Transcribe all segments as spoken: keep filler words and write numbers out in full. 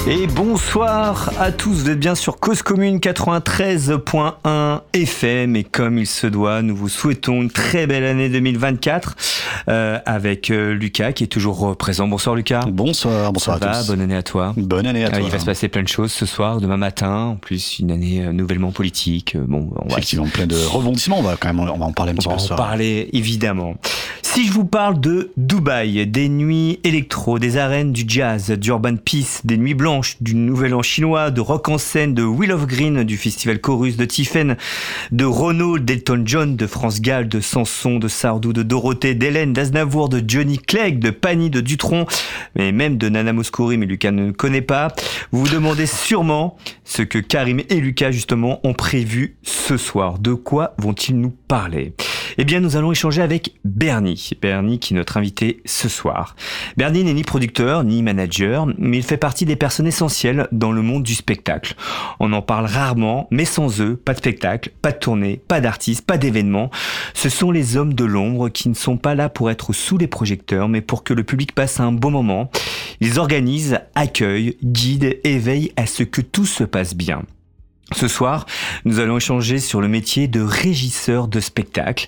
Et bonsoir à tous, vous êtes bien sur Cause Commune quatre-vingt-treize point un F M et comme il se doit, nous vous souhaitons une très belle année deux mille vingt-quatre euh, avec euh, Lucas qui est toujours présent. Bonsoir Lucas. Bonsoir, bonsoir Ça à va, tous. bonne année à toi. Bonne année à toi. Euh, il va se passer plein de choses ce soir, demain matin, en plus une année euh, nouvellement politique. Bon, on va Effectivement, plein de rebondissements, on va quand même on va en parler un petit on peu va ce en soir. parler évidemment. Si je vous parle de Dubaï, des nuits électro, des arènes du jazz, d'urban peace, des nuits blanches, du nouvel an chinois, de rock en scène, de Wheel of Green, du festival Chorus, de Tiffen, de Renaud, d'Elton John, de France Gall, de Sanson, de Sardou, de Dorothée, d'Hélène, d'Aznavour, de Johnny Clegg, de Pani, de Dutronc, mais même de Nana Mouskouri, mais Lucas ne connaît pas. Vous vous demandez sûrement ce que Karim et Lucas justement ont prévu ce soir. De quoi vont-ils nous parler ? Eh bien, nous allons échanger avec Bernie. Bernie qui est notre invité ce soir. Bernie n'est ni producteur, ni manager, mais il fait partie des personnes essentielles dans le monde du spectacle. On en parle rarement, mais sans eux, pas de spectacle, pas de tournée, pas d'artistes, pas d'événements. Ce sont les hommes de l'ombre qui ne sont pas là pour être sous les projecteurs, mais pour que le public passe un bon moment. Ils organisent, accueillent, guident et veillent à ce que tout se passe bien. Ce soir, nous allons échanger sur le métier de régisseur de spectacle.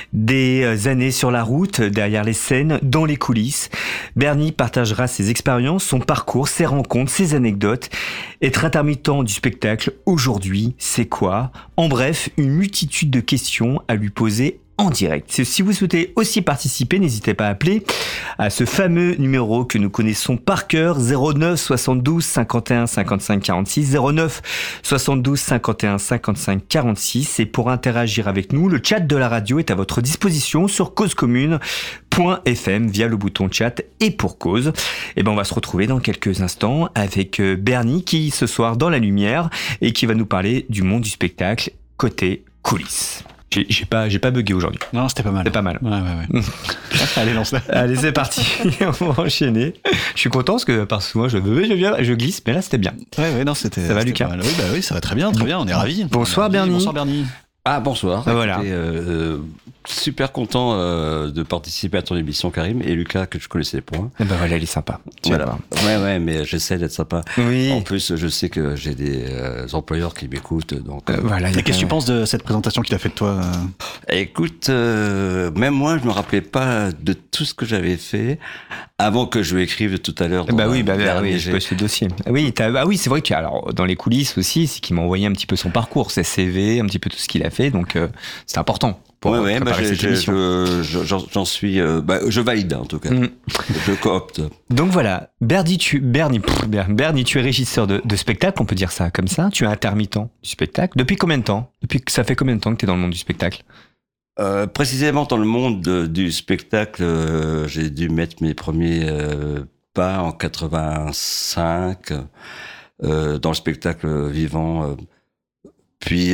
Des années sur la route, derrière les scènes, dans les coulisses. Bernie partagera ses expériences, son parcours, ses rencontres, ses anecdotes. Être intermittent du spectacle, aujourd'hui, c'est quoi ? En bref, une multitude de questions à lui poser en direct. Si vous souhaitez aussi participer, n'hésitez pas à appeler à ce fameux numéro que nous connaissons par cœur, zéro neuf soixante-douze cinquante et un cinquante-cinq quarante-six, zéro neuf soixante-douze cinquante et un cinquante-cinq quarante-six. Et pour interagir avec nous, le chat de la radio est à votre disposition sur cause commune point f m via le bouton chat et pour cause. Et ben on va se retrouver dans quelques instants avec Bernie qui ce soir dans la lumière et qui va nous parler du monde du spectacle côté coulisses. J'ai, j'ai pas, j'ai pas bugué aujourd'hui. Non, c'était pas mal. C'était pas mal. Ouais, ouais, ouais. Allez, lance-la. Allez, c'est parti. On va enchaîner. Je suis content parce que parce que moi, je, je, je glisse, mais là, c'était bien. Ouais, ouais, non, c'était. Ça va, c'était Lucas ? Oui, bah oui, ça va très bien, très bien. On est ravis. Bonsoir, on est ravis. Bernie. Bonsoir, Bernie. Ah, bonsoir. Ah, voilà. Écoutez, euh, super content euh, de participer à ton émission, Karim, et Lucas, que je connaissais point. Et ben voilà, il est sympa. Tu Voilà. vas voir. Ouais, ouais, mais j'essaie d'être sympa. Oui. En plus, je sais que j'ai des euh, employeurs qui m'écoutent, donc. Euh, voilà. Et qu'est-ce que tu penses de cette présentation qu'il a faite de toi euh Écoute, euh, même moi, je me rappelais pas de tout ce que j'avais fait avant que je lui écrive tout à l'heure. Bah dans oui, un bah, bah dernier oui, jet. je peux ce dossier. Ah oui, t'as, ah oui, c'est vrai que alors dans les coulisses aussi, c'est qu'il m'a envoyé un petit peu son parcours, ses C V, un petit peu tout ce qu'il a fait, donc euh, c'est important. Pour Ouais, ouais, bah, préparer j'ai- cette j'ai- émission. je- je- j'en, j'en suis, euh, bah, je valide en tout cas. Mm. Je coopte. Donc voilà, Bernie, tu, Bernie, pff, Ber- Bernie, tu es régisseur de, de spectacle, on peut dire ça comme ça. Tu es intermittent du spectacle. Depuis combien de temps ? Depuis que ça fait combien de temps que tu es dans le monde du spectacle ? Euh, précisément dans le monde de- du spectacle, euh, j'ai dû mettre mes premiers euh, pas en quatre-vingt-cinq euh, dans le spectacle vivant. euh, puis,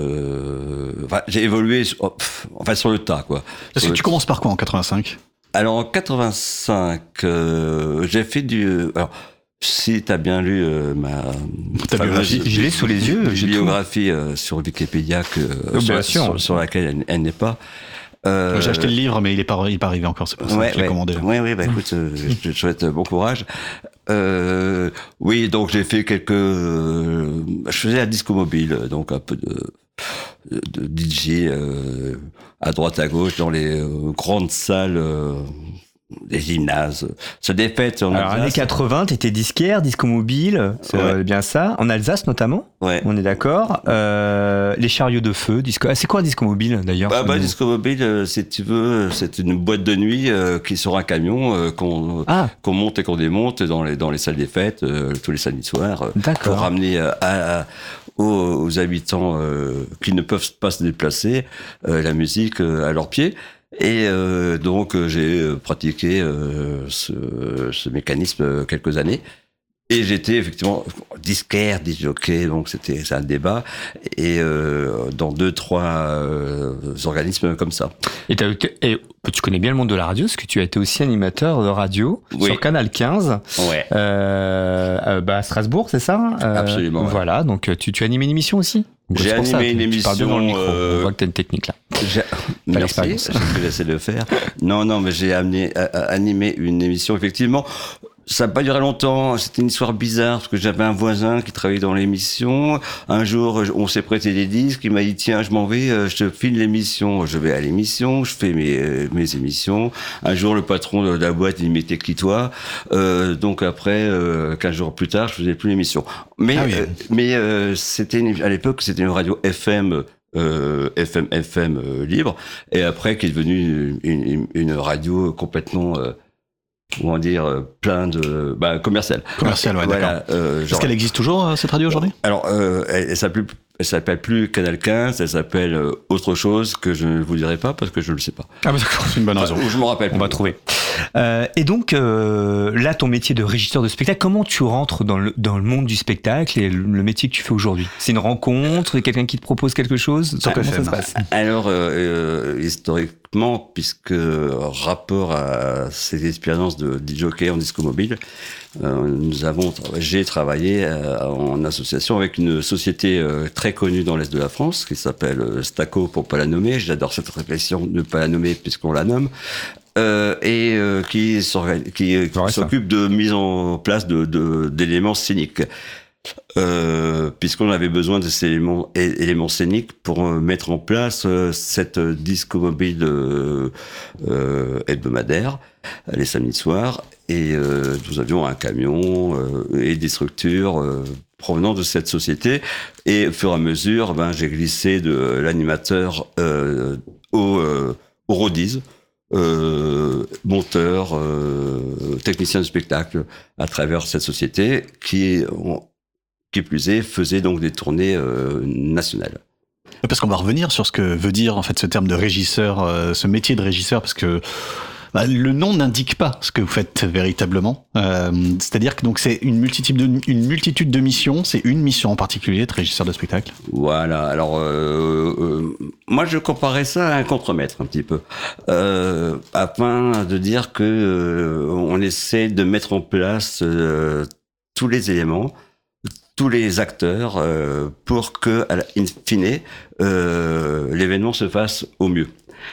euh, enfin, j'ai évolué, sur- oh, pff, enfin sur le tas, quoi. Parce Sur que le- tu commences par quoi en quatre-vingt-cinq ? Alors en quatre-vingt-cinq, euh, j'ai fait du. Alors, si t'as bien lu euh, ma Ta fameuse biographie. Je l'ai sous les yeux, j'ai tout. biographie euh, sur Wikipédia que Oh, sur, bien sûr. sur- sur laquelle elle, elle n'est pas. Euh, J'ai acheté le livre, mais il est pas, il est pas arrivé encore, c'est pour ça que je l'ai commandé. Ouais, ouais, bah écoute, euh, je te souhaite bon courage. Euh, oui, donc j'ai fait quelques. euh, je faisais la disco mobile, donc un peu de, de D J euh, à droite à gauche dans les euh, grandes salles. Euh, des gymnases, se des fêtes en Alors, Alsace. années quatre-vingts, tu étais disquaire, disco mobile, c'est Ouais. euh, bien ça. En Alsace notamment, Ouais. on est d'accord. Euh, les chariots de feu, disco. Ah, c'est quoi un disco mobile d'ailleurs ? Bah, bah, Nous- disco mobile, euh, si tu veux, c'est une boîte de nuit euh, qui est sur un camion euh, qu'on Ah, qu'on monte et qu'on démonte dans les dans les salles des fêtes euh, tous les samedis soirs euh, D'accord. pour ramener euh, à, à- aux, aux habitants euh, qui ne peuvent pas se déplacer euh, la musique euh, à leurs pieds. Et euh, donc euh, j'ai euh, pratiqué euh, ce, ce mécanisme euh, quelques années. Et j'étais effectivement disquaire, disjockey, donc c'était c'est un débat, et euh, dans deux, trois euh, organismes comme ça. et, t'as- et tu connais bien le monde de la radio, parce que tu as été aussi animateur de radio Oui. sur Canal quinze, Ouais. euh, euh, bah, à Strasbourg, c'est ça ? Euh, Absolument, ouais. Voilà, donc tu, tu animes une émission aussi ? J'ai C'est pour ça, animé une tu- tu parles bien dans le émission, micro. euh, On voit que tu as une technique là. J'ai- Merci, l'expérience. c'est ce que j'essaie de faire. Non, non, mais j'ai amené, a- a- animé une émission, effectivement, ça n'a pas duré longtemps. C'était une histoire bizarre parce que j'avais un voisin qui travaillait dans l'émission. Un jour, on s'est prêté des disques. Il m'a dit tiens, je m'en vais, je te file l'émission. Je vais à l'émission, je fais mes mes émissions. Un jour, le patron de la boîte il m'était qui toi. Euh, donc après, euh, quinze jours plus tard, je faisais plus l'émission. Mais ah oui. euh, mais euh, c'était une, à l'époque, c'était une radio F M. Euh, F M F M euh, libre, et après qui est devenue une, une, une radio complètement euh, comment dire euh, plein de bah commercial commercial ouais voilà, d'accord euh, est-ce qu'elle existe toujours cette radio aujourd'hui? Alors euh, elle, elle s'appelle elle s'appelle plus Canal quinze, elle s'appelle euh, autre chose que je ne vous dirai pas parce que je ne le sais pas. Ah bah d'accord, c'est une bonne raison. Je me rappelle. On va trouver. Euh, et donc euh, là, ton métier de régisseur de spectacle, comment tu rentres dans le dans le monde du spectacle et le, le métier que tu fais aujourd'hui? C'est une rencontre, quelqu'un qui te propose quelque chose? ah, Comment ça se passe? Alors euh, euh, historiquement, puisque rapport à ces expériences de jockey en disco mobile, euh, nous avons j'ai travaillé euh, en association avec une société euh, très connue dans l'est de la France qui s'appelle euh, Staco pour pas la nommer. J'adore cette réflexion de ne pas la nommer puisqu'on la nomme. Euh, et euh, qui, qui, qui s'occupe de mise en place de, de, d'éléments scéniques. Euh, puisqu'on avait besoin de ces éléments, éléments scéniques pour euh, mettre en place euh, cette disco mobile euh, euh, hebdomadaire les samedis soirs. Et euh, nous avions un camion euh, et des structures euh, provenant de cette société. Et au fur et à mesure, ben, j'ai glissé de l'animateur euh, au, euh, au roadies. Euh, monteur, euh, technicien de spectacle à travers cette société qui, on, qui plus est, faisait donc des tournées euh, nationales. Parce qu'on va revenir sur ce que veut dire en fait ce terme de régisseur, euh, ce métier de régisseur, parce que bah, le nom n'indique pas ce que vous faites véritablement. Euh, c'est-à-dire que donc c'est une multitude de une multitude de missions. C'est une mission en particulier de régisseur de spectacle. Voilà. Alors euh, euh, moi je comparais ça à un contremaître un petit peu, euh, afin de dire que euh, on essaie de mettre en place euh, tous les éléments, tous les acteurs euh, pour que, in fine, euh, l'événement se fasse au mieux.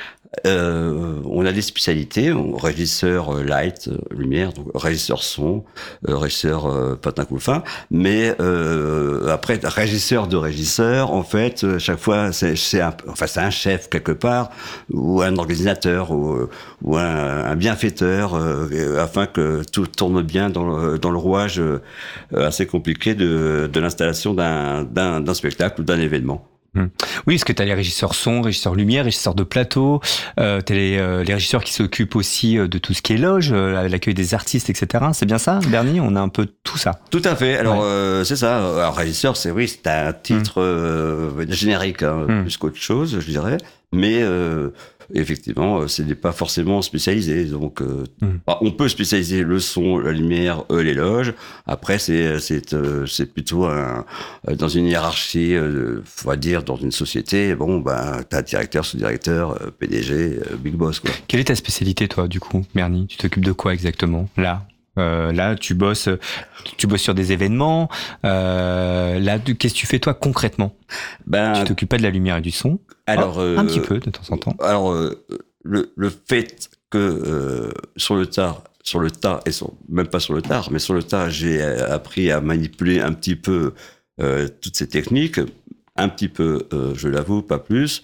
Euh, on a des spécialités, régisseur euh, light, euh, lumière, donc régisseur son, euh, régisseur euh, patin coup fin, mais euh, après régisseur de régisseur, en fait, chaque fois c'est, c'est un, enfin c'est un chef quelque part ou un organisateur ou, ou un, un bienfaiteur, euh, afin que tout tourne bien dans le, dans le rouage euh, assez compliqué de, de l'installation d'un, d'un, d'un spectacle ou d'un événement. Oui, parce que tu as les régisseurs son, régisseurs lumière, régisseurs de plateau, euh, tu as les, euh, les régisseurs qui s'occupent aussi de tout ce qui est loge, euh, l'accueil des artistes, et cetera. C'est bien ça, Bernie? On a un peu tout ça. Tout à fait. Alors, ouais. euh, c'est ça. Alors, régisseur, c'est oui, c'est un titre mmh. euh, générique, hein, mmh. plus qu'autre chose, je dirais. Mais euh, effectivement, ce n'est pas forcément spécialisé. Donc, euh, mmh. bah, on peut spécialiser le son, la lumière, euh, les loges. Après, c'est c'est euh, c'est plutôt un, dans une hiérarchie, euh, on va dire, dans une société. Bon, ben, t'as directeur, sous-directeur, euh, P D G, euh, big boss, quoi. Quelle est ta spécialité, toi, du coup, Bernie? Tu t'occupes de quoi exactement là? Euh, là, tu bosses, tu bosses sur des événements. Euh, là, qu'est-ce que tu fais toi concrètement? Ben, tu t'occupes pas de la lumière et du son? Alors, oh, euh, un petit peu de temps en temps. Alors, euh, le, le fait que euh, sur le tard, sur le tard et sur, même pas sur le tard, mais sur le tard, j'ai appris à manipuler un petit peu euh, toutes ces techniques, un petit peu, euh, je l'avoue, pas plus.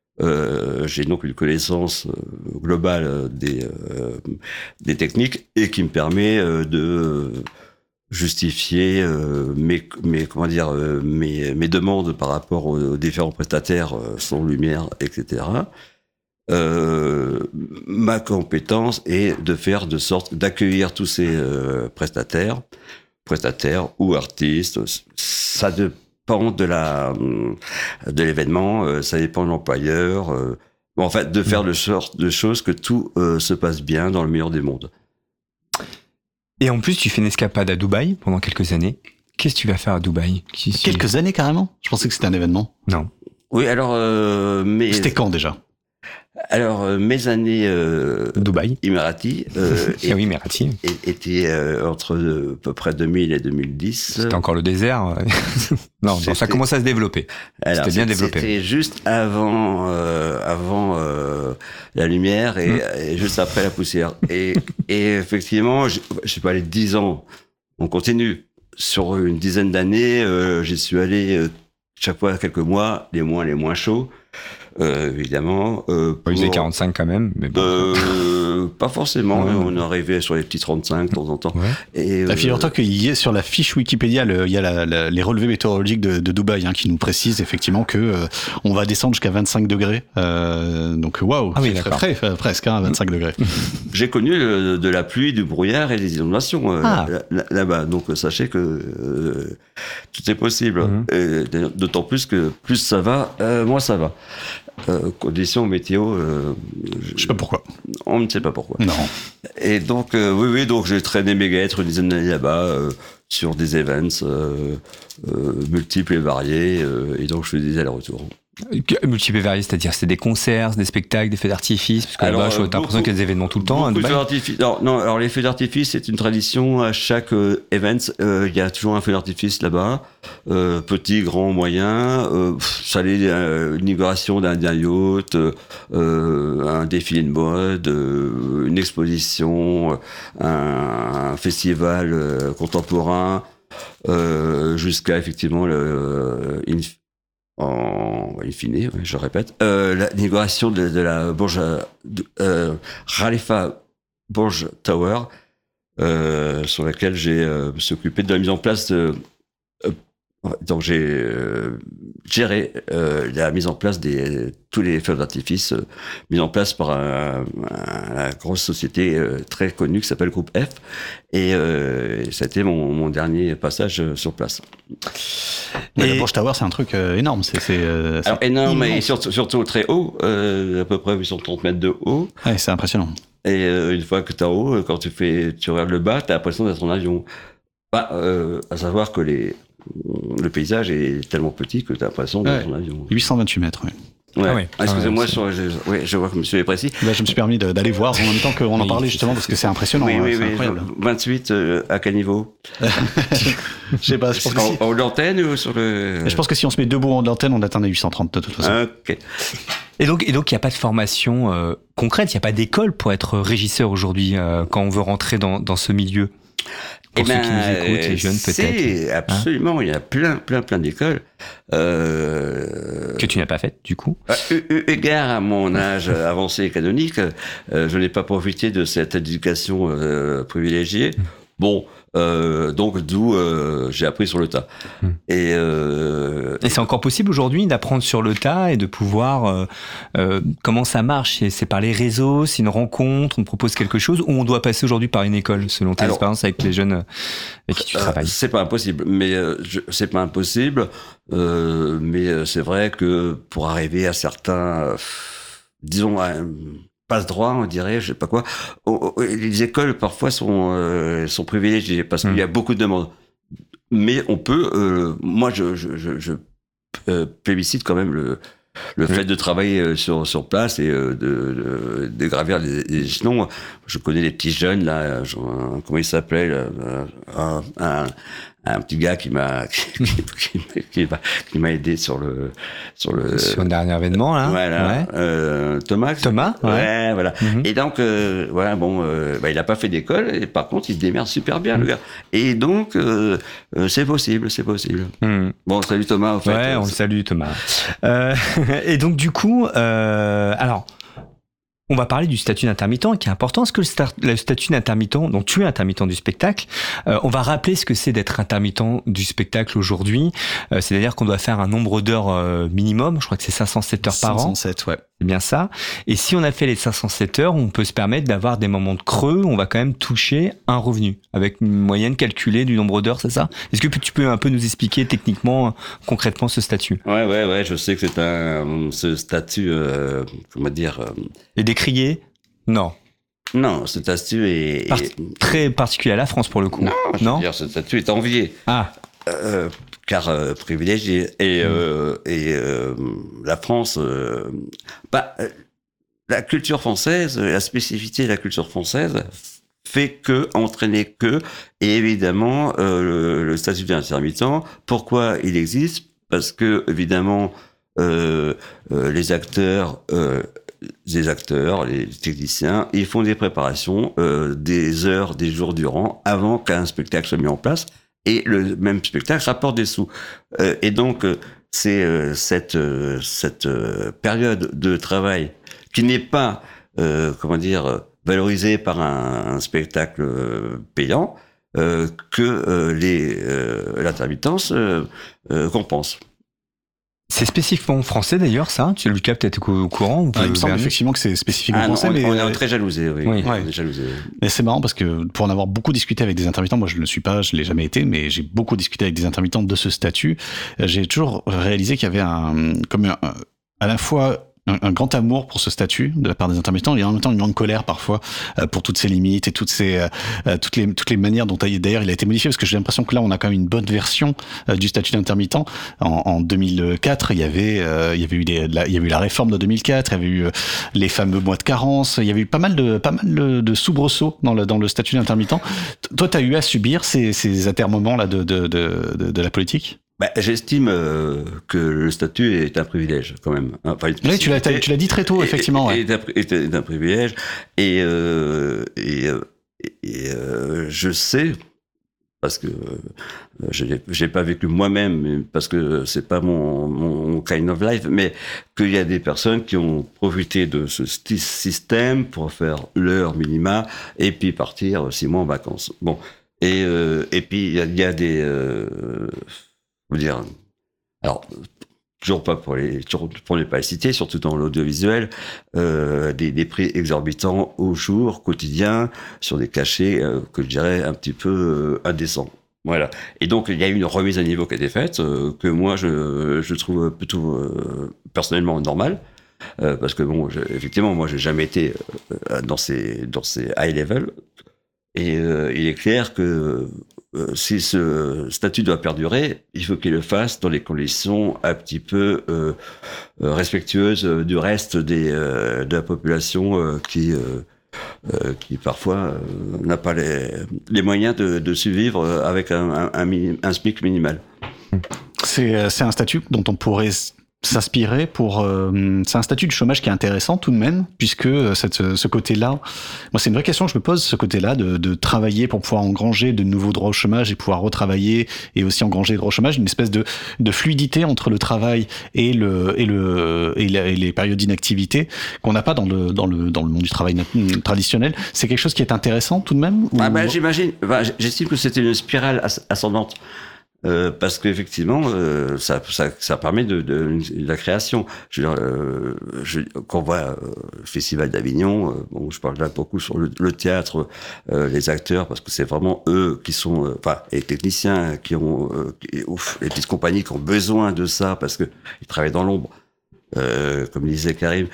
Euh, j'ai donc une connaissance euh, globale des euh, des techniques et qui me permet euh, de justifier euh, mes mes comment dire euh, mes mes demandes par rapport aux différents prestataires, euh, son, lumière, et cetera. Euh, ma compétence est de faire de sorte d'accueillir tous ces euh, prestataires, prestataires ou artistes. Ça de de la de l'événement, ça dépend de l'employeur. En fait, de faire de sorte de choses que tout euh, se passe bien dans le meilleur des mondes. Et en plus, tu fais une escapade à Dubaï pendant quelques années. Qu'est-ce que tu vas faire à Dubaï? Qui, qui... Quelques années carrément? Je pensais que c'était un événement. Non. Oui, alors, euh, mais c'était quand déjà? Alors, euh, mes années euh, Dubaï. Émiratis euh, Ah oui, Émiratis. étaient euh, entre euh, à peu près deux mille et deux mille dix. C'était encore le désert. non, non, ça C'était- commence à se développer. Alors, C'était bien c'est- développé. C'était juste avant, euh, avant euh, la lumière et, Mm. et juste après la poussière. Et, et effectivement, je je sais pas, les dix ans, on continue. Sur une dizaine d'années, euh, j'y suis allé euh, chaque fois quelques mois, les moins les moins chauds, euh, évidemment. Euh, Il faisait pour- quarante-cinq quand même, mais bon. Euh, pas forcément, Ouais. on arrivait sur les petits trente-cinq de temps en temps. Ouais. Et, Euh, euh, Figure-toi qu'il y est sur la fiche Wikipédia, le- il y a la- la- les relevés météorologiques de, de Dubaï hein, qui nous précisent effectivement que euh, on va descendre jusqu'à vingt-cinq degrés. Euh, donc waouh, Ah oui, c'est très d'accord. frais, euh, presque hein, vingt-cinq degrés. j'ai connu euh, de la pluie, du brouillard et des inondations euh, Ah. là- là- là-bas. Donc euh, sachez que euh, tout est possible. Mhm. Et d'ailleurs, d'autant plus que plus ça va, euh, moins ça va. Euh, conditions météo, euh, Je sais pas pourquoi. on ne sait pas pourquoi. Non. Et donc, euh, oui, oui, donc j'ai traîné mes guêtres une dizaine d'années là-bas euh, sur des events euh, euh, multiples et variés. euh, et donc, je fais des allers-retours. Multiples et variés, c'est-à-dire c'est des concerts, des spectacles, des feux d'artifice, parce que Alors, là-bas, j'ai euh, l'impression beaucoup- qu'il y a des événements tout le temps à Beaucoup de Dubaï. feux d'artifice. Non, non, alors les feux d'artifice, c'est une tradition. À chaque euh, event, euh, il y a toujours un feu d'artifice là-bas. Euh, petit, grand, moyen. Euh, pff, ça allait euh, l'inauguration d'un d'un yacht, euh, un défilé de mode, euh, une exposition, un, un festival euh, contemporain, euh, jusqu'à effectivement le euh, inf- en in fine, ouais, je répète, euh, la- l'inauguration de, de la Burj de, euh, Khalifa Burj Tower, euh, sur laquelle j'ai euh, me suis occupé de la mise en place de, euh, donc j'ai euh, géré euh, la mise en place des tous les feux d'artifice euh, mis en place par un, un- la grosse société euh, très connue qui s'appelle Groupe F et euh, ça a été mon, mon dernier passage euh, sur place. Mais Et- le Burj Tower, c'est un truc euh, énorme. C'est, c'est, euh, c'est Alors énorme et immense. surtout, surtout très haut, euh, à peu près huit cent trente mètres de haut. Ouais, c'est impressionnant. Et euh, une fois que tu es en haut, euh, quand tu fais, tu regardes le bas, tu as l'impression d'être en avion. Bah, euh, à savoir que les, le paysage est tellement petit que tu as l'impression d'être Ouais. en avion. huit cent vingt-huit mètres. Ouais. Ouais. Ah oui. Ah, excusez-moi, Ah ouais, sur, je, ouais, je vois que monsieur est précis. Là, je me suis permis de- d'aller voir en même temps qu'on en Oui, parlait c'est justement ça. parce que c'est impressionnant. oui, hein, oui, c'est oui. incroyable. vingt-huit, euh, à quel niveau? Je sais pas. Je pense, que si, En, en haut de l'antenne ou sur le. je pense que si on se met debout en antenne, on atteint les huit cent trente de toute façon. Ok. Et donc, et donc, il n'y a pas de formation euh, concrète, il n'y a pas d'école pour être régisseur aujourd'hui euh, quand on veut rentrer dans, dans ce milieu. Pour Eh ceux ben, qui nous écoutent, les jeunes peut-être, Si, absolument. Il y a plein, plein, plein d'écoles. Euh, que tu n'as pas fait du coup. Ah, eu- eu égard à mon âge avancé et canonique, euh, je n'ai pas profité de cette éducation euh, privilégiée. Bon, euh, donc d'où euh, j'ai appris sur le tas. Mm. Et, euh, Et c'est encore possible aujourd'hui d'apprendre sur le tas et de pouvoir euh, euh, comment ça marche. C'est- C'est par les réseaux, c'est une rencontre, on propose quelque chose, ou on doit passer aujourd'hui par une école selon tes Alors, expériences avec les jeunes euh, avec qui tu euh, travailles. c'est pas impossible, mais euh, je- c'est pas impossible. Euh, mais euh, c'est vrai que pour arriver à certains, euh, disons, à un passe-droit, on dirait, je sais pas quoi, oh, oh, les écoles parfois sont euh, sont privilégiées parce qu'il y a beaucoup de demandes. Mais on peut, euh, moi, je, je, je, je euh, plébiscite quand même le, le Oui. fait de travailler euh, sur, sur place et euh, de, de, de gravir les, les échelons. Je connais les petits jeunes, là, genre, comment ils s'appelaient, là, un, un, un petit gars qui m'a qui, qui, qui m'a qui m'a aidé sur le sur le Sur le dernier événement là. voilà Ouais. euh, Thomas Thomas, ouais. ouais, voilà. Mhm. Et donc euh, voilà, bon euh, bah, il a pas fait d'école et par contre il se démerde super bien, le gars. Et donc euh, euh, c'est possible, c'est possible. Mhm. Bon, salut Thomas, en fait. Ouais, on le salue Thomas. Euh, et donc du coup, euh, alors, on va parler du statut d'intermittent qui est important. Est-ce que le, sta- le statut d'intermittent, donc tu es intermittent du spectacle, euh, on va rappeler ce que c'est d'être intermittent du spectacle aujourd'hui. Euh, c'est-à-dire qu'on doit faire un nombre d'heures euh, minimum. Je crois que c'est cinq cent sept heures par an. cinq cent sept, ouais. C'est bien ça. Et si on a fait les cinq cent sept heures, on peut se permettre d'avoir des moments de creux où on va quand même toucher un revenu avec une moyenne calculée du nombre d'heures, c'est ça? Est-ce que tu peux un peu nous expliquer techniquement, concrètement ce statut? Ouais, ouais, ouais, je sais que c'est un ce statut, euh, comment dire, euh, Et décrier? Non. non, ce statut est, Par- est- Très particulier à la France pour le coup. non, je Non veux dire, ce statut est envié. Ah, Euh, car euh, privilégié. Et, euh, et euh, la France, euh, bah, euh, la culture française, la spécificité de la culture française fait que, entraîner que, et évidemment, euh, le, le statut d'intermittent, pourquoi il existe? Parce que, évidemment, euh, euh, les acteurs, euh, les acteurs, les techniciens, ils font des préparations euh, des heures, des jours durant, avant qu'un spectacle soit mis en place, et le même spectacle rapporte des sous. Euh, et donc, c'est euh, cette, euh, cette euh, période de travail qui n'est pas, euh, comment dire, valorisée par un, un spectacle euh, payant, euh, que euh, les, euh, l'intermittence euh, euh, compense. C'est spécifiquement français d'ailleurs, ça? Tu Lucas peut-être au courant ou ah, Il me semble effectivement que c'est spécifiquement ah, français. On, mais on est très jalousé, oui. oui. Ouais. On est jalousé. Mais c'est marrant parce que pour en avoir beaucoup discuté avec des intermittents, moi je ne le suis pas, je l'ai jamais été, mais j'ai beaucoup discuté avec des intermittents de ce statut. J'ai toujours réalisé qu'il y avait un, comme un, à la fois Un, un grand amour pour ce statut de la part des intermittents et en même temps une grande colère parfois euh, pour toutes ses limites et toutes ces euh, toutes les toutes les manières dont d'ailleurs il a été modifié, parce que j'ai l'impression que là on a quand même une bonne version euh, du statut d'intermittent. En, en deux mille quatre, il y avait euh, il y avait eu des la, il y avait eu la réforme de deux mille quatre, il y avait eu euh, les fameux mois de carence, il y avait eu pas mal de pas mal de, de soubresauts dans le dans le statut d'intermittent. Toi, tu as eu à subir ces ces atermoiements là de de de de, de la politique? Bah, j'estime euh, que le statut est un privilège, quand même. Enfin, oui, tu l'as, tu l'as dit très tôt, effectivement. Est, ouais. est, est un privilège. Et, euh, et, et euh, je sais, parce que euh, je n'ai j'ai pas vécu moi-même, parce que c'est pas mon, mon kind of life, mais qu'il y a des personnes qui ont profité de ce système pour faire leur minima et puis partir six mois en vacances. Bon. Et, euh, et puis, il y a, il y a des... Euh, Je veux dire, alors, toujours pas pour les, toujours pour ne pas les citer, surtout dans l'audiovisuel, euh, des, des prix exorbitants au jour, quotidien, sur des cachets euh, que je dirais un petit peu euh, indécents. Voilà. Et donc, il y a eu une remise à niveau qui a été faite, euh, que moi, je, je trouve plutôt euh, personnellement normale. Euh, parce que bon, je, effectivement, moi, j'ai jamais été euh, dans ces, dans ces high level. Et euh, il est clair que euh, si ce statut doit perdurer, il faut qu'il le fasse dans les conditions un petit peu euh, respectueuses du reste des, euh, de la population euh, qui, euh, euh, qui parfois euh, n'a pas les, les moyens de, de survivre avec un, un, un, un SMIC minimal. C'est, c'est un statut dont on pourrait s'inspirer pour euh, c'est un statut de chômage qui est intéressant tout de même, puisque cette, ce côté-là, moi c'est une vraie question que je me pose, ce côté-là de, de travailler pour pouvoir engranger de nouveaux droits au chômage et pouvoir retravailler et aussi engranger des droits au chômage, une espèce de, de fluidité entre le travail et le et le et, la, et les périodes d'inactivité qu'on n'a pas dans le dans le dans le monde du travail traditionnel. C'est quelque chose qui est intéressant tout de même ou... ah ben, j'imagine, ben, j'estime que c'était une spirale ascendante. Euh, parce qu'effectivement, euh, ça, ça, ça permet de, de, de la création. Je veux dire, euh, je, quand on voit euh, le Festival d'Avignon, euh, bon, je parle là beaucoup sur le, le théâtre, euh, les acteurs, parce que c'est vraiment eux qui sont, euh, enfin, les techniciens qui ont, euh, qui, ouf, les petites compagnies qui ont besoin de ça parce que ils travaillent dans l'ombre. Euh, comme disait Karim,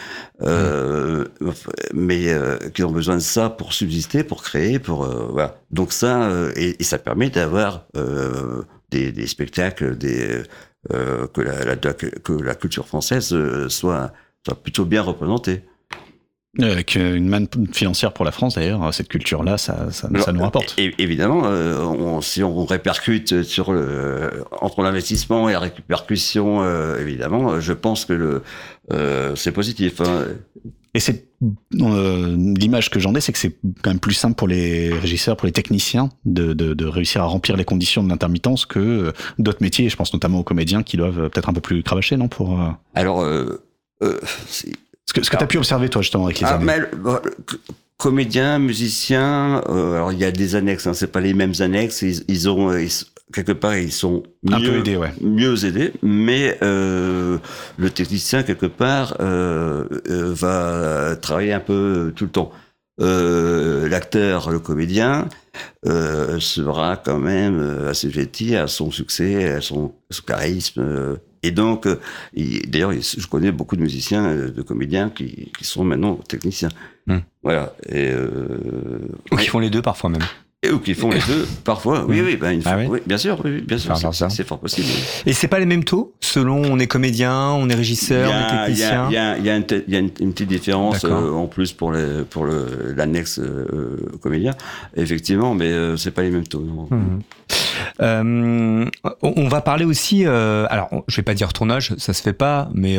euh, mmh. mais euh, qui ont besoin de ça pour subsister, pour créer, pour euh, voilà. Donc ça, euh, et, et ça permet d'avoir euh, des, des spectacles, des euh, que la, la que la culture française soit, soit plutôt bien représentée. Avec une manne financière pour la France, d'ailleurs, cette culture-là, ça, ça, Alors, ça nous rapporte. Et, évidemment, euh, on, si on répercute sur le, entre l'investissement et la répercussion, euh, évidemment, je pense que le, euh, c'est positif. Hein. Et c'est euh, l'image que j'en ai, c'est que c'est quand même plus simple pour les régisseurs, pour les techniciens, de, de, de réussir à remplir les conditions de l'intermittence que euh, d'autres métiers. Je pense notamment aux comédiens qui doivent peut-être un peu plus cravacher, non pour. Euh... Alors. Euh, euh, c'est... Ce que, ce que tu as pu observer, toi, justement, avec les ah, années. Mais, bon, comédiens, musiciens, euh, alors il y a des annexes, hein, c'est pas les mêmes annexes, ils, ils ont, ils, quelque part, ils sont mieux, un peu aidés, ouais. mieux aidés, mais euh, le technicien, quelque part, euh, euh, va travailler un peu tout le temps. Euh, l'acteur, le comédien, euh, sera quand même assujetti à son succès, à son, à son charisme. Euh, Et donc, euh, il, d'ailleurs, je connais beaucoup de musiciens, euh, de comédiens qui, qui sont maintenant techniciens. Mmh. Voilà. Et, euh, Ou qui font les deux parfois même. Et ou qui font les deux, parfois. Oui, oui, ben, une Ah fois, oui oui, bien sûr, oui, bien sûr, Enfin, c'est, ça. c'est fort possible. Et c'est pas les mêmes taux selon on est comédien, on est régisseur, on est Il y a, technicien. il y a, il y a, une, te- il y a une, une petite différence D'accord. euh, en plus pour, les, pour le, l'annexe euh, comédien, effectivement, mais euh, c'est pas les mêmes taux. Non. Mhm. Euh, on on va parler aussi. Euh, alors, on- je vais pas dire tournage, ça se fait pas, mais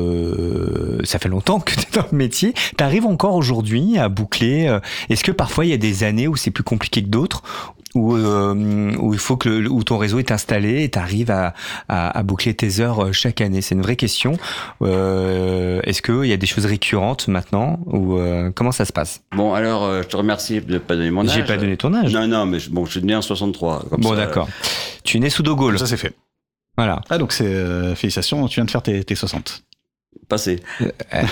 euh, ça fait longtemps que tu es dans le métier. T'arrives encore aujourd'hui à boucler. euh, Est-ce que parfois il y a des années où c'est plus compliqué que d'autres, où, euh, où il faut que le, où ton réseau est installé et t'arrives à, à, à boucler tes heures euh, chaque année? C'est une vraie question. Euh, Est-ce qu'il y a des choses récurrentes maintenant ou euh, comment ça se passe? Bon, alors, euh, je te remercie de ne pas donner mon âge. J'ai pas donné ton âge. Non, non, mais je, bon, je suis né en soixante-trois. Comme Bon, ça, d'accord. Tu es né sous De Gaulle. Comme ça, c'est fait. Voilà. Ah, donc c'est euh, félicitations, tu viens de faire tes, tes soixante. Passé. Euh,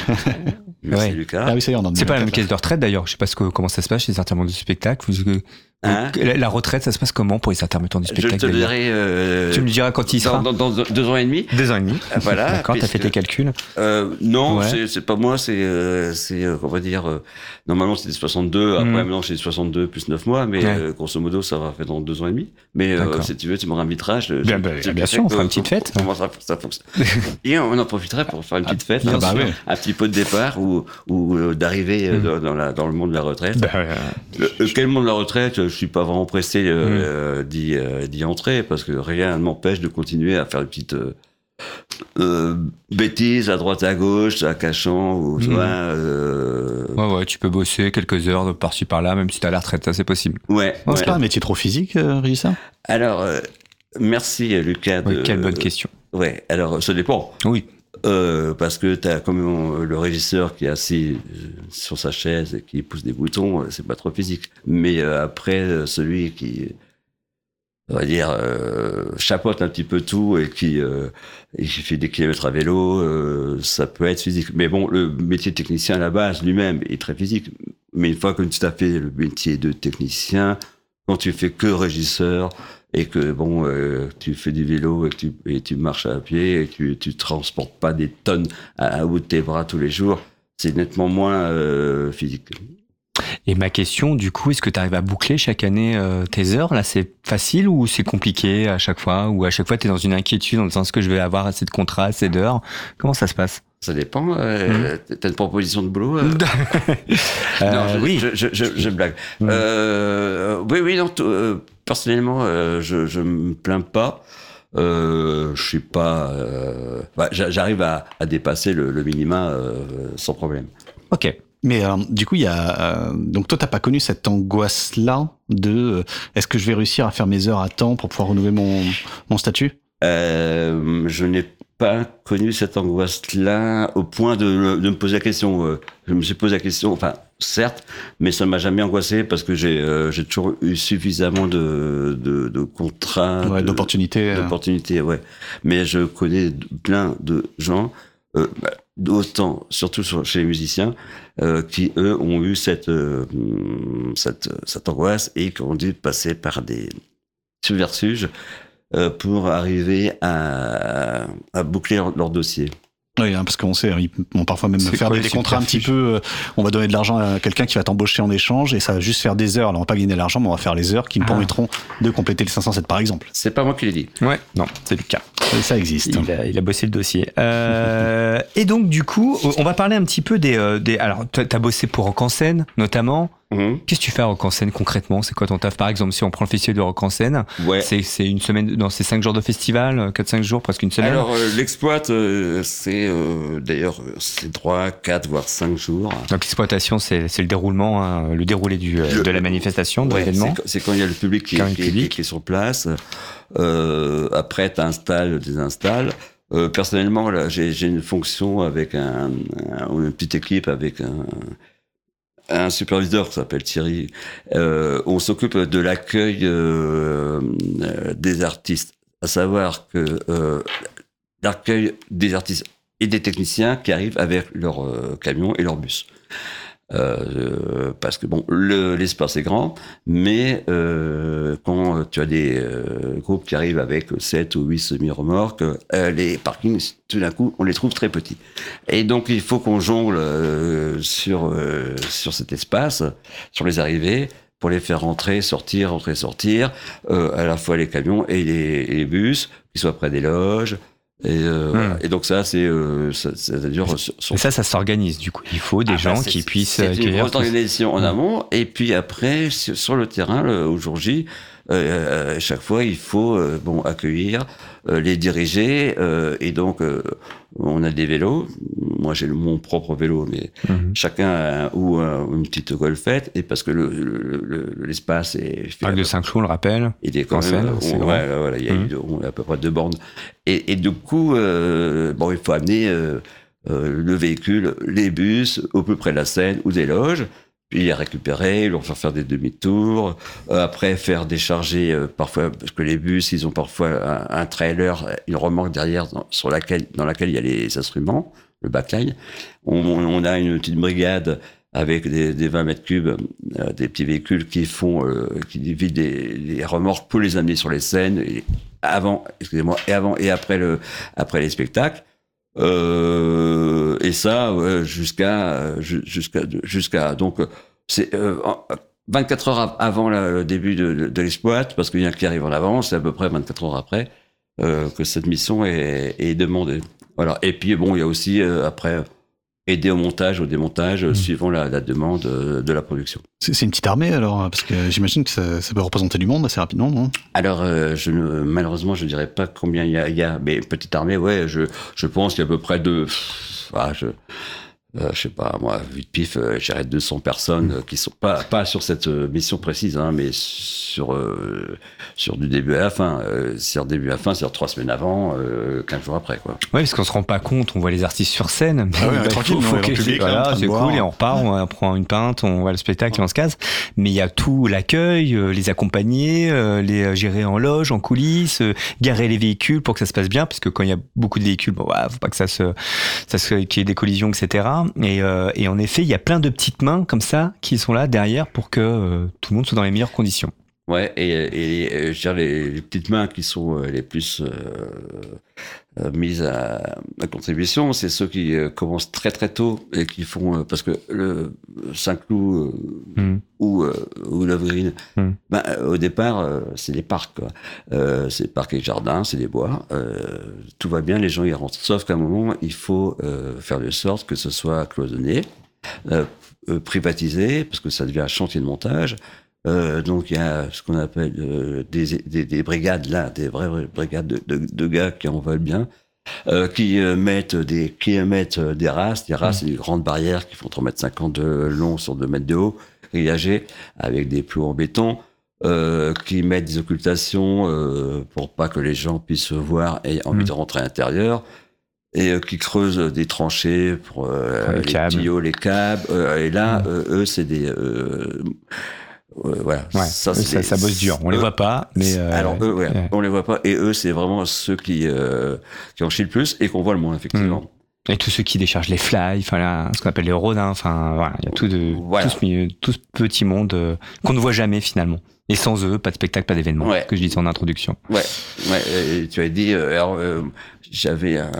Merci, ouais. Lucas. Ah oui, ça y est, on en C'est pas la deux mille même quatre, caisse de retraite d'ailleurs. Je sais pas ce que, comment ça se passe chez les intermittents du spectacle. Vous- euh, Hein la, la retraite, ça se passe comment pour les intermittents du Je spectacle te le d'ailleurs dirai. Euh, Tu me le diras quand il dans, sera. dans, dans deux ans et demi. Deux ans et demi. Euh, Voilà. D'accord, t'as fait puisque- tes calculs. Euh, non, Ouais. c'est, c'est pas moi, c'est, euh, c'est, euh, on va dire, euh, normalement c'était soixante-deux, après Mhm. maintenant j'ai soixante-deux plus neuf mois, mais Ouais. euh, grosso modo ça va faire dans deux ans et demi. Mais euh, D'accord. si tu veux, tu m'auras un arbitrage. je- Bien, je- bah, je- bien je- sûr, on fera euh, une petite fête. Comment ça, ça fonctionne. Et on en profiterait pour faire une petite fête, bien un, sûr. un petit pot de départ ou, ou euh, d'arriver euh, Mhm. dans, dans la, dans le monde de la retraite. Bah, euh, Le, euh, quel monde de la retraite, je suis pas vraiment pressé euh, Mhm. euh, d'y, euh, d'y entrer parce que rien ne m'empêche de continuer à faire une petite euh, euh, bêtise à droite à gauche, à Cachan ou tu Mhm. vois. Euh, ouais, ouais, tu peux bosser quelques heures de par-ci par-là, même si t'as la retraite, ça c'est possible. ouais. Oh, ouais. c'est pas un métier trop physique, euh, régisseur? Alors, euh, merci Lucas. Ouais, de- quelle bonne question. Ouais. Alors, ça dépend. Oui. Euh, parce que t'as comme on- le régisseur qui est assis euh, sur sa chaise et qui pousse des boutons, euh, c'est pas trop physique. Mais euh, après, euh, celui qui, on va dire, euh, chapeaute un petit peu tout et qui, euh, et qui fait des kilomètres à vélo, euh, ça peut être physique. Mais bon, le métier de technicien à la base lui-même est très physique. Mais une fois que tu as fait le métier de technicien, quand tu fais que régisseur, et que bon, euh, tu fais du vélo et que tu, et tu marches à pied et tu, tu transportes pas des tonnes à, à bout de tes bras tous les jours, c'est nettement moins euh, physique. Et ma question, du coup, est-ce que tu arrives à boucler chaque année euh, tes heures? Là, c'est facile ou c'est compliqué à chaque fois? Ou à chaque fois, tu es dans une inquiétude en disant est-ce que je vais avoir assez de contrats, assez d'heures? Comment ça se passe? Ça dépend. Euh, T'as une proposition de boulot euh Euh, Non, je, oui. je, je, je, je blague. Mm. Euh, oui, oui, non. t- euh, personnellement, euh, je, je me plains pas. Euh, je suis pas. Euh, bah, j'a- j'arrive à, à dépasser le, le minima euh, sans problème. Ok. Mais euh, du coup, il y a euh, donc toi, t'as pas connu cette angoisse-là de euh, est-ce que je vais réussir à faire mes heures à temps pour pouvoir renouveler mon mon statut? Euh, je n'ai pas connu cette angoisse-là au point de, de me poser la question. Euh, Je me suis posé la question, enfin, certes, mais ça m'a jamais angoissé parce que j'ai euh, j'ai toujours eu suffisamment de, de, de contrats, Ouais, de- d'opportunités. euh. d'opportunités, ouais. Mais je connais d- plein de gens, euh, bah, d'autant, surtout sur- chez les musiciens, euh, qui, eux, ont eu cette, euh, cette, cette angoisse et qui ont dû passer par des subterfuges euh, pour arriver à, à boucler leur, leur dossier. Oui, hein, parce qu'on sait, ils vont parfois même C'est faire quoi des les contrats un petit subterfuges peu. euh, on va donner de l'argent à quelqu'un qui va t'embaucher en échange et ça va juste faire des heures. Alors, on va pas gagner de l'argent, mais on va faire les heures qui me Ah. permettront de compléter les cinq cent sept, par exemple. C'est pas moi qui l'ai dit. Ouais, non, c'est le cas. Et ça existe. Il a, il a bossé le dossier. Euh, et donc, du coup, on va parler un petit peu des. euh, des alors, tu as bossé pour Rock en scène, notamment. Mhm. Qu'est-ce que tu fais à Rock en scène concrètement? C'est quoi ton taf? Par exemple, si on prend le festival de Rock en scène, Ouais. c'est, c'est une semaine, non, c'est cinq jours de festival, quatre cinq jours, presque une semaine. Alors, euh, l'exploit, euh, c'est euh, d'ailleurs, euh, c'est trois, quatre, voire cinq jours. Donc, l'exploitation, c'est, c'est le déroulement, hein, le déroulé du, euh, Le- de la manifestation, de Ouais, l'événement. c'est, c'est quand il y a le public qui, Quand il y a qui, le public. qui- qui est sur place. Euh, après, tu installes, désinstalles. Euh, personnellement, là, j'ai, j'ai une fonction avec un, un- ou une petite équipe avec un, un superviseur qui s'appelle Thierry. Euh, on s'occupe de l'accueil euh, euh, des artistes. À savoir que euh, l'accueil des artistes et des techniciens qui arrivent avec leur euh, camion et leur bus. Euh, parce que bon, le, l'espace est grand, mais euh, quand tu as des euh, groupes qui arrivent avec sept ou huit semi-remorques, euh, les parkings, tout d'un coup, on les trouve très petits. Et donc, il faut qu'on jongle euh, sur, euh, sur cet espace, sur les arrivées, pour les faire rentrer, sortir, rentrer, sortir, euh, à la fois les camions et les, et les bus, qui soient près des loges. Et, euh, mmh. voilà. Et donc ça, c'est, euh, ça, ça dure. Sur, sur... Et ça, ça s'organise du coup. Il faut des ah gens bah qui puissent. C'est une grosse organisation en mmh. amont, et puis après sur, sur le terrain, le, au jour J, euh, à chaque fois, il faut euh, bon accueillir, euh, les diriger, euh, et donc euh, on a des vélos. Moi, j'ai mon propre vélo, mais mmh. chacun a ou un, une petite golfette, et parce que le, le, le, l'espace est. Parc de Saint-Cloud, on le rappelle. Il est quand même. On, ouais, voilà, il y a mmh. on a à peu près deux bornes, et, et du coup, euh, bon, il faut amener euh, euh, le véhicule, les bus, au plus près de la Seine ou des loges. Puis les récupérer, leur faire faire des demi-tours, euh, après faire décharger euh, parfois, parce que les bus, ils ont parfois un, un trailer, une remorque derrière dans, sur laquelle, dans laquelle il y a les instruments, le backline. On, on a une petite brigade avec des, des vingt mètres cubes, euh, des petits véhicules qui font, euh, qui vident les, les remorques pour les amener sur les scènes, et avant, excusez-moi, et avant et après le, après les spectacles. Euh, et ça ouais, jusqu'à jusqu'à jusqu'à donc c'est euh, vingt-quatre heures avant le début de, de, de l'exploit, parce qu'il y a un qui arrive en avance, c'est à peu près vingt-quatre heures après euh, que cette mission est, est demandée. Voilà. Et puis bon, il y a aussi euh, après aider au montage, au démontage, mmh. suivant la, la demande de la production. C'est, c'est une petite armée alors, parce que j'imagine que ça, ça peut représenter du monde assez rapidement, non ? Alors, euh, je ne, malheureusement, je ne dirais pas combien il y a, il y a, mais petite armée, ouais, je, je pense qu'il y a à peu près de, ah, je, euh, je sais pas, moi, vite pif, euh, j'arrête deux cents personnes euh, qui sont pas, pas sur cette euh, mission précise, hein, mais sur, euh, sur du début à la fin, euh, sur début à la fin, c'est-à-dire trois semaines avant, euh, quinze jours après, quoi. Oui, parce qu'on se rend pas compte, on voit les artistes sur scène, mais ah ouais, bah, tranquille, faut, faut que public, voilà, là, c'est cool, voir. Et on repart, on prend une pinte, on voit le spectacle et on se casse. Mais il y a tout l'accueil, euh, les accompagner, euh, les gérer en loge, en coulisses, euh, garer les véhicules pour que ça se passe bien, parce que quand il y a beaucoup de véhicules, bon, ouais, faut pas que ça se, ça se, qu'il y ait des collisions, et cetera. Et, euh, et en effet, il y a plein de petites mains comme ça qui sont là derrière pour que euh, tout le monde soit dans les meilleures conditions. Ouais, et, et, et je dirais les, les petites mains qui sont euh, les plus euh, euh, mises à, à contribution, c'est ceux qui euh, commencent très très tôt et qui font euh, parce que le Saint-Cloud euh, mm. ou euh, ou Love Green, mm. ben, au départ euh, c'est des parcs, quoi. Euh, c'est parcs et jardins, c'est des bois, euh, tout va bien, les gens y rentrent. Sauf qu'à un moment, il faut euh, faire de sorte que ce soit cloisonné, euh, euh, privatisé, parce que ça devient un chantier de montage. Euh, donc il y a ce qu'on appelle euh, des, des, des brigades là, des vraies, vraies brigades de, de, de gars qui en veulent bien, euh, qui euh, mettent des qui mettent des races, des races, mmh. c'est des grandes barrières qui font trois mètres cinquante de long sur deux mètres de haut, grillagées avec des plots en béton, euh, qui mettent des occultations euh, pour pas que les gens puissent voir et envie mmh. de rentrer à l'intérieur. Et euh, qui creusent des tranchées pour euh, les, les tuyaux, les câbles. Euh, et là, mmh. euh, eux, c'est des euh, Euh, voilà, ouais, ça, ça, ça bosse dur. On eux, les voit pas, mais euh, alors eux, ouais, ouais. on les voit pas. Et eux, c'est vraiment ceux qui euh, qui en chient le plus et qu'on voit le moins, effectivement. Mmh. Et tous ceux qui déchargent les fly, enfin là, ce qu'on appelle les rodins, enfin voilà, il y a tout de voilà. tout, ce, tout ce petit monde euh, qu'on ne voit jamais finalement. Et sans eux, pas de spectacle, pas d'événement. Ouais. Que je disais en introduction. Ouais, ouais. Et tu as dit, euh, alors, euh, j'avais un,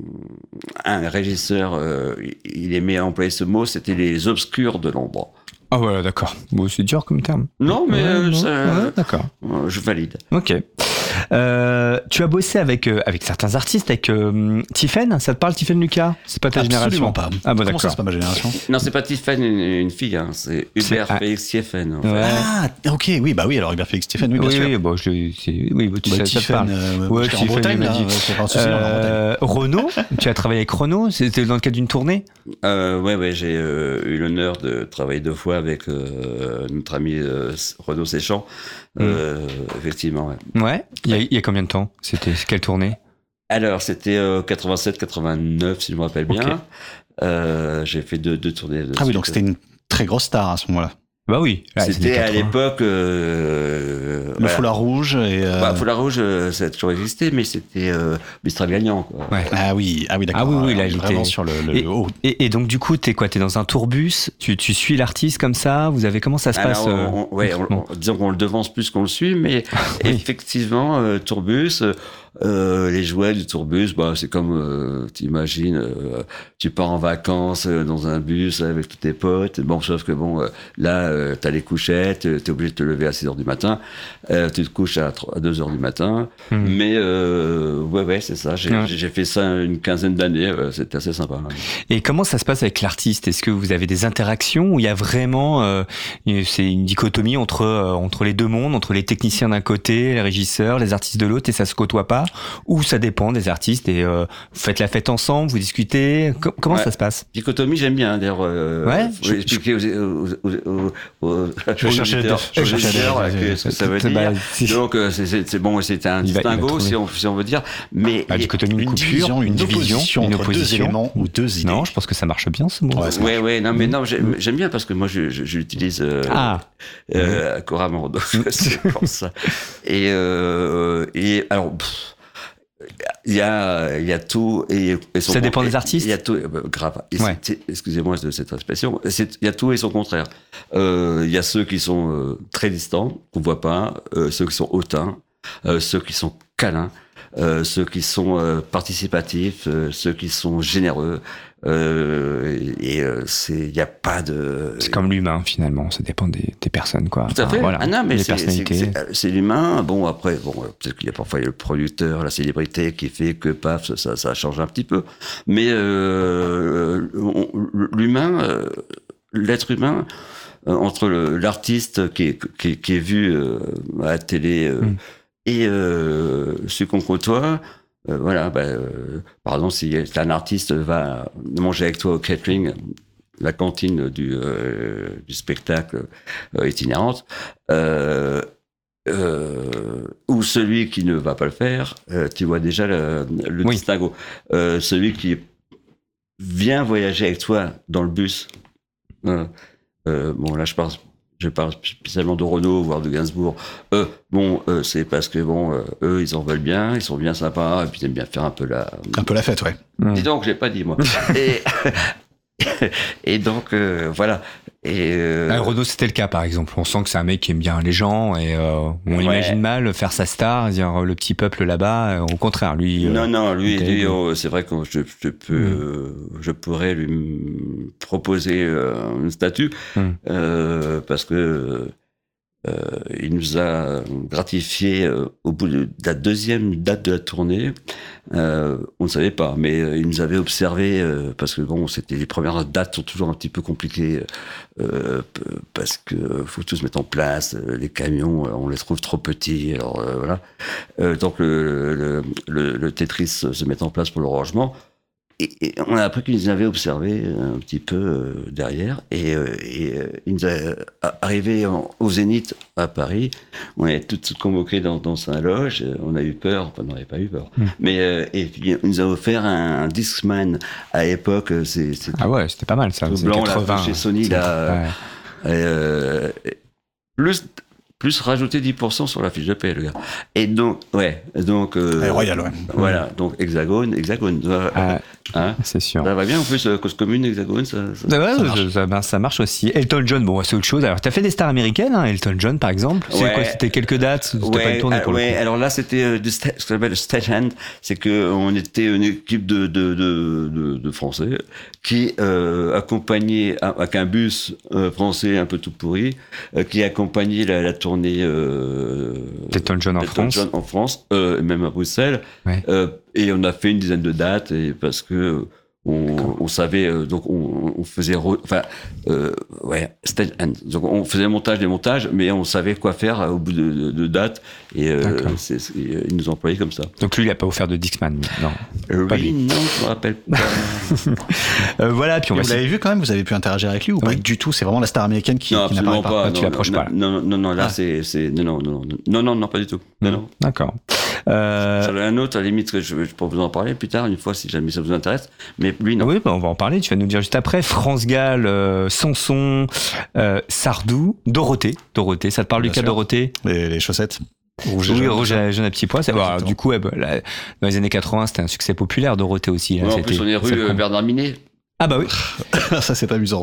un régisseur, euh, il aimait employer ce mot, c'était les obscurs de l'ombre. Ah ouais, d'accord. Bon, c'est dur comme terme. Non, mais ouais, euh, non. Ça, ouais, d'accord. Euh, je valide. Ok. Euh, tu as bossé avec euh, avec certains artistes, avec euh, Tiffen. Ça te parle, Tiffen Lucas? C'est pas ta Absolument génération? Pas. Ah bon, Comment d'accord. ça, c'est pas ma génération? Non, c'est pas Tiffen, une, une fille. Hein. C'est Hubert c'est... Félix Tiffen. En fait. Ouais. Ah, ok, oui, bah oui. Alors Hubert Félix Tiffen, oui, bien oui, sûr. Oui, bon, je, c'est, oui, bah, tu bah, sais, Tiffen, ça te parle. Euh, ouais, en Bretagne, là. C'est pas un souci, euh, en Renaud. Tu as travaillé avec Renaud. C'était dans le cadre d'une tournée? Euh, ouais, ouais. J'ai euh, eu l'honneur de travailler deux fois avec euh, notre ami euh, Renaud Séchant. Euh, mmh. Effectivement, ouais. Ouais. Il y a, il y a combien de temps? C'était quelle tournée? Alors, c'était euh, quatre-vingt-sept quatre-vingt-neuf, si je me rappelle bien. Okay. Euh, j'ai fait deux, deux tournées. De ah oui, donc c'était une très grosse star à ce moment-là. Bah oui. Là, c'était à l'époque... Euh, le voilà. foulard rouge et... Euh... Bah, foulard rouge, ça a toujours existé, mais c'était euh, Mistral gagnant, quoi. Ouais. Ah oui, ah oui, d'accord. Ah oui, oui, là, il vraiment sur le, le, et, le haut. Et, et donc, du coup, t'es quoi? T'es dans un tourbus? Tu, tu suis l'artiste comme ça? Vous avez... Comment ça se Alors, passe? on, on, ouais, on, on, disons qu'on le devance plus qu'on le suit, mais oui. effectivement, euh, tourbus... Euh, Euh, les jouets du tourbus, bah, c'est comme, euh, t'imagines, euh, tu pars en vacances euh, dans un bus avec tous tes potes. Bon, sauf que bon, euh, là, euh, t'as les couchettes, t'es obligé de te lever à six heures du matin, euh, tu te couches à, à deux heures du matin. Mmh. Mais euh, ouais, ouais, c'est ça. J'ai, ouais. j'ai fait ça une quinzaine d'années. Euh, c'était assez sympa. Et comment ça se passe avec l'artiste? Est-ce que vous avez des interactions où il y a vraiment, euh, c'est une dichotomie entre euh, entre les deux mondes, entre les techniciens d'un côté, les régisseurs, les artistes de l'autre, et ça se côtoie pas? Ou ça dépend des artistes et euh, vous faites la fête ensemble, vous discutez? Com- comment ouais. ça se passe? Dichotomie, j'aime bien. D'ailleurs, euh, ouais. Faut je, expliquer aux, aux, aux, aux, aux je cherchais ce que ça veut dire. Bah, donc euh, c'est, c'est, c'est bon, c'est un distinguo si on, si on veut dire. Mais bah, dichotomie, une coupure, division, une, une division, une opposition, deux éléments ou deux idées. Non, je pense que ça marche bien ce mot. Ouais, ouais, ouais, non, mais non, j'aime, j'aime bien parce que moi, je, je, je l'utilise euh, ah. euh, couramment. Donc c'est pour ça. Et euh, et alors. Pff, Il y a, il y a tout et, et son ça dépend et, des artistes. Il y a tout, euh, grave. Et ouais. c'est, excusez-moi de cette expression. C'est, il y a tout et son contraire. Euh, il y a ceux qui sont euh, très distants, qu'on voit pas, euh, ceux qui sont hautains, euh, ceux qui sont câlins, euh, ceux qui sont euh, participatifs, euh, ceux qui sont généreux. Euh, et euh, c'est, il y a pas de. C'est comme l'humain finalement, ça dépend des, des personnes quoi. Tout à fait. Enfin, voilà, ah non, mais les c'est, personnalités. C'est, c'est, c'est l'humain. Bon après, bon peut-être qu'il y a parfois le producteur, la célébrité qui fait que paf, ça, ça change un petit peu. Mais euh, on, l'humain, euh, l'être humain, euh, entre le, l'artiste qui est, qui, qui est vu euh, à la télé euh, mm. et euh, celui qu'on côtoie. Euh, voilà, bah, euh, par exemple, si un artiste va manger avec toi au catering, la cantine du, euh, du spectacle euh, itinérante, euh, euh, ou celui qui ne va pas le faire, euh, tu vois déjà le, le oui. distinguo. Euh, celui qui vient voyager avec toi dans le bus, euh, euh, bon là je pense. Je parle spécialement de Renaud, voire de Gainsbourg. Eux, bon, euh, c'est parce que bon, euh, eux, ils en veulent bien, ils sont bien sympas, et puis ils aiment bien faire un peu la. Un peu la fête, ouais. Dis donc, je l'ai pas dit moi. et, et donc euh, voilà. Et euh... ah, Renaud, c'était le cas, par exemple. On sent que c'est un mec qui aime bien les gens et euh, on ouais. imagine mal faire sa star, dire le petit peuple là-bas. Au contraire, lui. Non, euh, non, lui, lui oh, c'est vrai que je, je peux, mm. euh, je pourrais lui proposer euh, une statue mm. euh, parce que euh, il nous a gratifié euh, au bout de la deuxième date de la tournée. Euh, on ne savait pas, mais euh, il nous avait observé euh, parce que bon, c'était les premières dates sont toujours un petit peu compliquées euh, parce que faut tout se mettre en place. Euh, les camions, on les trouve trop petits. Alors euh, voilà. Euh, donc le, le, le, le Tetris se met en place pour le rangement. Et, et on a appris qu'ils nous avaient observé un petit peu euh, derrière. Et, euh, et euh, ils nous avaient arrivé en, au Zénith à Paris. On est tous convoqués dans, dans sa loge. On a eu peur. Enfin, on n'avait pas eu peur. Mmh. Mais euh, et puis, ils nous a offert un, un Discman à l'époque. C'est, c'est ah ouais, c'était pas mal ça. Tout blanc, quatre-vingts, là, chez Sony. Là, ouais. euh, plus plus rajouter dix pour cent sur la fiche de paie, le gars. Et donc, ouais, donc... Euh, ouais, Royal, ouais. Voilà, donc Hexagone, Hexagone. Ah, hein, c'est sûr. Ça va bien, en plus, cause commune, Hexagone, ça, ça, ça, ouais, ça, marche. Ça, ça, ça marche aussi. Elton John, bon, c'est autre chose. Alors, t'as fait des stars américaines, hein, Elton John, par exemple. C'est ouais, quoi, c'était quelques dates, c'était ouais, pas une tournée pour ouais, le coup. Alors là, c'était euh, du sta- ce qu'on appelle le stagehand. C'est qu'on était une équipe de, de, de, de, de Français qui euh, accompagnait, avec un bus euh, français un peu tout pourri, euh, qui accompagnait la, la tournée... Euh, Elton John en France, John en France, euh, même à Bruxelles, ouais. euh, et on a fait une dizaine de dates, et parce que on, on savait, euh, donc on, on faisait, re, enfin, euh, ouais, stage end. Donc on faisait le montage des montages, mais on savait quoi faire au bout de, de, de dates, et euh, c'est, c'est, ils nous employaient comme ça. Donc lui, il a pas offert de Dixman, non. Euh, oui, non, je me rappelle pas. euh, voilà, puis on et va. Vous l'avez vu quand même, vous avez pu interagir avec lui ou pas oui. du tout? C'est vraiment la star américaine qui, non, qui n'apparaît pas. pas. pas tu non, l'approches non, pas. Non, non, non, non, là ah. c'est, c'est, non, non, non, non, non, non, pas du tout. Non, mmh. non. D'accord. Euh... J'en ai un autre à la limite que je, je pourrais vous en parler plus tard, une fois si jamais ça vous intéresse. Mais lui, non. Oui, bah on va en parler. Tu vas nous dire juste après. France Gall, euh, Samson, euh, Sardou, Dorothée. Dorothée, ça te parle, Bien Lucas, sûr. Dorothée? Les, les chaussettes. Rouge oui, rouge à jaune à petits pois. Alors, du coup, ouais, bah, là, dans les années quatre-vingts, c'était un succès populaire, Dorothée aussi. Là, ouais, en plus, on est rue euh, Bernard Minet. Ah bah oui. Ça, c'est amusant.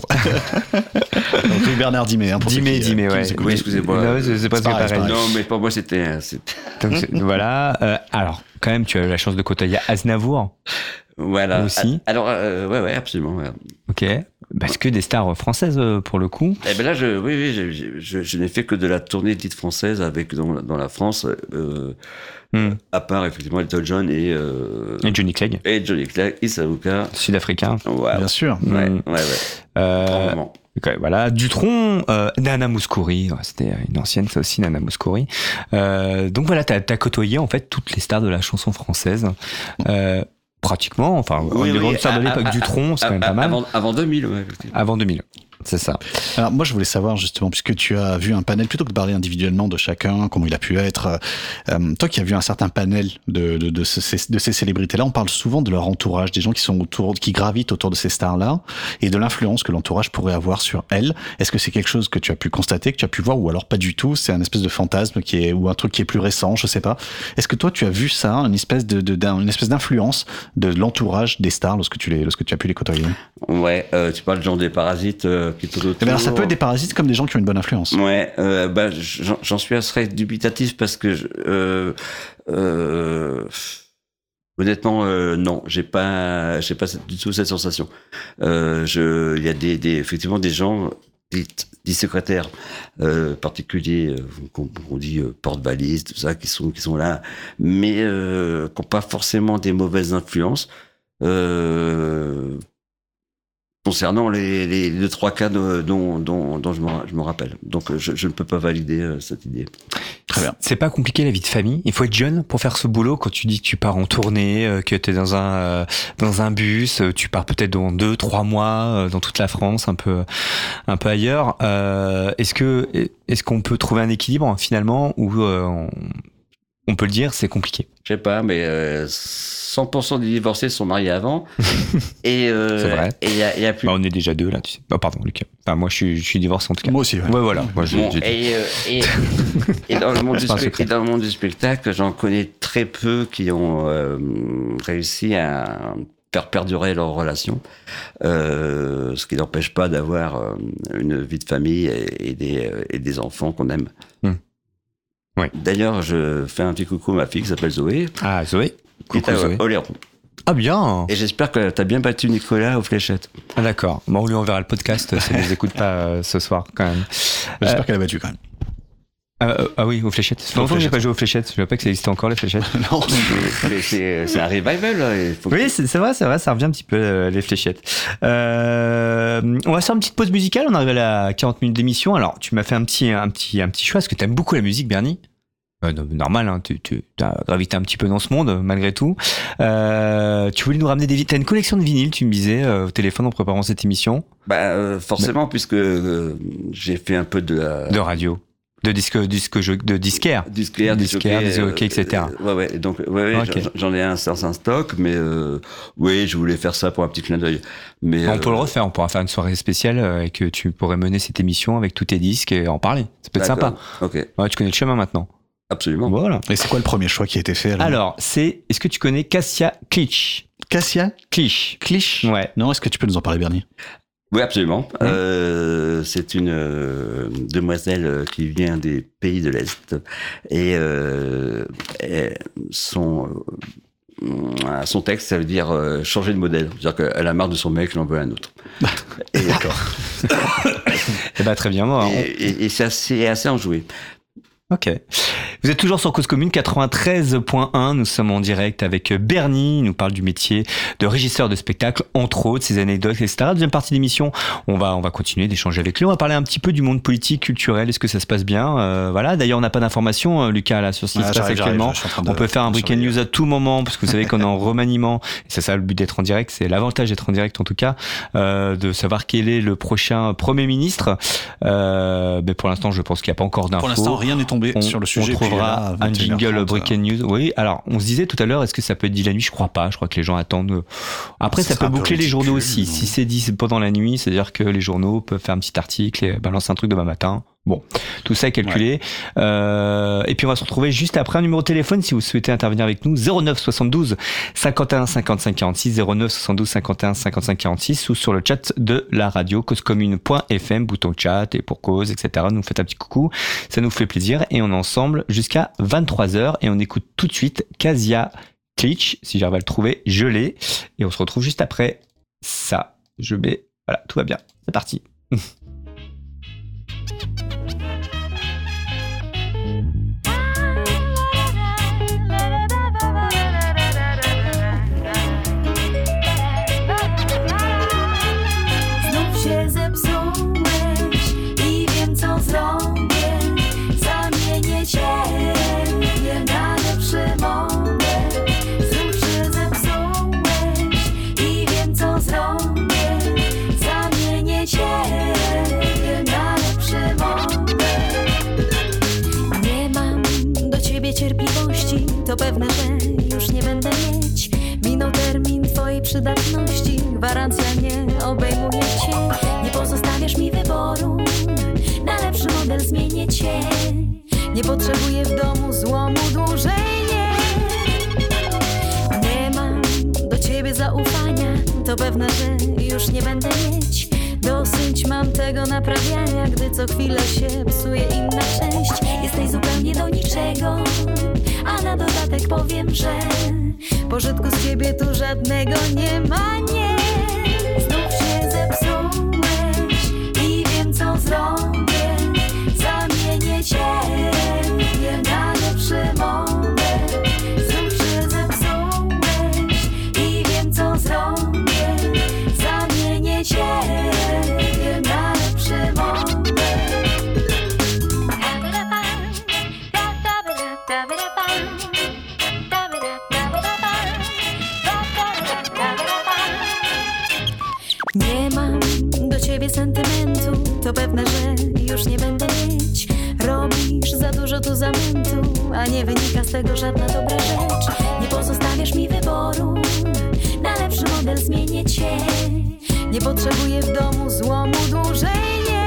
Donc, rue Bernard Dimet. Hein, Dimet, qui, Dimet, euh, ouais. Qui oui, excusez-moi. Non, c'est, c'est pas c'est pareil. pareil. Non, mais pour moi, c'était... c'était... Donc, voilà. Euh, alors, quand même, tu as eu la chance de côtoyer Aznavour. Voilà. Aussi. Alors, euh, ouais, ouais, absolument. Ouais. Ok. Parce que des stars françaises, pour le coup. Eh ben là, je, oui, oui, je, je, je, je n'ai fait que de la tournée dite française avec dans, dans la France, euh, mm. à part effectivement Elton John et euh, et Johnny Clegg. Et Johnny Clegg, Issa Luka, sud-africain. Ouais, bien sûr. Ouais, mm. ouais, ouais. Euh, okay, voilà, Dutronc, euh, Nana Mouskouri, c'était une ancienne, ça aussi, Nana Mouskouri. Euh, donc voilà, t'as, t'as côtoyé en fait toutes les stars de la chanson française. Euh, Pratiquement, enfin, oui, les oui, grandes stars de l'époque, Dutronc, c'est quand même pas mal. Avant, avant deux mille, ouais. Avant deux mille, c'est ça. Alors moi, je voulais savoir justement, puisque tu as vu un panel, plutôt que de parler individuellement de chacun, comment il a pu être, euh, toi qui as vu un certain panel de, de, de, ces, de ces célébrités-là, on parle souvent de leur entourage, des gens qui sont autour, qui gravitent autour de ces stars-là, et de l'influence que l'entourage pourrait avoir sur elles. Est-ce que c'est quelque chose que tu as pu constater, que tu as pu voir, ou alors pas du tout, c'est un espèce de fantasme qui est, ou un truc qui est plus récent, je sais pas. Est-ce que toi, tu as vu ça, une espèce de, de d'un, une espèce d'influence de l'entourage des stars lorsque tu les, lorsque tu as pu les côtoyer? Ouais, euh, tu parles genre des parasites euh, qui tout autour. Eh ben alors ça peut être des parasites comme des gens qui ont une bonne influence. Ouais, euh, bah j'en, j'en suis assez dubitatif parce que je, euh, euh, honnêtement euh, non, j'ai pas, j'ai pas du tout cette sensation. Euh, je, il y a des, des, effectivement des gens, des, des secrétaires euh, particuliers, euh, on dit euh, porte-valises, tout ça, qui sont, qui sont là, mais euh, qui n'ont pas forcément des mauvaises influences. Euh, concernant les, les, les trois cas de, dont, dont, dont je, me, je me rappelle. Donc je, je ne peux pas valider euh, cette idée. Très bien. C'est pas compliqué la vie de famille. Il faut être jeune pour faire ce boulot. Quand tu dis que tu pars en tournée, euh, que tu es dans un euh, dans un bus, euh, tu pars peut-être dans deux, trois mois euh, dans toute la France, un peu un peu ailleurs. Euh, est-ce que est-ce qu'on peut trouver un équilibre finalement où euh, on, on peut le dire, c'est compliqué. Je sais pas, mais euh, cent pour cent des divorcés sont mariés avant. et euh, c'est vrai. Et il y a, y a plus. Bah, on est déjà deux là, tu sais. Oh, pardon, Lucas. Enfin, moi, je suis, je suis divorcé en tout cas. Moi aussi. Ouais, ouais voilà. Moi, j'ai, bon, j'ai et, euh, et, et, dans le monde du spe- et dans le monde du spectacle, j'en connais très peu qui ont euh, réussi à faire perdurer leur relation, euh, ce qui n'empêche pas d'avoir euh, une vie de famille et, et, des, et des enfants qu'on aime. Hum. Ouais. D'ailleurs, je fais un petit coucou à ma fille qui s'appelle Zoé. Ah, Zoé. Coucou Zoé. Oléron. Ah bien. Et j'espère que t'as bien battu Nicolas aux fléchettes. Ah d'accord. Bon, on lui enverra le podcast si elle ne les écoute pas euh, ce soir quand même. J'espère euh, qu'elle a battu quand même. Ah, euh, ah oui, aux fléchettes. Ça fait longtemps que j'ai pas joué aux fléchettes. Je ne savais pas que ça existait encore les fléchettes. Non, c'est, c'est, c'est un revival là. Il faut oui, c'est, c'est vrai, c'est vrai, ça revient un petit peu euh, les fléchettes. Euh, on va faire une petite pause musicale. On arrive à la quarante minutes d'émission. Alors, tu m'as fait un petit, un petit, un petit choix parce que tu aimes beaucoup la musique, Bernie. Euh, normal, hein, tu, tu as gravité un petit peu dans ce monde malgré tout. Euh, tu voulais nous ramener des vinyles. T'as une collection de vinyles, tu me disais euh, au téléphone en préparant cette émission. Bah euh, forcément, Mais... puisque euh, j'ai fait un peu de la... de radio, de disque, disque, de disquaire, disquaire, disquaire, disque hockey, et cetera. Euh, ouais, ouais. Donc, ouais, ouais okay. j'en, j'en ai un certain stock, mais euh, oui, je voulais faire ça pour un petit clin d'œil. Mais on euh, peut le refaire. On pourra faire une soirée spéciale euh, et que tu pourrais mener cette émission avec tous tes disques et en parler. Ça peut être D'accord. sympa. Ok. Ouais, tu connais le chemin maintenant. Absolument. Voilà. Et c'est quoi le premier choix qui a été fait alors, alors c'est, est-ce que tu connais Cassia Clich? Cassia Clich. Clich. Ouais. Non, est-ce que tu peux nous en parler, Bernie? Oui, absolument. Mmh. Euh, c'est une euh, demoiselle qui vient des pays de l'Est et, euh, et son euh, son texte, ça veut dire euh, changer de modèle. C'est-à-dire qu'elle a marre de son mec, elle en veut un autre. Et d'accord. Et bah très bien. Moi, et, on... et, et c'est assez, assez enjoué. Ok. Vous êtes toujours sur Cause Commune quatre-vingt-treize point un. Nous sommes en direct avec Bernie. Il nous parle du métier de régisseur de spectacle, entre autres, ses anecdotes, et cetera. Deuxième partie de l'émission, on va, on va continuer d'échanger avec lui. On va parler un petit peu du monde politique, culturel. Est-ce que ça se passe bien? euh, Voilà. D'ailleurs, on n'a pas d'informations, Lucas, là, sur ce qui ah, se passe actuellement. De, on peut faire un breaking news à tout moment, parce que vous savez qu'on est en remaniement. Et c'est ça le but d'être en direct. C'est l'avantage d'être en direct, en tout cas, euh, de savoir quel est le prochain Premier ministre. Euh, mais pour l'instant, je pense qu'il n'y a pas encore d'infos. Pour l'instant, rien n'est tombé. On, sur le sujet, on trouvera un jingle breaking news. Oui, alors on se disait tout à l'heure, est-ce que ça peut être dit la nuit? Je crois pas. Je crois que les gens attendent. Après, ça, ça peut boucler les journaux aussi. Non. Si c'est dit pendant la nuit, c'est-à-dire que les journaux peuvent faire un petit article et balancer un truc demain matin. Bon, tout ça est calculé. Ouais. Euh, et puis on va se retrouver juste après un numéro de téléphone si vous souhaitez intervenir avec nous. zéro neuf soixante-douze cinquante et un cinquante-cinq quarante-six, zéro neuf soixante-douze cinquante et un cinquante-cinq quarante-six ou sur le chat de la radio causecommune point f m, bouton chat et pour cause, et cetera. Nous faites un petit coucou, ça nous fait plaisir et on est ensemble jusqu'à vingt-trois heures et on écoute tout de suite Cassia Glitch, si j'arrive à le trouver, je l'ai. Et on se retrouve juste après ça. Je mets... Voilà, tout va bien. C'est parti. Znów się zepsułeś i wiem co zrobię. Zamienię ciebie na lepszy model. Znów się zepsułeś i wiem co zrobię. Zamienię ciebie na lepszy model. Nie mam do ciebie cierpliwości, to pewne, że już nie będę mieć. Minął termin twojej przydatności, gwarancja nie obejmuje cię. Nie pozostawiasz mi wyboru, na lepszy model zmienię cię. Nie potrzebuję w domu złomu dłużej, nie. Nie mam do ciebie zaufania, to pewne, że już nie będę mieć. Dosyć mam tego naprawiania, gdy co chwilę się psuje inna część. Jesteś zupełnie do niczego, a na dodatek powiem, że pożytku z ciebie tu żadnego nie ma, nie. Znów się zepsułeś i wiem co zrobię. Zamienię ciebie na lepszy model. Znów się zepsułeś i wiem co zrobię. Zamienię ciebie na lepszy model. Nie mam do ciebie sentymentu, to pewne, że już nie będę mieć. Robisz za dużo tu zamętu, a nie wynika z tego żadna dobra rzecz. Nie pozostawiasz mi wyboru, na lepszy model zmienię cię. Nie potrzebuję w domu złomu dłużej, nie.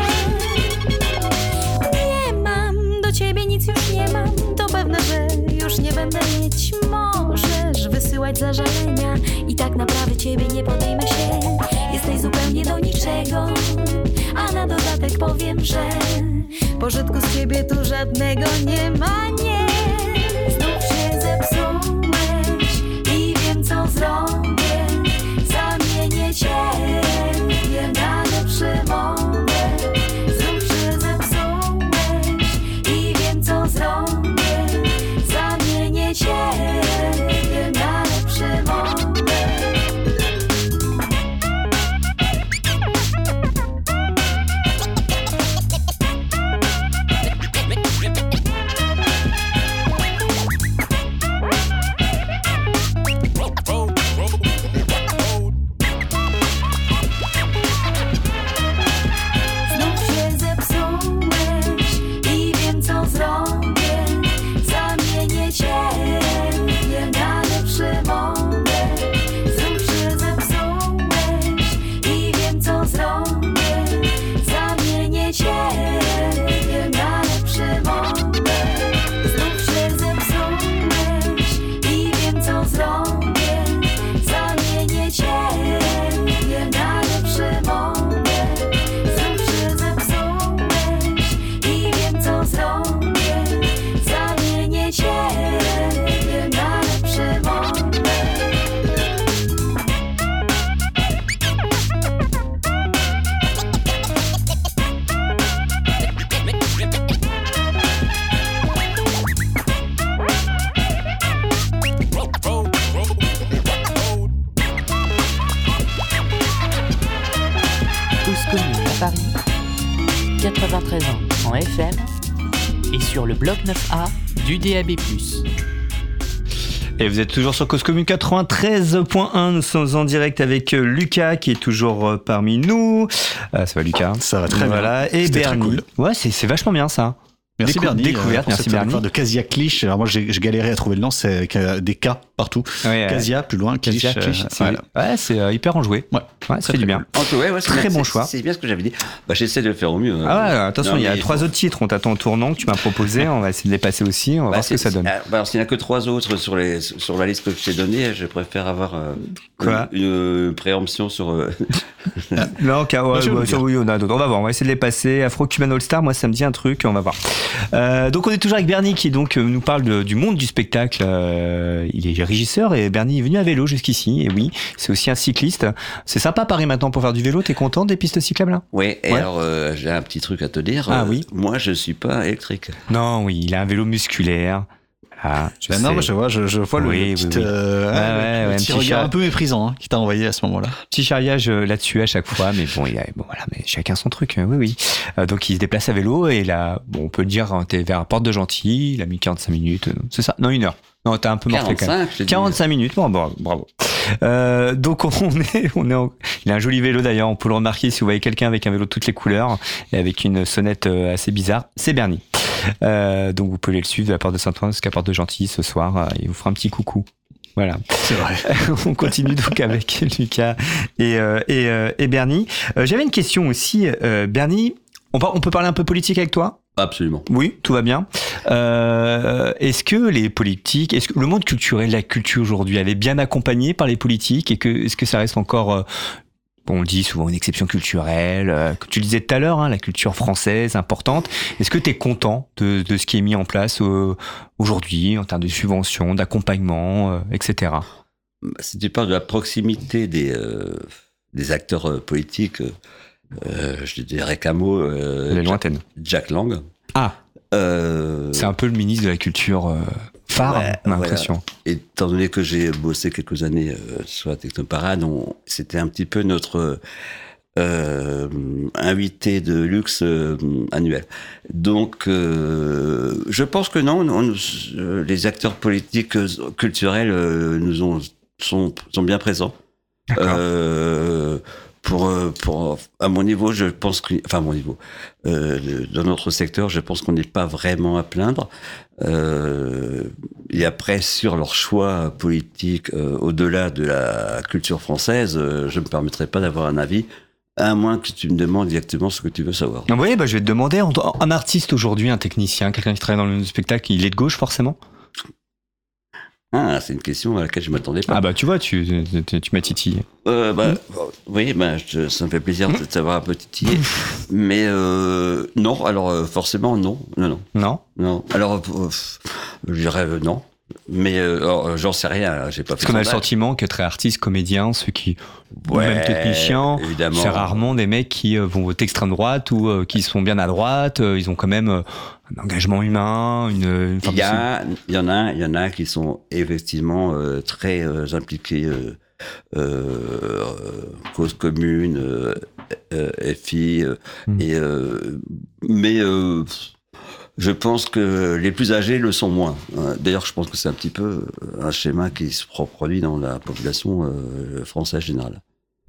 Nie mam do ciebie nic, już nie mam, to pewne, że już nie będę mieć. Możesz wysyłać zażalenia i tak naprawdę ciebie nie podejmę się. Jesteś zupełnie do niczego, a na dodatek powiem, że pożytku z ciebie tu żadnego nie ma, nie. Znów się zepsułeś i wiem co zrobię. Zamienię ciebie na lepszy model. Znów się zepsułeś i wiem co zrobię. Zamienię ciebie na lepszy model. Paris, quatre-vingt-treize ans en F M et sur le bloc neuf A du D A B plus. Et vous êtes toujours sur Cause Commune quatre-vingt-treize point un. Nous sommes en direct avec Lucas qui est toujours parmi nous. Euh, ça va Lucas? Ça va très voilà. bien. Et C'était Bernie. très cool. Ouais, c'est, c'est vachement bien ça. Merci Décou- Bernie. Découverte, euh, merci Bernie. De Casia Clich. Alors moi j'ai, j'ai galéré à trouver le nom, c'est des K partout. Ouais, Casia, plus loin, Clich. Casia, Clich, euh, c'est, voilà. ouais, c'est euh, hyper enjoué. Ouais, ouais ça fait du bien. En tout, ouais, ouais, c'est Très bien, bon c'est, choix. C'est bien ce que j'avais dit. Bah, j'essaie de le faire au mieux. Ah ouais, attention, Non, il y a mais trois faut- autres titres. On t'attend au tournant que tu m'as proposé. On va essayer de les passer aussi. On va Bah, voir ce que c'est- ça donne. c'est- bah, alors, s'il n'y en a que trois autres sur, les, sur la liste que je t'ai donnée, je préfère avoir euh, Quoi une, une préemption sur. euh, Non, car, ouais, Moi, je veux ouais, bien. oui, on a d'autres. On va voir. On va essayer de les passer. Afro Cuban All Star, moi, ça me dit un truc. On va voir. Euh, donc on est toujours avec Bernie qui donc euh, nous parle de- du monde du spectacle. Euh, il est régisseur et Bernie est venu à vélo jusqu'ici. Et oui, c'est aussi un cycliste. C'est sympa Paris maintenant pour faire du vélo. T'es content des pistes cyclables là? Oui, et Ouais. alors euh, j'ai un petit truc à te dire. Ah Euh, oui. Moi, je suis pas électrique. Non, oui, il a un vélo musculaire. Voilà, je Ben non, sais. mais je vois, je, je vois le Oui, petit, oui, oui. euh, Ouais, le ouais, ouais, un petit petit regard chat. un peu méprisant hein, qui t'a envoyé à ce moment-là. Petit charriage euh, là-dessus à chaque fois, mais bon, il a, bon voilà, mais chacun son truc, euh, oui, oui. Euh, donc il se déplace à vélo et là, bon, on peut le dire, hein, t'es vers Porte de Gentilly, il a mis quarante-cinq minutes, euh, c'est ça? Non, une heure. Non, t'as un peu morflé quand même. quarante-cinq, je t'ai dit. quarante-cinq minutes, bon, bon, bravo. Euh, donc on est, on est en... Il a un joli vélo d'ailleurs, on peut le remarquer si vous voyez quelqu'un avec un vélo de toutes les couleurs et avec une sonnette euh, assez bizarre, c'est Bernie. Euh, donc vous pouvez le suivre de la Porte de Saint-Ouen jusqu'à Porte de Gentilly ce soir, euh, il vous fera un petit coucou. Voilà. C'est vrai. On continue donc avec Lucas et, euh, et, euh, et Bernie. Euh, J'avais une question aussi, euh, Bernie. On, par- on peut parler un peu politique avec toi? Absolument. Oui, tout va bien. Euh, est-ce que les politiques, est-ce que le monde culturel, la culture aujourd'hui, elle est bien accompagnée par les politiques et que est-ce que ça reste encore, euh, bon, on le dit souvent, une exception culturelle, euh, comme tu le disais tout à l'heure, hein, la culture française importante. Est-ce que tu es content de, de ce qui est mis en place euh, aujourd'hui en termes de subventions, d'accompagnement, euh, et cetera. Si tu parles de la proximité des, euh, des acteurs euh, politiques, euh, je dirais Camo, euh, Elle est Jack, lointaine. Jack Lang. Ah, Euh, c'est un peu le ministre de la culture euh, phare, Ouais, on a voilà. l'impression. Étant donné que j'ai bossé quelques années euh, sur la Technoparade, on- c'était un petit peu notre euh, invité de luxe euh, annuel. Donc, euh, je pense que non, on- euh, les acteurs politiques euh, culturels euh, nous ont, sont, sont bien présents. D'accord. Euh, pour, euh, pour, à mon niveau, je pense que, enfin, à mon niveau, euh, dans notre secteur, je pense qu'on n'est pas vraiment à plaindre. Euh, et après, sur leur choix politique, euh, au-delà de la culture française, euh, je me permettrai pas d'avoir un avis, à moins que tu me demandes exactement ce que tu veux savoir. Ah oui, bah, je vais te demander, un, un artiste aujourd'hui, un technicien, quelqu'un qui travaille dans le monde du spectacle, il est de gauche forcément? Ah, c'est une question à laquelle je m'attendais pas. Ah bah tu vois, tu, tu, tu m'as titillé. Euh, bah, oui, bah, je- ça me fait plaisir de t'avoir un peu titillé. Mais euh, non, alors euh, forcément, non. Non, non. Non? non. Alors, euh, pff, je dirais euh, non. Mais euh, alors, j'en sais rien, j'ai pas Parce fait qu'on a le sondage. sentiment que très artistes, comédiens, ceux qui, ou Ouais, même techniciens, évidemment. c'est rarement des mecs qui euh, vont voter extrême droite ou euh, qui sont bien à droite. euh, ils ont quand même euh, un engagement humain, une. une forme Il y, de- a, il y en a, il y en a qui sont effectivement euh, très euh, impliqués, euh, euh, cause commune, euh, euh, F I, euh, Mm. et euh, mais euh, je pense que les plus âgés le sont moins. Euh, D'ailleurs, je pense que c'est un petit peu un schéma qui se reproduit dans la population euh, française générale.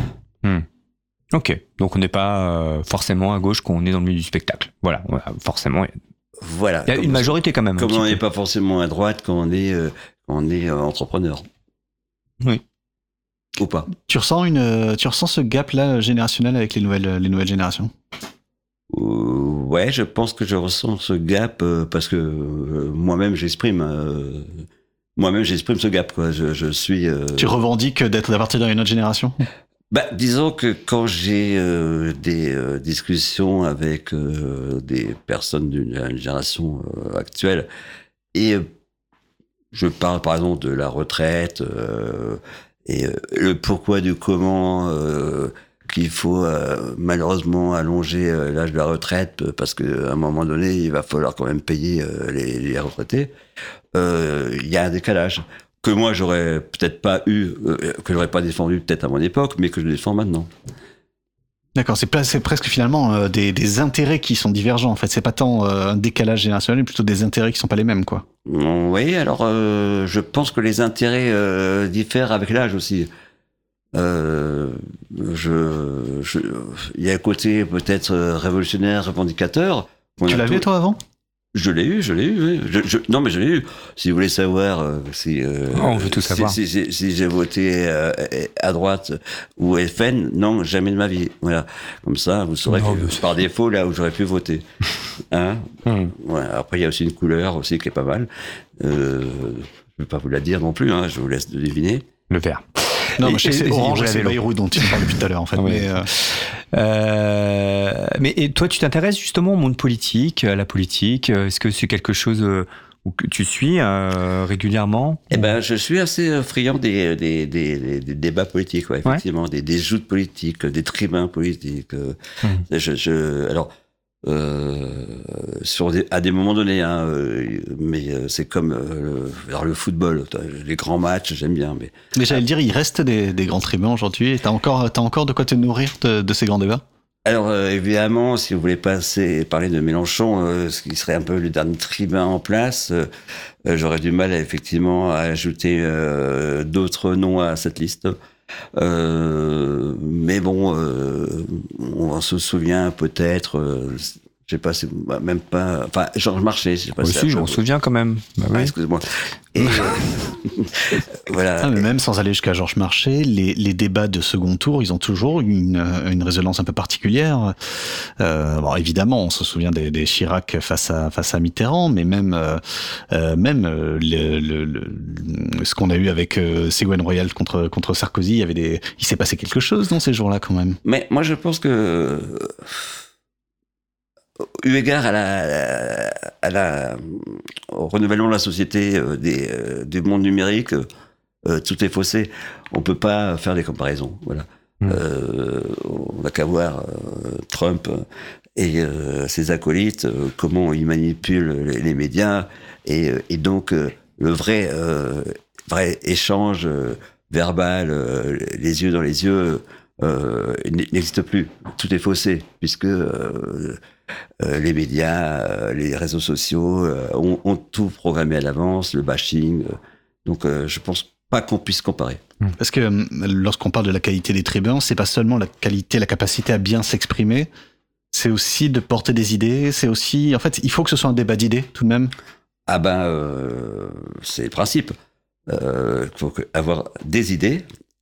Ok, donc on n'est pas euh, forcément à gauche quand on est dans le milieu du spectacle. Voilà, voilà, forcément. Voilà. Il y a Comme- une majorité quand même. un Comme petit on peu. n'est pas forcément à droite quand on est, euh, quand on est euh, entrepreneur. Oui. Ou pas. Tu ressens une, euh, tu ressens ce gap-là générationnel avec les nouvelles, les nouvelles générations? Euh, ouais, je pense que je ressens ce gap euh, parce que euh, moi-même j'exprime, euh, moi-même j'exprime ce gap quoi. Je, je suis. euh, Tu revendiques d'être à partir d'une autre génération? Bah, disons que quand j'ai euh, des euh, discussions avec euh, des personnes d'une génération euh, actuelle et euh, je parle par exemple de la retraite euh, et euh, le pourquoi du comment euh, qu'il faut euh, malheureusement allonger euh, l'âge de la retraite euh, parce qu'à un moment donné il va falloir quand même payer euh, les, les retraités. Euh, Il y a un décalage que moi j'aurais peut-être pas eu, euh, que j'aurais pas défendu peut-être à mon époque, mais que je défends maintenant. D'accord, c'est, pla- c'est presque finalement euh, des, des intérêts qui sont divergents. En fait, c'est pas tant euh, un décalage générationnel, mais plutôt des intérêts qui sont pas les mêmes, quoi. Oui, alors euh, je pense que les intérêts euh, diffèrent avec l'âge aussi. Euh, je, je, il y a un côté peut-être euh, révolutionnaire, revendicateur. qu'on Tu a l'avais tous. toi avant? Je l'ai eu, je l'ai eu. Oui. Je, je, non, mais je l'ai eu. Si vous voulez savoir, euh, si euh, Oh, on veut tout si- savoir. Si, si, si j'ai voté euh, à droite ou F N, non, jamais de ma vie. Voilà. Comme ça, vous saurez Non, que mais c'est- par défaut là où j'aurais pu voter. Hein. Hmm. Ouais, après, il y a aussi une couleur aussi qui est pas mal. Euh, je ne vais pas vous la dire non plus. Hein, je vous laisse deviner. Le vert. Non, Et- mais je sais que et- c'est et- orange et- et c'est vélo. Bayrou dont tu me parles depuis tout à l'heure, en fait. Oui. Mais, euh, Euh, Mais et toi, tu t'intéresses justement au monde politique, à la politique. Est-ce que c'est quelque chose euh, que tu suis euh, régulièrement? Eh ben, je suis assez friand des, des, des, des, des débats politiques, ouais, effectivement, ouais. des, des joutes politiques, des tribuns politiques. Mmh. Je, je, alors, euh, sur des, à des moments donnés, hein, euh, mais euh, c'est comme euh, le, le football, les grands matchs, j'aime bien. Mais, mais j'allais le dire, il reste des, des grands tribuns aujourd'hui. Et t'as encore, t'as encore de quoi te nourrir de, de ces grands débats? Alors, euh, évidemment, si vous voulez passer, parler de Mélenchon, euh, ce qui serait un peu le dernier tribun en place, euh, euh, j'aurais du mal, à, effectivement, à ajouter euh, d'autres noms à cette liste. Euh, mais bon, euh, on se souvient peut-être, euh, je sais pas, c'est même pas, enfin, Georges Marchais, je sais pas si. Aussi, je m'en souviens quand même. Bah, ah, oui. Excuse-moi. Et, euh, voilà. Ah, mais même sans aller jusqu'à Georges Marchais, les, les débats de second tour, ils ont toujours une, une résonance un peu particulière. Euh, bon, évidemment, on se souvient des, des Chirac face à face à Mitterrand, mais même euh, même le, le, le, ce qu'on a eu avec euh, Ségolène Royal contre contre Sarkozy, il y avait des, il s'est passé quelque chose dans ces jours-là quand même. Mais moi, je pense que eu égard à la, à la, au renouvellement de la société, euh, des, euh, du monde numérique, euh, tout est faussé. On peut pas faire des comparaisons. Voilà. Mmh. Euh, on n'a qu'à voir euh, Trump et euh, ses acolytes, euh, comment ils manipulent les, les médias, et, et donc euh, le vrai, euh, vrai échange euh, verbal, euh, les yeux dans les yeux, euh, n'existe plus. Tout est faussé, puisque euh, Euh, les médias, euh, les réseaux sociaux euh, ont, ont tout programmé à l'avance, le bashing. Euh, donc, euh, je pense pas qu'on puisse comparer. Parce que euh, lorsqu'on parle de la qualité des tribuns, c'est pas seulement la qualité, la capacité à bien s'exprimer, c'est aussi de porter des idées. C'est aussi, en fait, il faut que ce soit un débat d'idées tout de même. Ah ben, euh, c'est le principe. Euh, il faut avoir des idées,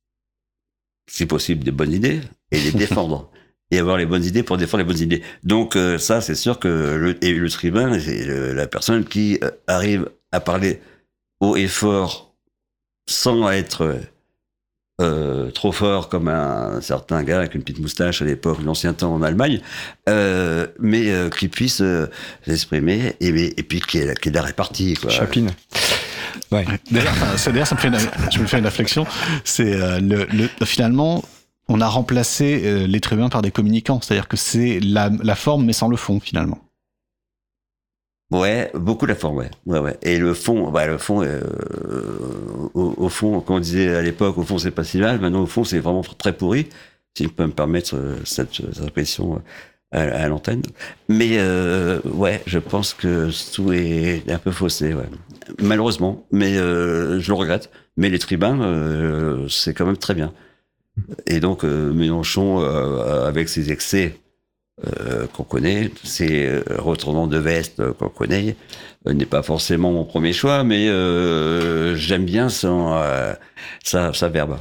si possible des bonnes idées, et les défendre. Et avoir les bonnes idées pour défendre les bonnes idées. Donc euh, ça, c'est sûr que le, et le tribun, c'est le, la personne qui euh, arrive à parler haut et fort sans être euh, trop fort comme un, un certain gars avec une petite moustache à l'époque, l'ancien temps en Allemagne, euh, mais euh, qui puisse euh, s'exprimer et, et puis qui est, qui est la répartie. Quoi. Chaplin. Ouais. D'ailleurs, ça, d'ailleurs, ça me fait une, je me fais une réflexion. C'est euh, le, le, finalement. On a remplacé euh, les tribuns par des communicants, c'est-à-dire que c'est la, la forme mais sans le fond finalement. Ouais, beaucoup la forme, ouais, ouais, ouais. Et le fond, bah le fond, euh, au, au fond, comme on disait à l'époque, au fond c'est pas si mal. Maintenant au fond c'est vraiment très pourri. Si je peux me permettre euh, cette, cette expression à, à l'antenne. Mais euh, ouais, je pense que tout est un peu faussé, ouais. Malheureusement, mais euh, je le regrette. Mais les tribuns, euh, c'est quand même très bien. Et donc euh, Mélenchon, euh, avec ses excès euh, qu'on connaît, ses retournants de veste euh, qu'on connaît, euh, n'est pas forcément mon premier choix, mais euh, j'aime bien son, euh, sa, sa verbe.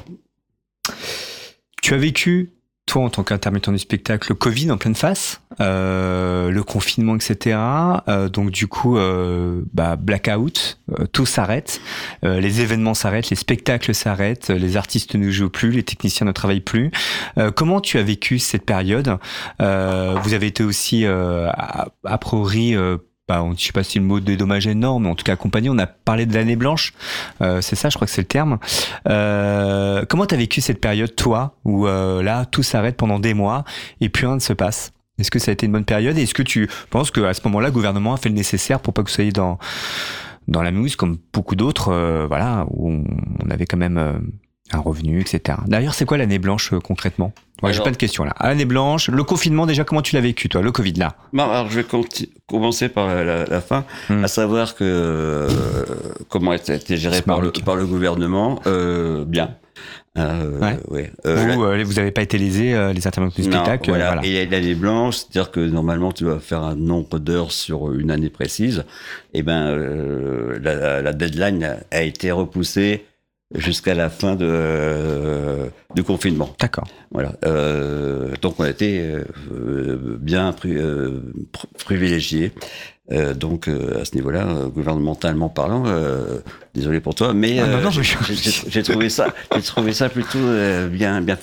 Tu as vécu, toi en tant qu'intermittent du spectacle, le Covid en pleine face, euh, le confinement, et cetera. Euh, donc du coup, euh, bah, blackout, euh, tout s'arrête, euh, les événements s'arrêtent, les spectacles s'arrêtent, les artistes ne jouent plus, les techniciens ne travaillent plus. Euh, comment tu as vécu cette période? euh, Vous avez été aussi, euh, a, a priori, euh, bah, je ne sais pas si le mot dédommagé est énorme, mais en tout cas accompagné. On a parlé de l'année blanche, euh, c'est ça, je crois que c'est le terme. Euh, comment tu as vécu cette période, toi, où euh, là, tout s'arrête pendant des mois et plus rien ne se passe? Est-ce que ça a été une bonne période? Et est-ce que tu penses qu'à ce moment-là, le gouvernement a fait le nécessaire pour pas que vous soyez dans, dans la mouise, comme beaucoup d'autres, euh, voilà, où on, on avait quand même euh, un revenu, et cetera. D'ailleurs, c'est quoi l'année blanche euh, concrètement? Ouais, alors, j'ai pas de questions là. L'année blanche, le confinement, déjà, comment tu l'as vécu, toi, le Covid là? Bon, alors je vais conti- commencer par la, la fin, mmh. à savoir que euh, comment a été géré par le, par le gouvernement, euh, bien. Euh, ouais. Ouais. Euh, vous, euh, vous n'avez pas été lésés, euh, les intervenants du spectacle. Voilà. Euh, voilà. Et il y a l'année blanche, c'est-à-dire que normalement tu vas faire un nombre d'heures sur une année précise. Et ben euh, la, la deadline a été repoussée jusqu'à la fin de, euh, du confinement. D'accord. Voilà. Euh, donc on a été euh, bien pri- euh, privilégiés. Euh, donc euh, à ce niveau-là, euh, gouvernementalement parlant, euh, désolé pour toi, mais ah, non, non, euh, mais j'ai, j'ai, j'ai trouvé ça, j'ai trouvé ça plutôt euh, bien, bien fait.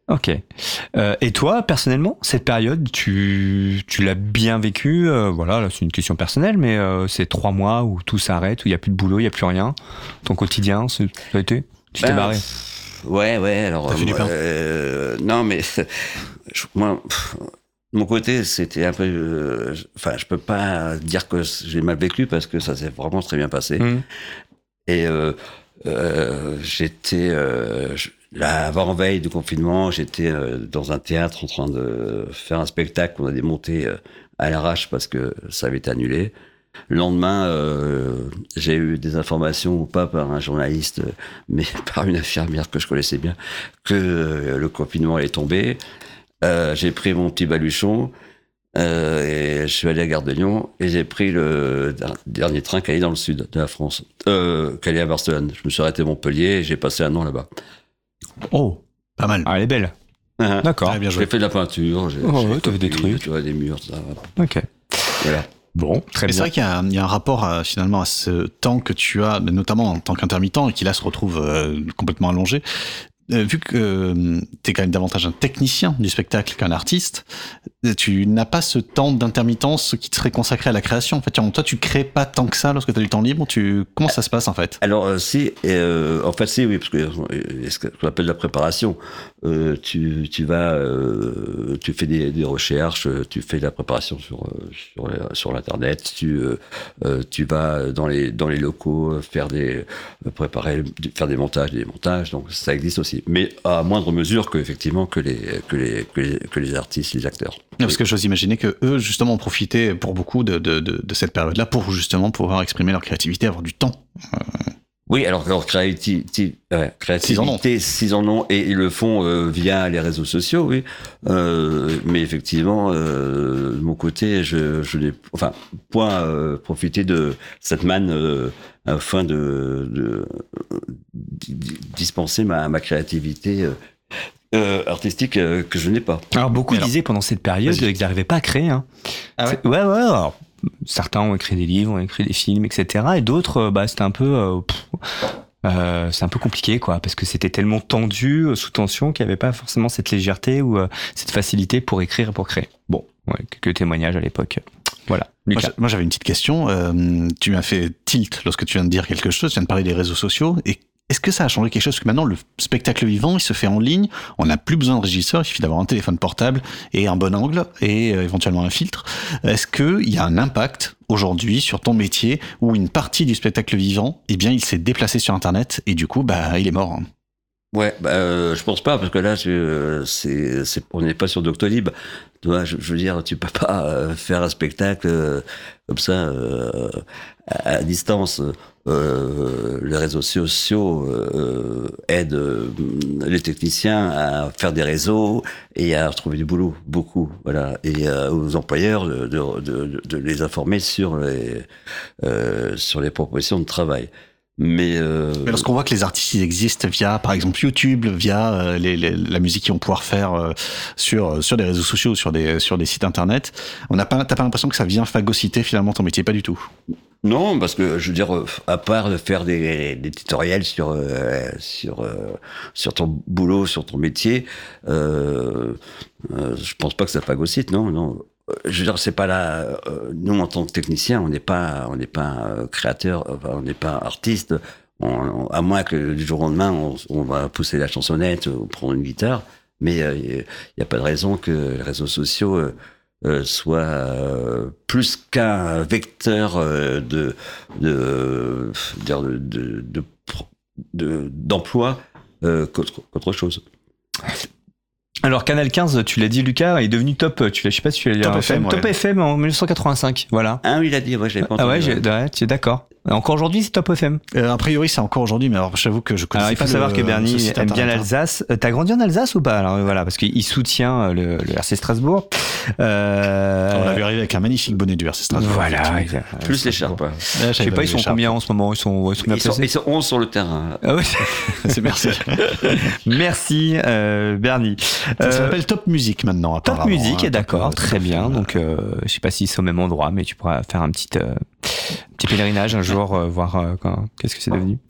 Ok. Euh, et toi, personnellement, cette période, tu, tu l'as bien vécue euh, voilà, là, c'est une question personnelle, mais euh, c'est trois mois où tout s'arrête, où il n'y a plus de boulot, il n'y a plus rien. Ton quotidien, c'est, ça a été Tu t'es Ben, barré Ouais, ouais, alors... T'as fait du pain euh, non, mais... je- moi, pff, de mon côté, c'était un peu... euh, Enfin, je peux pas dire que j'ai mal vécu, parce que ça s'est vraiment très bien passé. Mmh. Et euh, euh, j'étais... Euh, je- la avant-veille du confinement, j'étais euh, dans un théâtre en train de faire un spectacle qu'on a démonté euh, à l'arrache parce que ça avait été annulé. Le lendemain, euh, j'ai eu des informations, pas par un journaliste, mais par une infirmière que je connaissais bien, que euh, le confinement est tombé. Euh, j'ai pris mon petit baluchon euh, et je suis allé à Gare de Lyon et j'ai pris le der- dernier train qui allait dans le sud de la France, euh, qui allait à Barcelone. Je me suis arrêté à Montpellier et j'ai passé un an là-bas. Oh, Pas mal. ah, elle est belle. Uh-huh. D'accord. Très bien joué. J'ai fait de la peinture, j'ai, Oh, j'ai ouais, t'avais des copié, trucs. tu vois, des murs, tout ça. Ok. Voilà. Bon, très Mais bien. c'est vrai qu'il y a, un, il y a un rapport à, finalement à ce temps que tu as, notamment en tant qu'intermittent, et qui là se retrouve euh, complètement allongé. Euh, vu que euh, tu es quand même davantage un technicien du spectacle qu'un artiste, euh, tu n'as pas ce temps d'intermittence qui te serait consacré à la création. En fait, toi, tu crées pas tant que ça lorsque tu as du temps libre. Tu... Comment ça se passe en fait? Alors, euh, si, euh, en fait, si, oui, parce que euh, ce qu'on appelle la préparation, euh, tu, tu vas, euh, tu fais des, des recherches, tu fais de la préparation sur, euh, sur, les- sur l'internet, tu, euh, euh, tu vas dans les, dans les locaux faire des, euh, préparer, faire des montages, des montages, donc ça existe aussi. Mais à moindre mesure que, effectivement, que les, que les, que les, que les artistes, les acteurs. Parce que j'ose imaginer que eux, justement, ont profité pour beaucoup de, de, de, de cette période-là pour justement pouvoir exprimer leur créativité, avoir du temps. Oui, alors, alors créativité, ouais, S'ils en ont. créativité, s'ils en ont, et ils le font euh, via les réseaux sociaux, oui. Euh, mais effectivement, euh, de mon côté, je, je n'ai, enfin, point euh, profité de cette manne euh, afin de, de, de dispenser ma, ma créativité euh, euh, artistique euh, que je n'ai pas. Alors, beaucoup Mais alors- disaient pendant cette période Vas-y. qu'ils n'arrivaient pas à créer. Hein. Ah ouais C'est- ouais, ouais. Alors, certains ont écrit des livres, ont écrit des films, et cetera. Et d'autres, euh, bah, c'était un peu... euh, pff, euh, c'est un peu compliqué, quoi, parce que c'était tellement tendu, euh, sous tension, qu'il n'y avait pas forcément cette légèreté ou euh, cette facilité pour écrire et pour créer. Bon, ouais, quelques témoignages à l'époque. Voilà. Moi, Lucas. j'a- moi, j'avais une petite question. Euh, tu m'as fait tilt lorsque tu viens de dire quelque chose. Tu viens de parler des réseaux sociaux. Et est-ce que ça a changé quelque chose? Parce que maintenant, le spectacle vivant, il se fait en ligne. On n'a plus besoin de régisseur. Il suffit d'avoir un téléphone portable et un bon angle et euh, éventuellement un filtre. Est-ce qu'il y a un impact aujourd'hui sur ton métier où une partie du spectacle vivant, eh bien, il s'est déplacé sur Internet et du coup, bah, il est mort. hein. Ouais, bah, euh, je pense pas, parce que là, je- c'est, c'est, on n'est pas sur Doctolib. Tu vois, je, je veux dire, tu peux pas euh, faire un spectacle euh, comme ça euh, à, à distance. Euh, les réseaux sociaux euh, aident euh, les techniciens à faire des réseaux et à retrouver du boulot, beaucoup. Voilà, et euh, aux employeurs de, de, de, de les informer sur les euh, sur les propositions de travail. Mais, euh, Mais lorsqu'on voit que les artistes ils existent via, par exemple, YouTube, via euh, les, les- la musique qu'ils vont pouvoir faire euh, sur sur des réseaux sociaux ou sur des sur des sites internet, on n'a pas, t'as pas l'impression que ça vient phagocyter finalement ton métier? Pas du tout. Non, parce que je veux dire, euh, à part de faire des, des tutoriels sur euh, sur euh, sur ton boulot, sur ton métier, euh, euh, je pense pas que ça phagocyte. Non, non. Euh, Je veux dire, c'est pas là. Euh, nous, en tant que technicien, on n'est pas on n'est pas euh, créateur, enfin, on n'est pas artiste. On, on- à moins que du jour au lendemain, on, on va pousser la chansonnette ou prendre une guitare. Mais il n'y a pas de raison que les réseaux sociaux euh, euh, soient euh, plus qu'un vecteur euh, de, de, dire de, de, de, de- d'emploi euh, qu'autre, qu'autre chose. Alors, Canal quinze, tu l'as dit, Lucas, est devenu top. Tu l'as, je sais pas si tu l'as dit. Top hein, F M, Top ouais. F M en dix-neuf cent quatre-vingt-cinq. Voilà. Ah oui, il a dit, ouais, je l'avais pas Ah entendu. ouais, j'ai- ouais, tu es d'accord. Encore aujourd'hui, c'est Top F M. Euh, a priori, c'est encore aujourd'hui, mais alors j'avoue que je connais Alors, il faut pas savoir le- que ce Bernie site aime bien internet, hein. l'Alsace. Euh, T'as grandi en Alsace ou pas? Alors voilà, parce qu'il soutient euh, le, le R C Strasbourg. Euh, On l'a vu arriver avec un magnifique bonnet du R C Strasbourg. Voilà. effectivement. il a- Plus l'écharpe. Ouais. Ouais, Je sais pas, ils sont combien en ce moment? Ils sont, ils sont bien Ils, sont, placés. ils sont onze sur le terrain. Ah ouais. C'est merci. Merci, euh, Bernie. Ça Euh, s'appelle Top Music maintenant, Top apparemment. Music, hein, d'accord, Top, euh, très Top, bien. euh, Donc, euh, je sais pas si c'est au même endroit, mais tu pourras faire un petit, euh, petit pèlerinage un jour, euh, voir euh, quand- qu'est-ce que c'est devenu.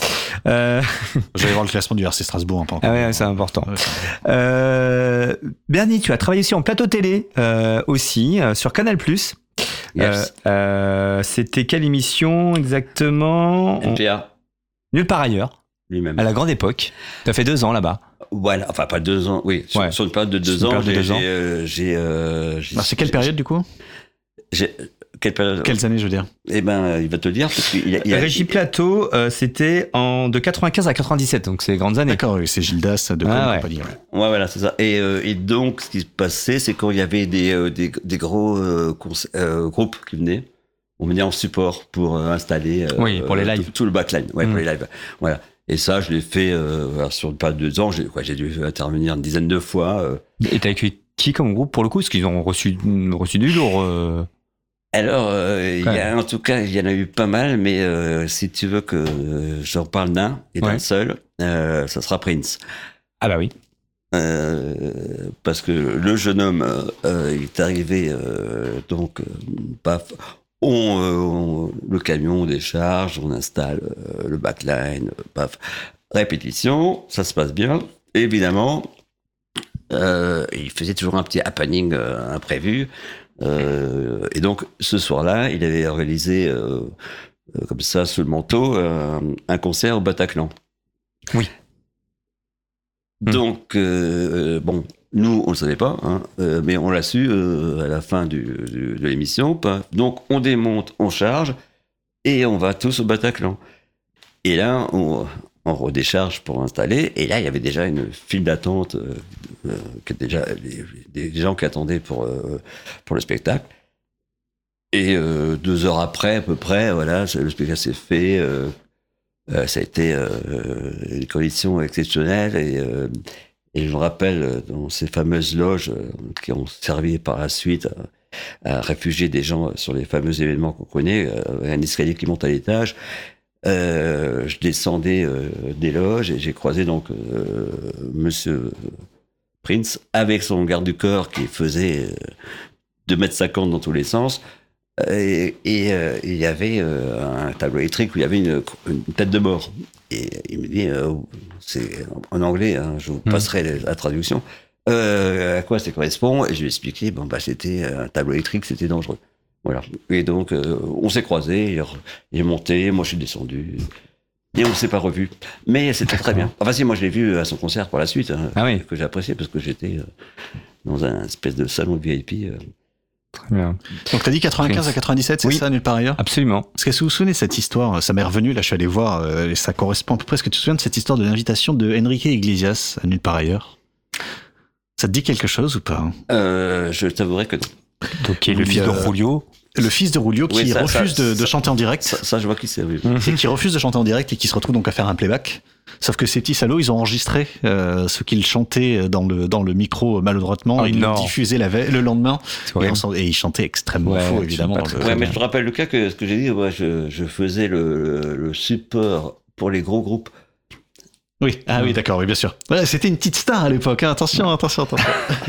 Euh... J'allais voir le classement du R C Strasbourg. Hein, pas encore. Ah ouais, c'est important. Ouais, c'est important. Euh... Bernie, tu as travaillé aussi en plateau télé, euh, aussi, euh, sur Canal+. Yes. Euh, euh, c'était quelle émission exactement? N P A Nulle part ailleurs, lui-même. à la grande époque. T'as fait deux ans là-bas. Voilà, enfin pas deux ans, oui. Sur, Ouais. sur une période de deux Sur une ans, période de j'ai, deux ans. j'ai, euh, j'ai, euh, j'ai- Ah, c'est quelle j'ai- période du coup j'ai- Quelle période Quelles années, je veux dire Eh ben, il va te le dire parce qu'il y a, il y a- Régie Plateau, euh, c'était en de quatre-vingt-quinze à quatre-vingt-dix-sept, donc c'est les grandes années. D'accord, oui, c'est Gildas de Ah, Gaulle et ouais. compagnie. Ouais. Ouais, voilà, c'est ça. Et, euh, et donc, ce qui se passait, c'est quand il y avait des, euh, des, des gros euh, conce- euh, groupes qui venaient, on venait en support pour euh, installer euh, Oui, pour les lives. tout, tout le backline, ouais, Mm. pour les lives. Voilà. Et ça, je l'ai fait euh, voilà, sur une période de deux ans. J'ai, quoi, j'ai dû intervenir une dizaine de fois. euh. Et t'as accueilli qui comme groupe pour le coup? Parce qu'ils ont reçu, reçu du lourd. euh. Alors, euh, il Ouais. y a, en tout cas, il y en a eu pas mal, mais euh, si tu veux que euh, j'en parle d'un et d'un Ouais. seul, euh, ça sera Prince. Ah bah oui. Euh, parce que le jeune homme euh, euh, il est arrivé, euh, donc, euh, paf, on, euh, on- le camion on décharge, on installe euh, le backline, euh, paf, répétition, ça se passe bien. Évidemment, euh, il faisait toujours un petit happening euh, imprévu. Euh, et donc, ce soir-là, il avait réalisé, euh, euh, comme ça, sous le manteau, euh, un concert au Bataclan. Oui. Donc, euh, bon, nous, on le savait pas, hein, euh, mais on l'a su euh, à la fin du, du- de l'émission. pas- Donc, on démonte, on charge, et on va tous au Bataclan. Et là, on, on redécharge pour installer, et là, il y avait déjà une file d'attente, euh, euh, que déjà, des, des gens qui attendaient pour, euh, pour le spectacle. Et euh, deux heures après, à peu près, voilà, le spectacle s'est fait. euh, euh, ça a été euh, des conditions exceptionnelles. Et, euh, et je me rappelle, euh, dans ces fameuses loges euh, qui ont servi par la suite à, à réfugier des gens sur les fameux événements qu'on connaît, euh, un escalier qui monte à l'étage. Euh, je descendais euh, des loges et j'ai croisé donc euh, Monsieur Prince avec son garde du corps qui faisait euh, deux mètres cinquante dans tous les sens. Et et, euh, il y avait euh, un tableau électrique où il y avait une, une tête de mort. Et il me dit, euh, c'est en anglais, hein, je vous Mm. passerai la traduction, euh, à quoi ça correspond. Et je lui ai expliqué, bon, bah, c'était un tableau électrique, c'était dangereux. Voilà. Et donc, euh, on s'est croisés, il est- il est monté, moi je suis descendu. Et on ne s'est pas revu. Mais c'était très bien. Enfin, si, moi je l'ai vu à son concert pour la suite, hein, Ah oui. que j'ai apprécié parce que j'étais euh, dans un espèce de salon de V I P. euh. Très bien. Donc t'as dit quatre-vingt-quinze à quatre-vingt-dix-sept, c'est Oui. ça, nulle part ailleurs? Absolument. Parce que si vous vous souvenez de cette histoire, ça m'est revenu, là je suis allé voir, euh, et ça correspond à peu près à ce que tu te souviens de cette histoire de l'invitation de Enrique Iglesias à nulle part ailleurs. Ça te dit quelque chose ou pas? Euh, je t'avouerai que non. Donc, qui est le Oui, fils de euh, Julio. Le fils de Julio qui Oui, ça- refuse ça- de, de ça- chanter en direct, Ça, ça, je vois qui c'est, oui. et qui refuse de chanter en direct et qui se retrouve donc à faire un playback. Sauf que ces petits salauds, ils ont enregistré euh, ce qu'ils chantaient dans le, dans le micro maladroitement, Oh et ils non. l'ont diffusé la veille, le lendemain, C'est et, horrible. on s'en- et ils chantaient extrêmement Ouais, faux, tu évidemment. sais pas dans très le- Ouais, bien. mais je te rappelle le cas que ce que j'ai dit, ouais, je, je faisais le, le, le support pour les gros groupes. Oui, ah oui, d'accord, oui, bien sûr. Ouais, c'était une petite star à l'époque, hein. attention, attention, attention.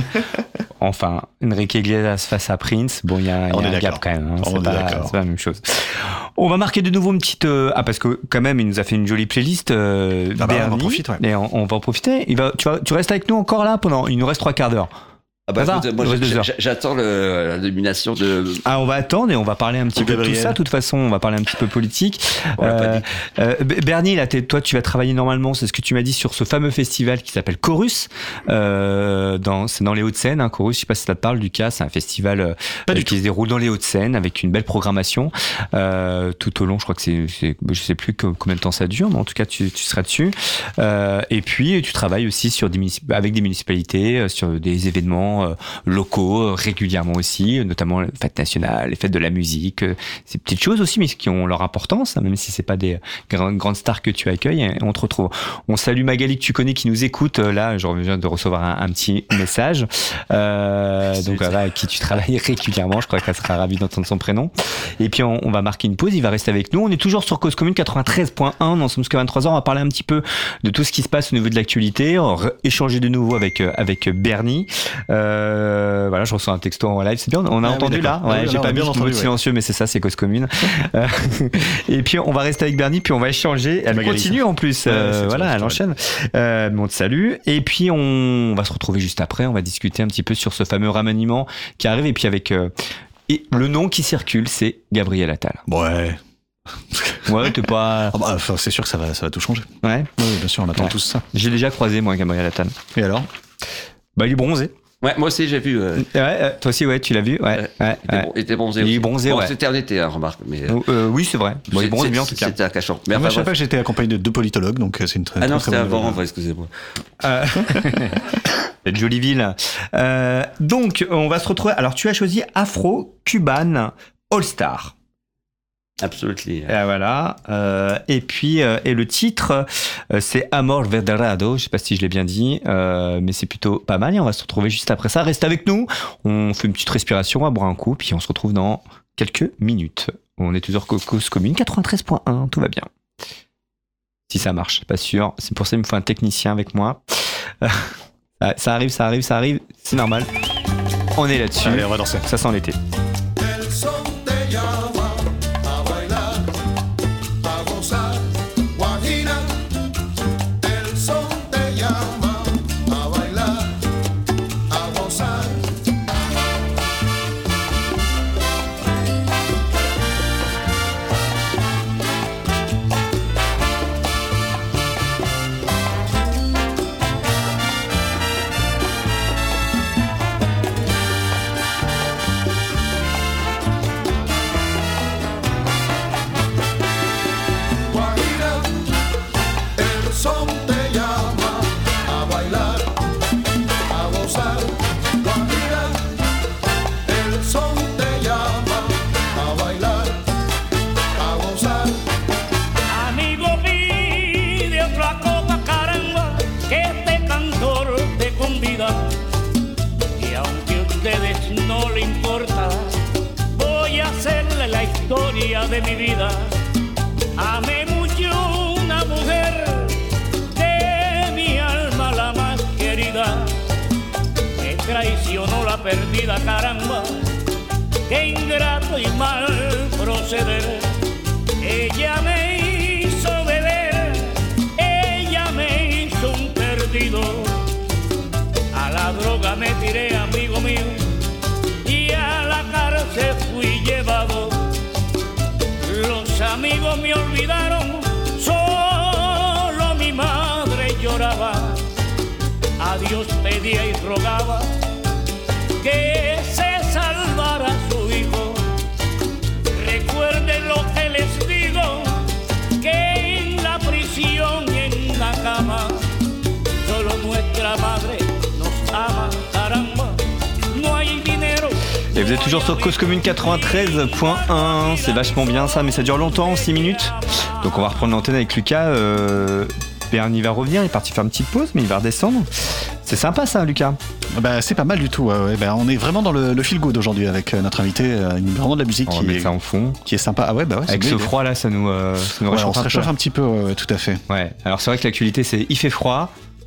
Enfin, Enrique Iglesias face à Prince, bon, il y a, il y a On est un gap d'accord. quand même. hein. On C'est est pas, d'accord. c'est pas la même chose. On va marquer de nouveau une petite. euh, Ah, parce que quand même, il nous a fait une jolie playlist. Euh, Ah bah, on en Bernie. profite, ouais. Et on, on va en profiter. Il va, tu, vas, tu restes avec nous encore là pendant. Il nous reste trois quarts d'heure. Ah bah, Ça va, écoute, moi, il reste j'- deux heures. j'- j'attends le- la nomination de. Ah, on va attendre et on va parler un petit De peu de tout Gabriel. ça. De toute façon, on va parler un petit peu politique. On l'a pas Euh, dit. euh, B- Bernie, là, t'es- toi, tu vas travailler normalement. C'est ce que tu m'as dit sur ce fameux festival qui s'appelle Chorus. Euh, dans, c'est dans les Hauts-de-Seine. Hein, Chorus, je sais pas si ça te parle, Lucas. C'est un festival euh, Pas euh, du qui se déroule dans les Hauts-de-Seine avec une belle programmation euh, tout au long. Je crois que c'est, c'est, je sais plus que- combien de temps ça dure, mais en tout cas, tu, tu seras dessus. Euh, et puis, tu travailles aussi sur des municip- avec des municipalités, euh, sur des événements euh, locaux euh, régulièrement aussi, euh, notamment les fêtes nationales, les fêtes de la musique, euh, ces petites choses aussi, mais qui ont leur importance, hein, même si c'est pas des grands- grandes stars que tu accueilles. Et on te retrouve. On salue Magali que tu connais qui nous écoute. Euh, Là, je reviens de recevoir un, un petit message. Euh, donc voilà, avec qui tu travailles régulièrement. Je crois qu'elle sera ravie d'entendre son prénom. Et puis on, on va marquer une pause. Il va rester avec nous. On est toujours sur Cause Commune quatre-vingt-treize point un. On en sommes jusqu'à vingt-trois heures. On va parler un petit peu de tout ce qui se passe au niveau de l'actualité. On va ré- échanger de nouveau avec euh, avec Bernie. Euh, Euh, voilà, je reçois un texto en live. C'est bien, on a Ah oui, entendu là. d'accord. Ouais, Ah oui, j'ai là, on pas a mis bien le entendu, mode ouais. silencieux, mais c'est ça, c'est cause commune. Euh, et puis on va rester avec Bernie, puis on va échanger. Elle Magali. continue en plus. Ouais, euh, c'est voilà, tout, elle tout, enchaîne. Euh, on te salue. Et puis on va se retrouver juste après. On va discuter un petit peu sur ce fameux remaniement qui arrive. Et puis avec euh, et le nom qui circule, c'est Gabriel Attal. Ouais. Ouais, t'es pas. Ah bah, enfin, c'est sûr que ça va, ça va tout changer. Ouais. Oui, bien sûr, on attend Ouais. tous ça. J'ai déjà croisé moi Gabriel Attal. Et alors? Bah il est bronzé. Ouais, moi aussi j'ai vu. euh, Ouais, euh, toi aussi ouais, tu l'as vu. Ouais. Ouais. il, était ouais. bon- il était bronzé. Il est aussi. bronzé, Bon, ouais. C'était en été, hein, remarque. Mais, euh, Euh, oui, c'est vrai. Bon, il c'est- bronze c'est- bien en tout cas. C'était à Cachan. Mais Moi, enfin, je sais pas bref. que j'étais accompagné de deux politologues, donc euh, c'est une très, Ah non, très, très c'était bonne avant, nouvelle. en vrai, excusez-moi. Euh, Cette jolie ville. Euh, donc, on va se retrouver. Alors, tu as choisi Afro Cuban All Star. Absolument. Et voilà. Euh, et puis, euh, et le titre, euh, c'est Amor Verderado. Je sais pas si je l'ai bien dit, euh, mais c'est plutôt pas mal. Et on va se retrouver juste après ça. Reste avec nous. On fait une petite respiration, on va boire un coup, puis on se retrouve dans quelques minutes. On est toujours Cause Commune quatre-vingt-treize point un. Tout va bien. Si ça marche, pas sûr. C'est pour ça qu'il me faut un technicien avec moi. Ça, ça arrive, ça arrive, ça arrive. C'est normal. On est là-dessus. Allez, on va danser. Ça sent l'été. El son te llama a bailar, a gozar, Guajira. El son te llama a bailar, a gozar. Guajira, el son te llama a bailar, a gozar. Guajira, el son te llama a bailar, a gozar. Amigo, pide otra copa, caramba, que este cantor te convida. Y aunque a ustedes no le importa, voy a hacerle la historia de mi vida. Amé mucho una mujer, de mi alma la más querida. Me traicionó la perdida, caramba, qué ingrato y mal proceder. Ella me hizo beber, ella me hizo un perdido. A la droga me tiré, amigo mío, y a la cárcel fui llevado. Los amigos me olvidaron, solo mi madre lloraba. A Dios pedía y rogaba que se salvara su hijo. Recuerden lo que les digo, que en la prisión y en la cama solo nuestra madre nos ama, caramba. No hay dinero. Et vous êtes toujours sur Cause Commune quatre-vingt-treize point un. C'est vachement bien ça, mais ça dure longtemps, six minutes. Donc on va reprendre l'antenne avec Lucas. Euh, Bernie va revenir, il est parti faire une petite pause, mais il va redescendre. C'est sympa ça, Lucas. Bah, c'est pas mal du tout. Ouais, ouais. Bah, on est vraiment dans le, le feel good aujourd'hui avec euh, notre invité. Euh, une- vraiment de la musique On va qui mettre est, ça en fond. qui est sympa. Ah ouais, bah ouais. Avec c'est ce bien. froid là, ça nous, euh, ça nous Ouais, réchauffe on se un peu. réchauffe un petit peu, ouais, ouais, tout à fait. Ouais. Alors c'est vrai que l'actualité c'est il fait froid.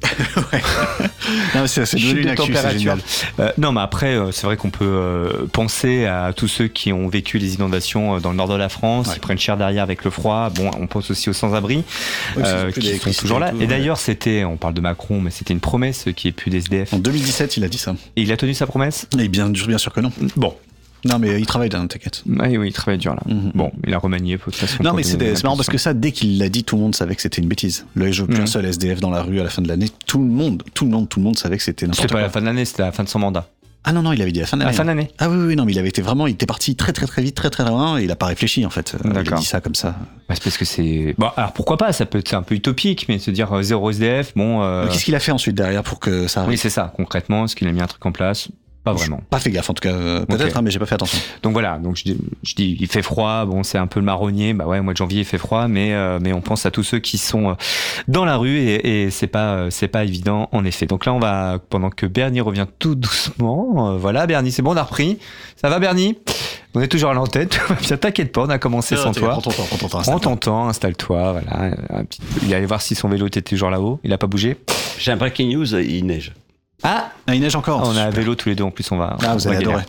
Non, mais c'est c'est Chute devenu de une actu, c'est température. génial. Euh, non, mais après, euh, c'est vrai qu'on peut euh, penser à tous ceux qui ont vécu les inondations euh, dans le nord de la France, Ouais. qui prennent cher derrière avec le froid. Bon, on pense aussi aux sans-abri, Ouais, euh, c'est plus qui sont d'électricité toujours là. et tout, Et ouais. d'ailleurs, c'était, on parle de Macron, mais c'était une promesse qu'il n'y ait plus d'S D F. En deux mille dix-sept, il a dit ça. Et il a tenu sa promesse. Et bien, bien sûr que non. Bon, Non, mais il travaille là, t'inquiète. oui, oui, il travaille dur là. Mhm. Bon, il a remanié de toute façon. Non, pour mais donner c'est des- une c'est marrant parce que impulsion. ça, dès qu'il l'a dit, tout le monde savait que c'était une bêtise. Là, je veux plus Mhm. un seul S D F dans la rue à la fin de l'année. Tout le monde, tout le monde, tout le monde savait que c'était n'importe C'était pas quoi. à la fin de l'année, c'était à la fin de son mandat. Ah non, non, il avait dit à la fin de À la l'année. fin de l'année. Ah oui, oui, non, mais il avait été vraiment, il était parti très, très, très vite, très, très loin, et il a pas réfléchi, en fait. Euh, Il a D'accord. dit ça comme ça. Ouais, c'est parce que c'est. Bon, alors pourquoi pas, ça peut être un peu utopique, mais se dire euh, zéro S D F, bon. euh, Mais Qu'est-ce qu'il a fait ensuite derrière pour que ça arrive? Oui, c'est ça, concrètement, est-ce qu'il a mis un truc en place? Pas vraiment. Pas fait gaffe, en tout cas. euh, Peut-être, Ok. hein, mais j'ai pas fait attention. Donc voilà, donc je dis, je dis, il fait froid, bon c'est un peu le marronnier, bah ouais, au mois de janvier il fait froid, mais euh, mais on pense à tous ceux qui sont euh, dans la rue et, et c'est pas euh, c'est pas évident en effet. Donc là on va, pendant que Bernie revient tout doucement, euh, voilà Bernie, c'est bon, on a repris, ça va Bernie? On est toujours à l'antenne, tout va bien, t'inquiète pas, on a commencé sans toi. Prends ton temps, prends ton temps. Prends ton temps, installe-toi, voilà. Un petit peu. Il est allé voir si son vélo était toujours là-haut, il a pas bougé. J'ai un breaking news, il neige. Ah, Ah, il neige encore. on a un Super. vélo tous les deux en plus, on va. Ah, on vous va allez galérer. adorer.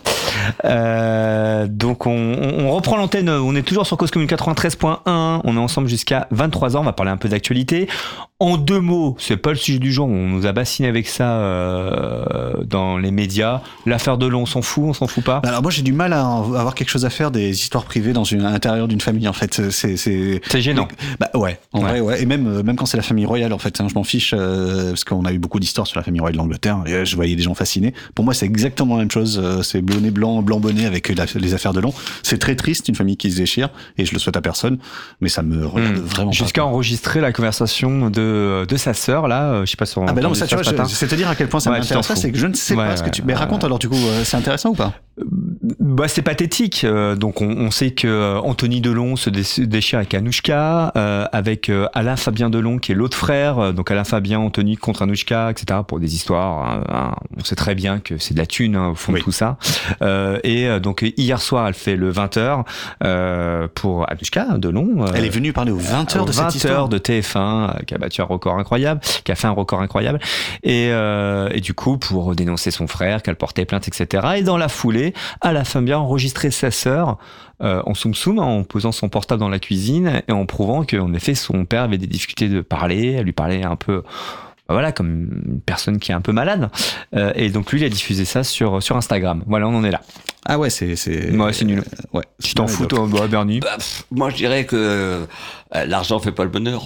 Euh, donc on, on- on reprend l'antenne, on est toujours sur Cause Commune quatre-vingt-treize point un, on est ensemble jusqu'à vingt-trois heures, on va parler un peu d'actualité. En deux mots, c'est pas le sujet du jour, on nous a bassiné avec ça euh, dans les médias. L'affaire Delon, on s'en fout, on s'en fout pas. Alors moi j'ai du mal à en- avoir quelque chose à faire des histoires privées dans une, à l'intérieur d'une famille en fait. C'est c'est C'est gênant. Bah ouais, en Ouais. vrai ouais. Et même euh, même quand c'est la famille royale en fait, hein, je m'en fiche euh, parce qu'on a eu beaucoup d'histoires sur la famille royale d'Angleterre et euh, je voyais des gens fascinés. Pour moi c'est exactement la même chose. euh, C'est bonnet blanc, blanc bonnet avec la- les affaires de Delon. C'est très triste une famille qui se déchire et je le souhaite à personne. Mais ça me regarde Mmh. vraiment Jusqu'à pas. enregistrer la conversation de, de sa sœur, là, euh, je sais pas si on Ah bah non, entend mais ça, tu vois, ce matin. je- c'est te dire à quel point ça Ouais, tu t'en m'intéresse pas, fous. c'est que je ne sais Ouais, pas ce que ouais, tu. Mais ouais. raconte alors du coup, euh, c'est intéressant ou pas? Bah, c'est pathétique. Euh, donc, on, on sait que euh, Anthony Delon se dé- déchire avec Anouchka, euh, avec euh, Alain Fabien Delon, qui est l'autre frère. Euh, Donc, Alain Fabien, Anthony contre Anouchka, et cetera. Pour des histoires. Hein, hein. On sait très bien que c'est de la thune hein, au fond Oui. de tout ça. Euh, et euh, donc, hier soir, elle fait le vingt heures euh, pour Anouchka Delon. euh, Elle est venue parler aux vingt heures de cette vingt histoire. heures de T F un, euh, qui a battu un record incroyable, qui a fait un record incroyable. Et, euh, et du coup, pour dénoncer son frère, qu'elle portait plainte, et cetera. Et dans la foulée, Alain Fabien a enregistré sa sœur euh, en soum soum, en posant son portable dans la cuisine et en prouvant qu'en effet, son père avait des difficultés de parler. Elle lui parlait un peu... Voilà, comme une personne qui est un peu malade. Euh, et donc, lui, il a diffusé ça sur, sur Instagram. Voilà, on en est là. Ah ouais, c'est c'est. Ouais, c'est nul. Ouais. Tu t'en Ouais, fous, donc. toi, bah, Bernie? Bah, pff, moi, je dirais que euh, l'argent fait pas le bonheur.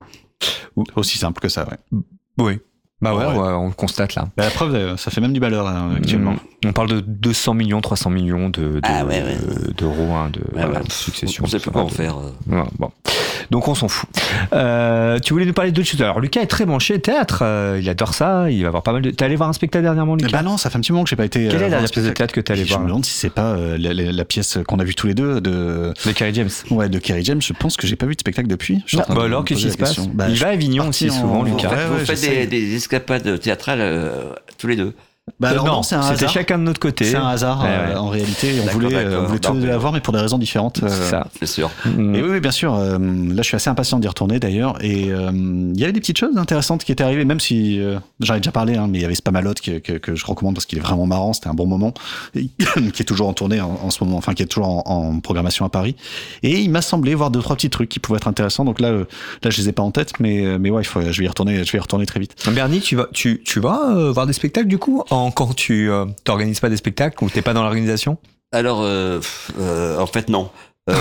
Aussi simple que ça, ouais. Oui. Bah ouais, Ouais. ouais, on le constate là. Bah, la preuve, euh, ça fait même du malheur là, actuellement. Mm. On parle de deux cents millions, trois cents millions de, de- Ah ouais, ouais. de- d'euros, hein, de Ouais, voilà, ouais. de succession. On sait plus quoi en de- faire. euh. Ouais, bon. Donc on s'en fout. Euh, tu voulais nous parler d'autres choses. Alors Lucas est très branché théâtre, euh, il adore ça, il va avoir pas mal de... T'es allé voir un spectacle dernièrement, Eh Lucas? Bah non, ça fait un petit moment que j'ai pas été. Quelle euh, est la voir un pièce de spectacle. théâtre que t'es allé Et je voir me là demande si c'est pas euh, la, la- la pièce qu'on a vue tous les deux de. De Kerry James. Ouais, de Kerry James. Je pense que j'ai pas vu de spectacle depuis. Je suis en train Bah de alors, me qu'est-ce poser qui se la passe? question. Bah, Il je- va à Avignon parti aussi en- souvent, Ouais, Lucas. ouais, Vous faites j'essaie. des, des escapades théâtrales euh, tous les deux. Bah alors Euh, non, non, c'est un c'était hasard. chacun de notre côté. C'est un hasard Ouais, euh, ouais. en réalité. On D'accord, voulait, euh, d'accord. on voulait tous Non, les deux mais- la voir, mais pour des raisons différentes. euh, C'est ça. C'est sûr. Mm. Et oui, oui, bien sûr. euh, là, je suis assez impatient d'y retourner d'ailleurs. Et euh, il y avait des petites choses intéressantes qui étaient arrivées, même si euh, j'en ai déjà parlé, hein, mais il y avait Spamalot que, que, que je recommande parce qu'il est vraiment marrant. C'était un bon moment, et, qui est toujours en tournée en, en ce moment, enfin qui est toujours en, en programmation à Paris. Et il m'a semblé voir deux trois petits trucs qui pouvaient être intéressants. Donc là, euh, là, je les ai pas en tête, mais euh, mais ouais, il faut, je vais y retourner, je vais y retourner très vite. Bernie, tu vas, tu, tu vas euh, voir des spectacles du coup en, quand tu euh, t'organises pas des spectacles ou t'es pas dans l'organisation? Alors, euh, pff, euh, en fait, non. Euh,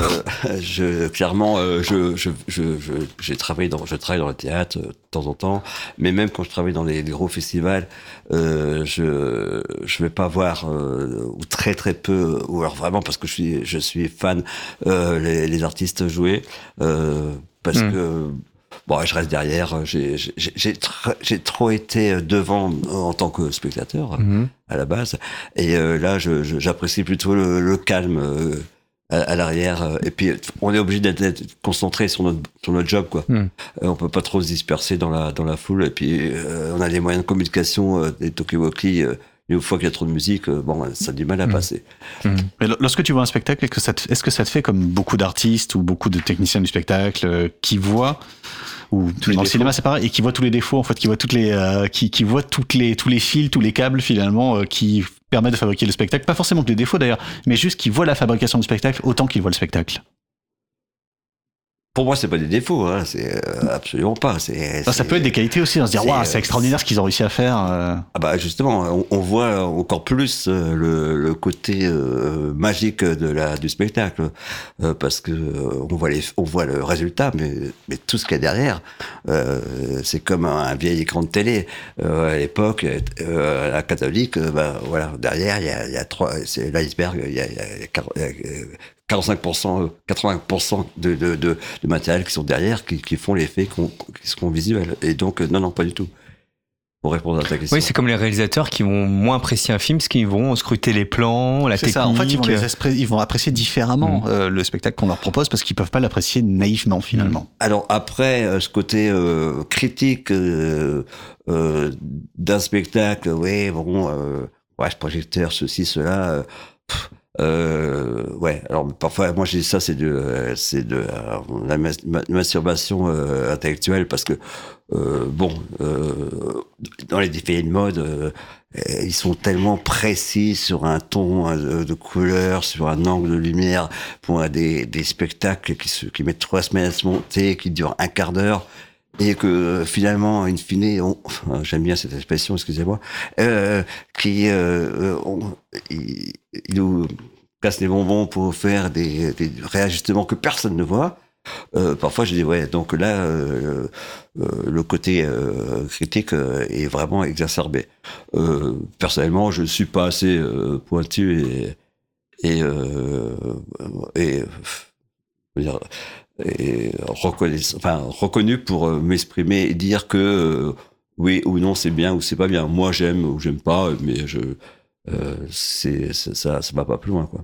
je, clairement, euh, je, je, je, je, j'ai travaillé dans, je travaille dans le théâtre euh, de temps en temps, mais même quand je travaille dans les, les gros festivals, euh, je, je vais pas voir euh, ou très très peu, ou alors vraiment parce que je suis, je suis fan euh, les, les artistes jouer, euh, parce Mm. que. Bon, je reste derrière. J'ai, j'ai, j'ai, tr- j'ai trop été devant en tant que spectateur Mhm. à la base, et euh, là, je, je, j'apprécie plutôt le, le calme euh, à, à l'arrière. euh, Et puis, on est obligé d'être, d'être concentré sur notre sur notre job, quoi. Mm. Euh, on peut pas trop se disperser dans la dans la foule. Et puis, euh, on a les moyens de communication euh, des talkie-walkie. Euh, une fois qu'il y a trop de musique, euh, bon, ça a du mal à Mm. passer. Mais l- lorsque tu vois un spectacle, est-ce que ça te, est-ce que ça te fait comme beaucoup d'artistes ou beaucoup de techniciens du spectacle euh, qui voient, ou les dans le défauts. cinéma c'est pareil, et qui voient tous les défauts en fait, qui voient toutes les, euh, qui, qui voient toutes les, tous les fils, tous les câbles finalement euh, qui permettent de fabriquer le spectacle. Pas forcément que les défauts d'ailleurs, mais juste qui voient la fabrication du spectacle autant qu'ils voient le spectacle. Pour moi, c'est pas des défauts, hein, c'est euh, absolument pas. C'est, Ça, ça c'est- peut être des qualités aussi, on se dire c'est, waouh, euh, c'est extraordinaire ce qu'ils ont réussi à faire. euh. Ah bah justement, on, on voit encore plus euh, le, le côté euh, magique de la du spectacle, euh, parce que euh, on voit les, on voit le résultat, mais mais tout ce qu'il y a derrière, euh, c'est comme un, un vieil écran de télé. Euh, à l'époque, euh, à la catholique, euh, bah voilà, derrière il y a, il y a trois, c'est l'iceberg, il y a, il y a, il y a euh, quarante-cinq pour cent, euh, quatre-vingts pour cent de, de, de, de matériel qui sont derrière, qui, qui font l'effet qu'on, qui seront visuels. Et donc, euh, non, non, pas du tout. Pour répondre à ta question. Oui, c'est comme les réalisateurs qui vont moins apprécier un film parce qu'ils vont scruter les plans, la C'est technique. ça, en fait, ils vont, les espré- ils vont apprécier différemment Mm. euh, le spectacle qu'on leur propose parce qu'ils peuvent pas l'apprécier naïvement finalement. Alors après, euh, ce côté euh, critique euh, euh, d'un spectacle, oui, bon, euh, ouais, ce projecteur, ceci, cela, euh, pff, euh, ouais. Alors parfois, moi, je dis ça, c'est de, euh, c'est de euh, la mas- ma- masturbation euh, intellectuelle parce que euh, bon, euh, dans les défilés de mode, euh, ils sont tellement précis sur un ton euh, de couleur, sur un angle de lumière, pour des, des spectacles qui, se, qui mettent trois semaines à se monter, qui durent un quart d'heure. Et que euh, finalement, in fine, on, enfin, j'aime bien cette expression, excusez-moi, euh, qui euh, on, il, il nous casse les bonbons pour faire des, des réajustements que personne ne voit. Euh, parfois, je dis ouais. Donc là, euh, euh, le côté euh, critique euh, est vraiment exacerbé. Euh, personnellement, je ne suis pas assez euh, pointu et et euh, et, euh, dire, et reconnaissant, enfin, reconnu pour euh, m'exprimer et dire que euh, oui ou non c'est bien ou c'est pas bien. Moi j'aime ou j'aime pas, mais je euh, c'est, c'est ça ça va pas plus loin quoi.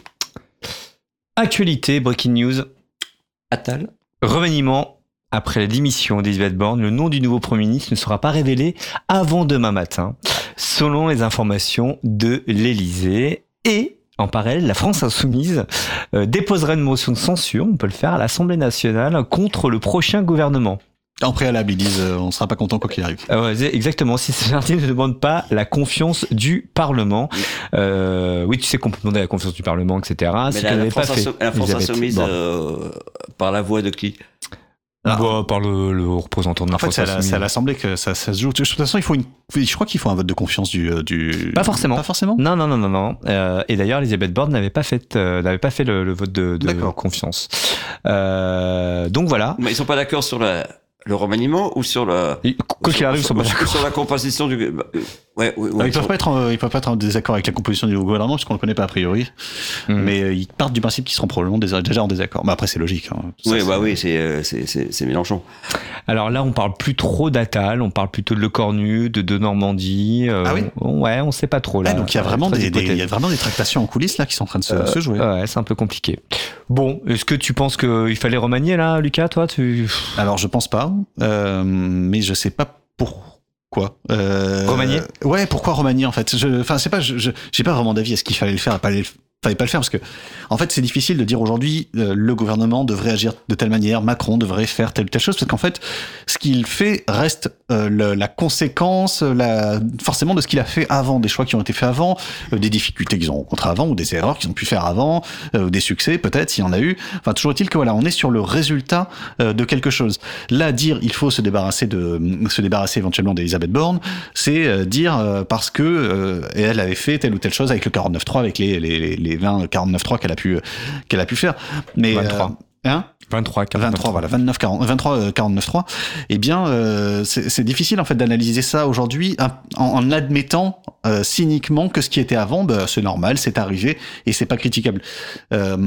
Actualité, breaking news. Attal. Remaniement. Après la démission d'Elisabeth Borne, le nom du nouveau Premier ministre ne sera pas révélé avant demain matin, selon les informations de l'Élysée. Et en parallèle, la France Insoumise euh, déposera une motion de censure, on peut le faire, à l'Assemblée nationale contre le prochain gouvernement. En préalable, ils disent euh, on sera pas content quoi qu'il arrive. Ah ouais, exactement, si ce dernier ne demande pas la confiance du Parlement. Euh, oui, tu sais qu'on peut demander la confiance du Parlement, et cetera. Mais Ce la, qu'elle la n'avait pas France, fait. Insou- la France Elisabeth Insoumise Borne. euh, par la voix de qui? Ah. Bah, par le, le représentant de la En fait, France c'est à, la, Insoumise. c'est à l'Assemblée que ça, ça se joue. De toute façon, il faut une. Je crois qu'il faut un vote de confiance du. du... Pas forcément. Pas forcément. Non, non, non, non, non. Euh, et d'ailleurs, Elisabeth Borne n'avait pas fait, euh, n'avait pas fait le, le vote de, de D'accord. confiance. Euh, donc voilà. Mais ils sont pas d'accord sur la, le remaniement ou sur la. Et quoi qu'il arrive, ils sont pas sur, d'accord. sur la composition du. bah, euh, ouais, ouais, ouais, Ah, ils peuvent sur- pas être, en- ils peuvent pas être en désaccord avec la composition du gouvernement puisqu'on le connaît pas a priori. Mm. Mais euh, ils partent du principe qu'ils seront probablement dés- déjà en désaccord. Mais après, c'est logique. Hein. Ça, Oui, c'est- bah oui, c'est, euh, c'est, c'est, c'est Mélenchon. Alors là, on parle plus trop d'Attal, on parle plutôt de Le Cornu, de De Normandie. euh, Ah oui Ouais, on sait pas trop là. Ouais, donc il y a vraiment Très des, des- il y a hypothèse. vraiment des tractations en coulisses là qui sont en train de se, Euh, se jouer. Ouais, c'est un peu compliqué. Bon, est-ce que tu penses qu'il fallait remanier là, Lucas, toi tu... Alors je pense pas, euh, mais je sais pas pourquoi. Euh, Remanier Ouais, pourquoi remanier en fait je, Enfin, c'est pas, je, je- j'ai pas vraiment d'avis. Est-ce qu'il fallait le faire, pas le fallait pas le faire parce que en fait c'est difficile de dire aujourd'hui euh, le gouvernement devrait agir de telle manière, Macron devrait faire telle ou telle chose parce qu'en fait ce qu'il fait reste euh, le, la conséquence la, forcément de ce qu'il a fait avant, des choix qui ont été faits avant, euh, des difficultés qu'ils ont rencontrées avant ou des erreurs qu'ils ont pu faire avant, euh, ou des succès peut-être s'il y en a eu. Enfin toujours est-il que voilà, on est sur le résultat euh, de quelque chose. Là dire il faut se débarrasser de se débarrasser éventuellement d'Elisabeth Borne, c'est euh, dire euh, parce que euh, elle avait fait telle ou telle chose avec le quarante-neuf trois, avec les les les, les vingt quarante-neuf trois qu'elle a pu qu'elle a pu faire. Mais vingt-trois. Euh, hein vingt-trois, quarante-neuf, vingt-trois, voilà, vingt-neuf, quarante, vingt-trois, quarante-neuf trois. Eh bien, euh, c'est, c'est difficile en fait d'analyser ça aujourd'hui en, en admettant euh, cyniquement que ce qui était avant, bah, c'est normal, c'est arrivé et c'est pas critiquable. Euh,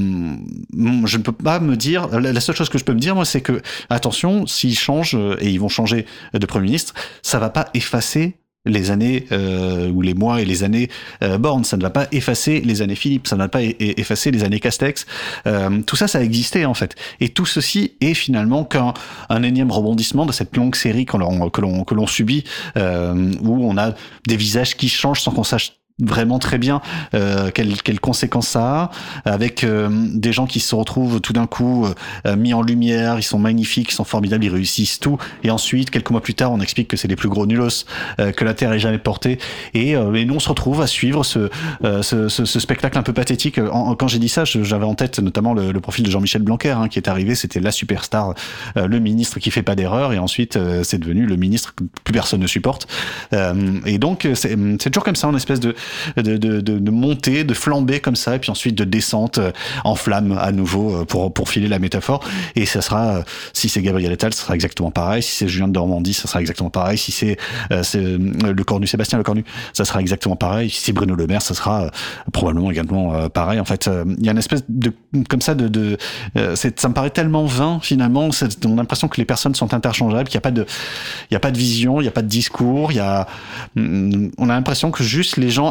je ne peux pas me dire. La, la seule chose que je peux me dire, moi, c'est que attention, s'ils changent euh, et ils vont changer de premier ministre, ça va pas effacer les années euh, ou les mois et les années euh, Borne, ça ne va pas effacer les années Philippe, ça ne va pas e- e- effacer les années Castex. Euh, tout ça, ça a existé en fait. Et tout ceci est finalement qu'un un énième rebondissement de cette longue série que l'on que l'on que l'on subit, euh, où on a des visages qui changent sans qu'on sache vraiment très bien euh, quelles, quelles conséquences ça a, avec euh, des gens qui se retrouvent tout d'un coup euh, mis en lumière, ils sont magnifiques, ils sont formidables, ils réussissent tout, et ensuite, quelques mois plus tard, on explique que c'est les plus gros nulos euh, que la Terre ait jamais porté, et, euh, et nous on se retrouve à suivre ce, euh, ce, ce, ce spectacle un peu pathétique. En, en, quand j'ai dit ça, je, j'avais en tête notamment le, le profil de Jean-Michel Blanquer, hein, qui est arrivé, c'était la superstar, euh, le ministre qui fait pas d'erreur, et ensuite euh, c'est devenu le ministre que plus personne ne supporte. Euh, et donc c'est, c'est toujours comme ça, une espèce de De, de, de, de montée, de flambée comme ça, et puis ensuite de descente euh, en flamme à nouveau euh, pour, pour filer la métaphore. Et ça sera, euh, si c'est Gabriel Attal, ça sera exactement pareil. Si c'est Julien de Normandie, ça sera exactement pareil. Si c'est, euh, c'est euh, le Cornu, Sébastien Le Cornu, ça sera exactement pareil. Si c'est Bruno Le Maire, ça sera euh, probablement également euh, pareil. En fait, il euh, y a une espèce de, comme ça, de, de euh, c'est, ça me paraît tellement vain finalement. C'est, on a l'impression que les personnes sont interchangeables, qu'il n'y a pas de, il y a pas de vision, il n'y a pas de discours, il y a, on a l'impression que juste les gens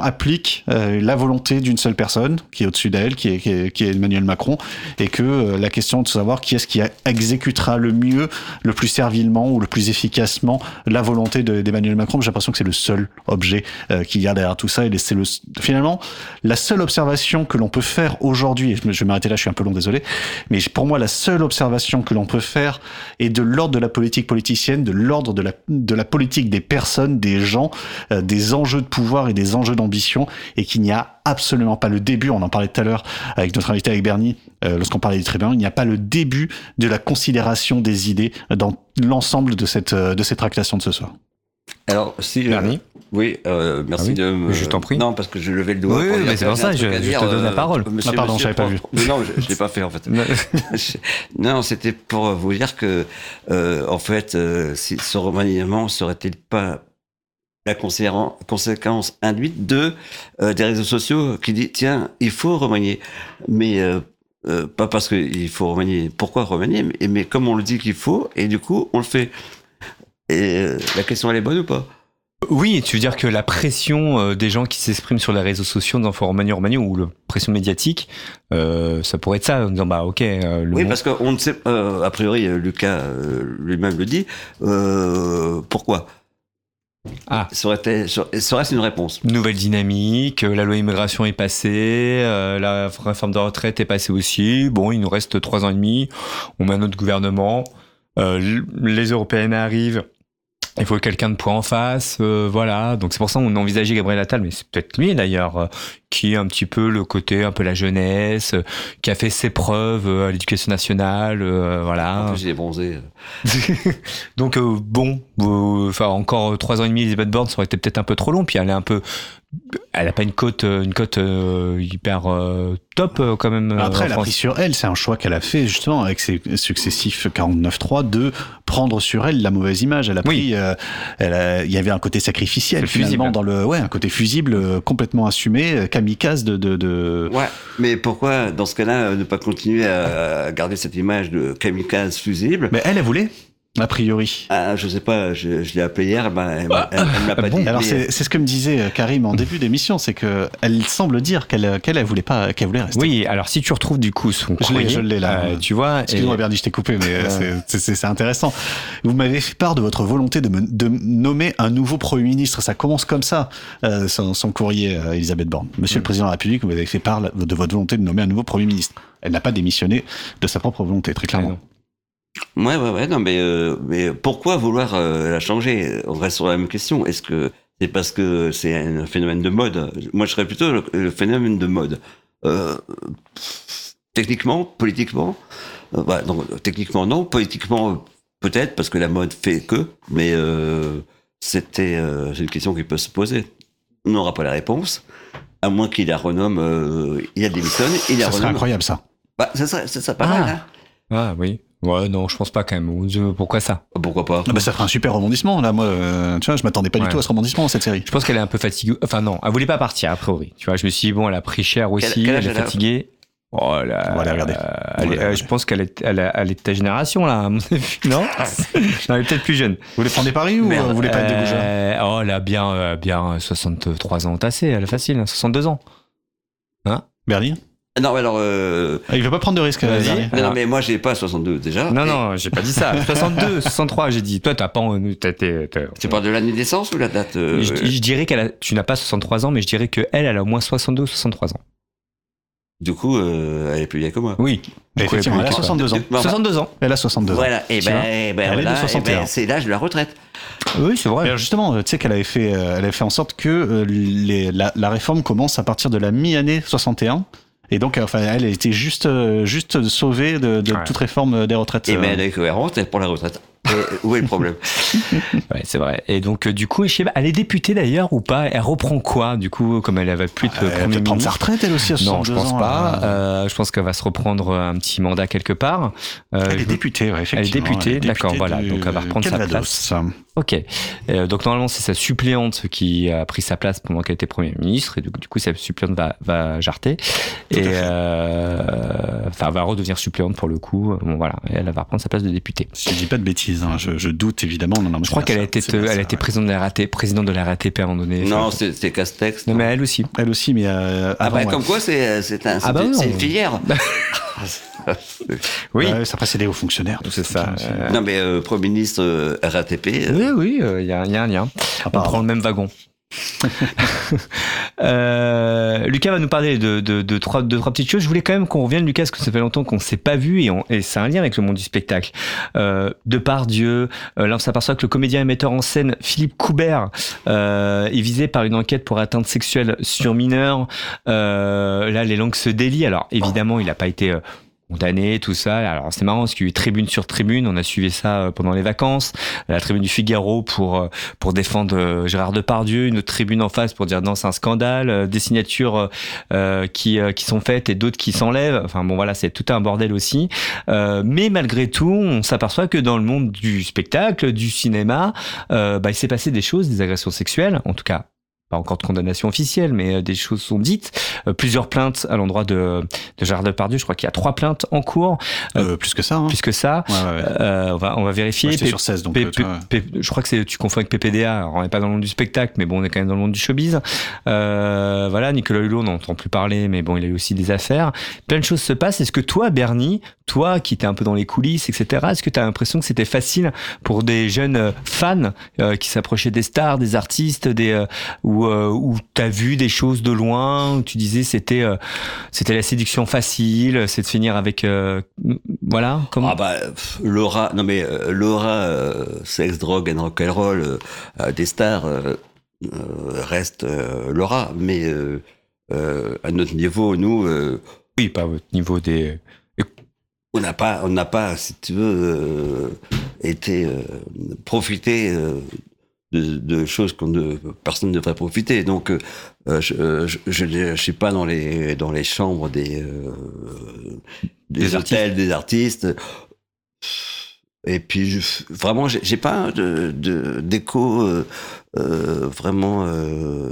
applique euh, la volonté d'une seule personne qui est au-dessus d'elle, qui est, qui est, qui est Emmanuel Macron, et que euh, la question de savoir qui est-ce qui exécutera le mieux, le plus servilement ou le plus efficacement la volonté de, d'Emmanuel Macron, j'ai l'impression que c'est le seul objet euh, qu'il y a derrière tout ça, et c'est le, finalement la seule observation que l'on peut faire aujourd'hui, et je vais m'arrêter là, je suis un peu long, désolé, mais pour moi la seule observation que l'on peut faire est de l'ordre de la politique politicienne, de l'ordre de la, de la politique des personnes, des gens, euh, des enjeux de pouvoir et des enjeux d'ambition, et qu'il n'y a absolument pas le début, on en parlait tout à l'heure avec notre invité, avec Bernie, euh, lorsqu'on parlait du tribunal, il n'y a pas le début de la considération des idées dans l'ensemble de cette, de cette tractation de ce soir. Alors, si... Bernie euh, Oui, euh, merci ah oui, de me... Je t'en prie. Non, parce que je levais le doigt. Oui, pour oui, dire mais c'est qu'il y pour ça, avait un je, truc à je dire, te donne la euh, parole. Monsieur, ah pardon, monsieur, j'avais pas vu. Mais non, je, je l'ai pas fait en fait. Non, c'était pour vous dire que, euh, en fait, euh, si, ce remaniement serait-il pas la conséquence induite de euh, des réseaux sociaux qui dit tiens, il faut remanier, mais euh, euh, pas parce qu'il faut remanier. Pourquoi remanier, mais, mais comme on le dit qu'il faut, et du coup on le fait. Et euh, la question elle est bonne ou pas? Oui, tu veux dire que la pression euh, des gens qui s'expriment sur les réseaux sociaux dans Forum Remanié, Remanié, ou la pression médiatique, euh, ça pourrait être ça, en disant bah ok. Euh, le oui, monde... parce qu'on ne sait, euh, a priori, Lucas euh, lui-même le dit. Euh, pourquoi? Ah. Serait-ce serait une réponse? Nouvelle dynamique, la loi immigration est passée, euh, la réforme de retraite est passée aussi. Bon, il nous reste trois ans et demi, on met un autre gouvernement, euh, les européennes arrivent. Il faut quelqu'un de poids en face, euh, voilà. Donc c'est pour ça qu'on a envisagé Gabriel Attal, mais c'est peut-être lui d'ailleurs, euh, qui est un petit peu le côté, un peu la jeunesse, euh, qui a fait ses preuves euh, à l'éducation nationale, euh, voilà. En plus, il est bronzé. Donc euh, bon, enfin euh, encore trois ans et demi, Elisabeth Borne, ça aurait été peut-être un peu trop long, puis elle est un peu, elle a pas une cote, une cote euh, hyper euh, top euh, quand même. Après, euh, elle a pris sur elle, c'est un choix qu'elle a fait justement avec ses successifs quarante-neuf trois de prendre sur elle la mauvaise image. Elle a pris, oui. euh, elle a, il y avait un côté sacrificiel finalement fusible. dans le, ouais, un côté fusible euh, complètement assumé, kamikaze de, de, de... Ouais, mais pourquoi dans ce cas-là ne pas continuer à garder cette image de kamikaze fusible? Mais elle, elle voulait. A priori. Ah, je sais pas, je, je l'ai appelée hier, elle, m'a- elle, m'a- elle, elle me l'a pas Bon, dit. alors mais- c'est, c'est ce que me disait euh, Karim en début d'émission, c'est que elle semble dire qu'elle, qu'elle, elle voulait pas, qu'elle voulait rester. Oui, alors si tu retrouves du coup son Je l'ai- courrier, je l'ai là. euh, tu vois. Excuse-moi et- Bernie, je t'ai coupé, mais euh, Ouais. c'est, c'est, c'est, c'est intéressant. Vous m'avez fait part de votre volonté de, me, de nommer un nouveau Premier ministre. Ça commence comme ça, euh, son, son courrier à Elisabeth Borne. Monsieur Mm. le Président de la République, vous m'avez fait part de votre volonté de nommer un nouveau Premier ministre. Elle n'a pas démissionné de sa propre volonté, très clairement. non. Ouais, ouais, ouais, non, mais, euh, mais pourquoi vouloir euh, la changer? On reste sur la même question. Est-ce que c'est parce que c'est un phénomène de mode? Moi, je serais plutôt le, le phénomène de mode. Euh, techniquement, politiquement, euh, bah, non, techniquement non, politiquement euh, peut-être, parce que la mode fait que, mais euh, c'était, euh, c'est une question qui peut se poser. On n'aura pas la réponse, à moins qu'il la renomme, euh, il a démissionné, il la Ça serait renomme. incroyable ça. Bah, ça serait, ça serait pas Ah. mal, hein. Ah oui. Ouais, non, je pense pas quand même. Je- Pourquoi ça? Pourquoi pas? Ah bah, ça ferait un super rebondissement là. Moi, euh, tu vois, je m'attendais pas Ouais. du tout à ce rebondissement dans cette série. Je pense qu'elle est un peu fatiguée. Enfin non, elle voulait pas partir a priori. Tu vois, je me suis dit bon, elle a pris cher aussi, Quel- quel âge elle est elle a fatiguée. Oh là, On va la regarder. euh, On va elle est- la euh, regarder. je pense qu'elle est, elle, a- elle est de ta génération là, à mon avis, non? Non, elle est peut-être plus jeune. Vous voulez prendre des paris ou Merde. euh, vous voulez pas être dégoûtant? Euh, oh là, bien, euh, bien soixante-trois ans tassés, elle est facile, hein, soixante-deux ans. Bernie? Non, mais alors, euh, Ah, il veut pas prendre de risque. euh, Vas-y. Bernie. non, non, mais moi, j'ai pas soixante-deux déjà. Non, Et non, j'ai pas dit ça. soixante-deux, soixante-trois, j'ai dit. Toi, t'as pas. T'as, t'as, t'as- Tu parles de l'année de naissance ou la date euh, je, je dirais qu'elle a, tu n'as pas soixante-trois ans, mais je dirais que elle, elle a au moins soixante-deux ou soixante-trois ans. Du coup, euh, elle est plus vieille que moi. Oui. Effectivement, elle a soixante-deux ans. Bon, soixante-deux ans. Elle a soixante-deux ans. Voilà, et Tu ben, vois, eh ben elle est de voilà, eh soixante et un. ben, c'est l'âge de la retraite. Oui, c'est Mais vrai. alors justement, euh, tu sais qu'elle avait fait, euh, elle avait fait en sorte que euh, les, la, la réforme commence à partir de la mi-année soixante et un. Et donc, euh, enfin, elle était juste, euh, juste sauvée de, de Ouais. toute réforme des retraites. Et euh. ben, elle est cohérente, elle prend la retraite. Et où est le problème? Ouais, c'est vrai. Et donc, euh, du coup, je sais pas, elle est députée d'ailleurs ou pas? Elle reprend quoi, du coup, comme elle avait plus de Elle va premier peut-être prendre sa ministre? retraite, elle aussi, à Non, je soixante-deux pense ans, pas. euh. Euh, je pense qu'elle va se reprendre un petit mandat quelque part. Euh, Elle est je- députée, ouais, effectivement. députée, Elle est d'accord, députée voilà. du Donc, elle va reprendre sa Calvados. Ok. Euh, donc normalement c'est sa suppléante qui a pris sa place pendant qu'elle était Premier ministre et du coup, du coup sa suppléante va, va jarter. Et à fait. euh, enfin, elle va redevenir suppléante pour le coup. Bon, voilà, elle va reprendre sa place de députée. Si je dis pas de bêtises, hein, je, je doute évidemment. Non, non, je crois qu'elle a été, elle a été présidente de la R A T, présidente de la R A T P à un moment donné. Non, enfin, c'est, c'est Castex. Non, mais elle aussi. Elle aussi, mais euh, Ah avant, bah, ouais. comme quoi, c'est, c'est, un, Ah bah c'est, oui, c'est on- une filière. Oui. Ouais, ça précédait aux fonctionnaires. tout C'est ça. ça. aussi. euh, Non, mais euh, Premier ministre euh, R A T P. euh, Oui, oui, il euh, y, a, y a un lien. On Apparemment. prend le même wagon. euh, Lucas va nous parler de, de, de, trois, de trois petites choses. Je voulais quand même qu'on revienne, Lucas, parce que ça fait longtemps qu'on ne s'est pas vu et, on, et c'est un lien avec le monde du spectacle. Euh, Depardieu, euh, là on s'aperçoit que le comédien et metteur en scène Philippe Coubert euh, est visé par une enquête pour atteinte sexuelle sur mineurs. Euh, là les langues se délient. Alors évidemment il n'a pas été... Euh, condamné, tout ça. Alors c'est marrant parce qu'il y a eu tribune sur tribune, on a suivi ça euh, pendant les vacances, la tribune du Figaro pour euh, pour défendre euh, Gérard Depardieu, une autre tribune en face pour dire non c'est un scandale, euh, des signatures euh, qui euh, qui sont faites et d'autres qui s'enlèvent. Enfin bon voilà, c'est tout un bordel aussi. Euh, mais malgré tout, on s'aperçoit que dans le monde du spectacle, du cinéma, euh, bah il s'est passé des choses, des agressions sexuelles, en tout cas pas encore de condamnation officielle, mais euh, des choses sont dites. Euh, plusieurs plaintes à l'endroit de, de Gérard Depardieu. Je crois qu'il y a trois plaintes en cours. Euh, plus que ça. Hein. Plus que ça. Ouais, ouais, ouais. Euh, on va, on va vérifier. Moi, j'étais P- sur seize, donc. P- euh, tu P- vois. P- je crois que c'est, tu confonds avec P P D A. Alors, on n'est pas dans le monde du spectacle, mais bon, on est quand même dans le monde du showbiz. Euh, voilà, Nicolas Hulot, on n'entend plus parler, mais bon, il a eu aussi des affaires. Plein de choses se passent. Est-ce que toi, Bernie, toi, qui étais un peu dans les coulisses, et cetera, est-ce que tu as l'impression que c'était facile pour des jeunes euh, fans euh, qui s'approchaient des stars, des artistes, des euh, où, euh, où t'as vu des choses de loin, où tu disais c'était euh, c'était la séduction facile, c'est de finir avec euh, voilà comment Ah bah pff, l'aura, non mais euh, l'aura, euh, sexe, drogue and rock'n'roll euh, euh, des stars euh, euh, reste euh, l'aura, mais euh, euh, à notre niveau, nous, euh, oui, pas au niveau des on n'a pas, on n'a pas, si tu veux, euh, été euh, profité euh, de, de choses qu'on ne, personne ne devrait profiter. Donc, euh, je, je, je, je suis pas dans les dans les chambres des euh, des, Des hôtels, des artistes. Et puis, je, vraiment, j'ai, j'ai pas de, de d'écho euh, euh, vraiment euh,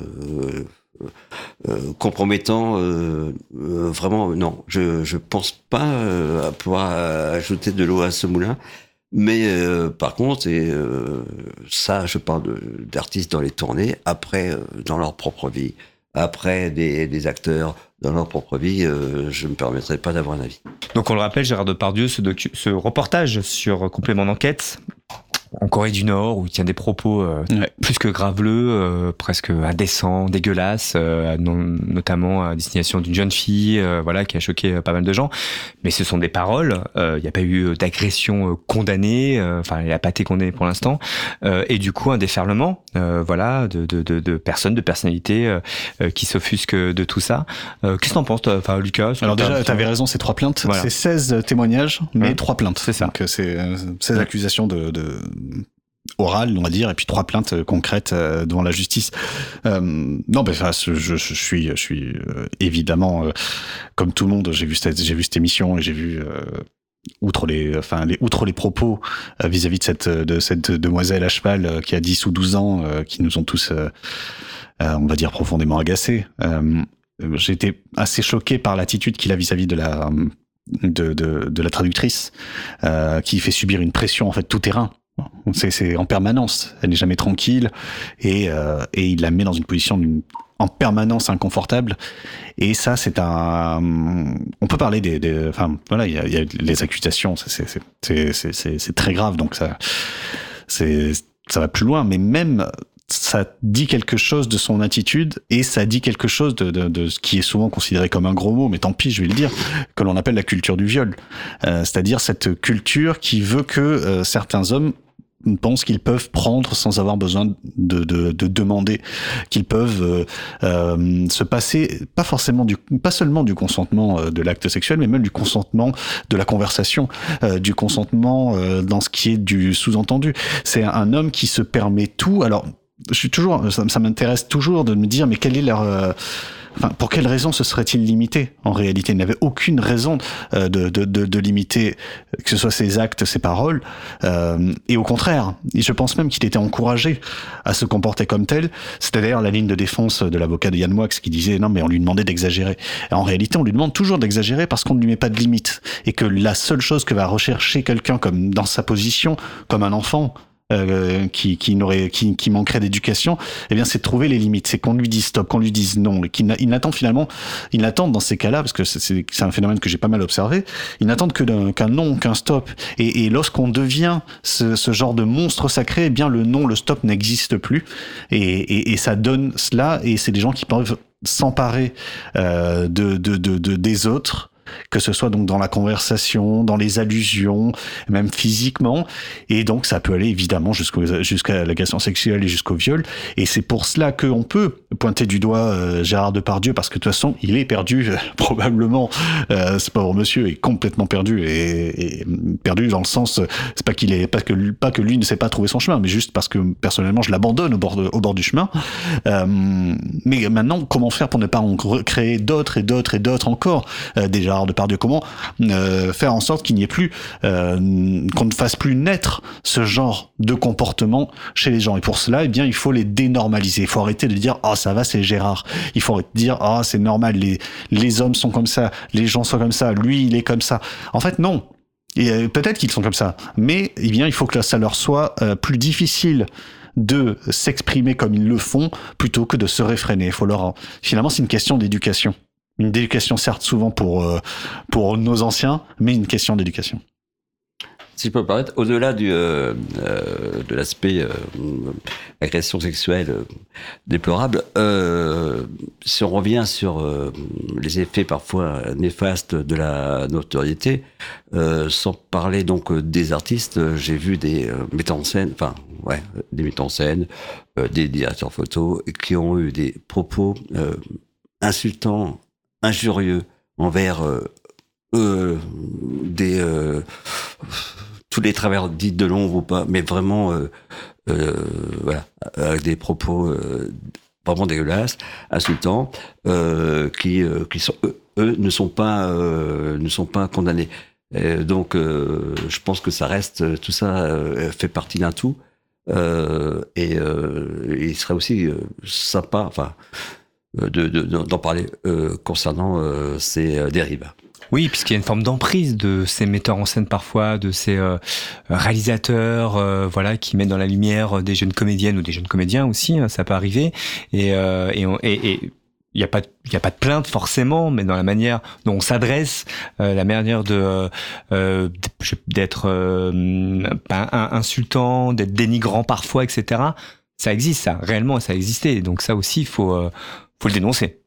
euh, compromettant. Euh, euh, vraiment, non, je je pense pas euh, à pouvoir ajouter de l'eau à ce moulin. Mais euh, par contre, et euh, ça, je parle de, d'artistes dans les tournées, après, euh, dans leur propre vie, après des, des acteurs dans leur propre vie, euh, je ne me permettrai pas d'avoir un avis. Donc on le rappelle, Gérard Depardieu, ce, docu- ce reportage sur Complément d'enquête en Corée du Nord, où il tient des propos euh, Ouais. plus que graveleux, euh, presque indécents, dégueulasses, euh, non- notamment à destination d'une jeune fille, euh, voilà, qui a choqué euh, pas mal de gens. Mais ce sont des paroles. euh, Il n'y a pas eu d'agression euh, condamnée. euh, Enfin, il n'a pas été condamné pour l'instant. Euh, et du coup, un déferlement, euh, voilà, de, de, de, de personnes, de personnalités euh, euh, qui s'offusquent de tout ça. Euh, Qu'est-ce que t'en penses, toi, enfin, Lucas? est-ce que Alors t'as un déjà, petit- tu avais raison, c'est trois plaintes. Voilà. C'est seize témoignages, mais Hum. trois plaintes. C'est ça. Donc euh, c'est euh, seize Ouais. accusations de, de orales, on va dire, et puis trois plaintes euh, concrètes euh, devant la justice. Euh, non, ben enfin, je, je, je suis, je suis euh, évidemment, euh, comme tout le monde, j'ai vu cette, j'ai vu cette émission et j'ai vu. Euh, outre les, enfin, les, outre les propos euh, vis-à-vis de cette, de cette demoiselle à cheval euh, qui a dix ou douze ans, euh, qui nous ont tous, euh, euh, on va dire, profondément agacés. Euh, j'ai été assez choqué par l'attitude qu'il a vis-à-vis de la, de, de, de la traductrice, euh, qui fait subir une pression en fait tout terrain. C'est, c'est en permanence. Elle n'est jamais tranquille et, euh, et il la met dans une position d'une, en permanence inconfortable. Et ça, c'est un. On peut parler des. des enfin, voilà, il y a, il y a les accusations. C'est, c'est, c'est, c'est, c'est, c'est très grave. Donc ça, c'est, ça va plus loin. Mais même ça dit quelque chose de son attitude et ça dit quelque chose de, de, de ce qui est souvent considéré comme un gros mot, mais tant pis, je vais le dire, que l'on appelle la culture du viol. Euh, c'est-à-dire cette culture qui veut que euh, certains hommes pensent qu'ils peuvent prendre sans avoir besoin de, de, de demander, qu'ils peuvent euh, euh, se passer, pas forcément du, pas seulement du consentement euh, de l'acte sexuel, mais même du consentement de la conversation, euh, du consentement euh, dans ce qui est du sous-entendu. C'est un homme qui se permet tout. Alors, je suis toujours, ça, ça m'intéresse toujours de me dire, mais quelle est leur, euh, Enfin, pour quelle raison se serait-il limité? En réalité, il n'avait aucune raison euh, de, de, de, de limiter que ce soit ses actes, ses paroles. Euh, et au contraire, je pense même qu'il était encouragé à se comporter comme tel. C'était d'ailleurs la ligne de défense de l'avocat de Yann Moix qui disait non, mais on lui demandait d'exagérer. Et en réalité, on lui demande toujours d'exagérer parce qu'on ne lui met pas de limite. Et que la seule chose que va rechercher quelqu'un comme dans sa position, comme un enfant, Euh, qui qui n'aurait qui qui manquerait d'éducation, eh bien c'est de trouver les limites, c'est qu'on lui dise stop, qu'on lui dise non, qu'il n'a, il n'attend finalement, il n'attend dans ces cas-là, parce que c'est, c'est c'est un phénomène que j'ai pas mal observé, il n'attend que d'un, qu'un non, qu'un stop, et, et lorsqu'on devient ce, ce genre de monstre sacré, eh bien le non, le stop n'existe plus, et, et et ça donne cela, et c'est des gens qui peuvent s'emparer euh, de, de de de des autres, que ce soit donc dans la conversation, dans les allusions, même physiquement, et donc ça peut aller évidemment jusqu'au, jusqu'à l'agression sexuelle et jusqu'au viol, et c'est pour cela qu'on peut pointer du doigt euh, Gérard Depardieu, parce que de toute façon il est perdu, euh, probablement, euh, ce pauvre monsieur est complètement perdu, et, et perdu dans le sens, c'est pas qu'il est, pas que, pas que lui ne sait pas trouver son chemin, mais juste parce que personnellement je l'abandonne au bord, de, au bord du chemin. Euh, mais maintenant, comment faire pour ne pas en créer d'autres et d'autres et d'autres encore, euh, déjà Depardieu, comment euh, faire en sorte qu'il n'y ait plus, euh, qu'on ne fasse plus naître ce genre de comportement chez les gens. Et pour cela, eh bien, il faut les dénormaliser. Il faut arrêter de dire ah oh, ça va, c'est Gérard. Il faut dire ah oh, c'est normal, les les hommes sont comme ça, les gens sont comme ça, lui il est comme ça. En fait non. Et euh, peut-être qu'ils sont comme ça, mais eh bien il faut que ça leur soit euh, plus difficile de s'exprimer comme ils le font plutôt que de se réfréner. Il faut leur finalement c'est une question d'éducation. Une éducation certes souvent pour euh, pour nos anciens, mais une question d'éducation. Si je peux me permettre, au-delà du, euh, euh, de l'aspect euh, agression sexuelle euh, déplorable, euh, si on revient sur euh, les effets parfois néfastes de la notoriété, euh, sans parler donc des artistes, j'ai vu des euh, metteurs en scène, enfin ouais, des metteurs en scène, euh, des directeurs photos qui ont eu des propos euh, insultants, injurieux envers euh, euh, des euh, tous les travers dits de l'ombre ou pas, mais vraiment euh, euh, voilà, avec des propos euh, vraiment dégueulasses, insultants, euh, qui euh, qui sont eux, eux ne sont pas euh, ne sont pas condamnés. Et donc euh, je pense que ça reste, tout ça euh, fait partie d'un tout, euh, et euh, il serait aussi euh, sympa, enfin. De, de, d'en parler euh, concernant euh, ces euh, dérives. Oui, puisqu'il y a une forme d'emprise de ces metteurs en scène parfois, de ces euh, réalisateurs, euh, voilà, qui mettent dans la lumière des jeunes comédiennes ou des jeunes comédiens aussi, hein, ça peut arriver. Et euh, et on, et, et il y a pas il y a pas de plainte forcément, mais dans la manière dont on s'adresse, euh, la manière de euh, d'être euh, pas insultant, d'être dénigrant parfois, et cetera. Ça existe, ça réellement, ça a existé. Donc ça aussi, il faut euh, faut le dénoncer,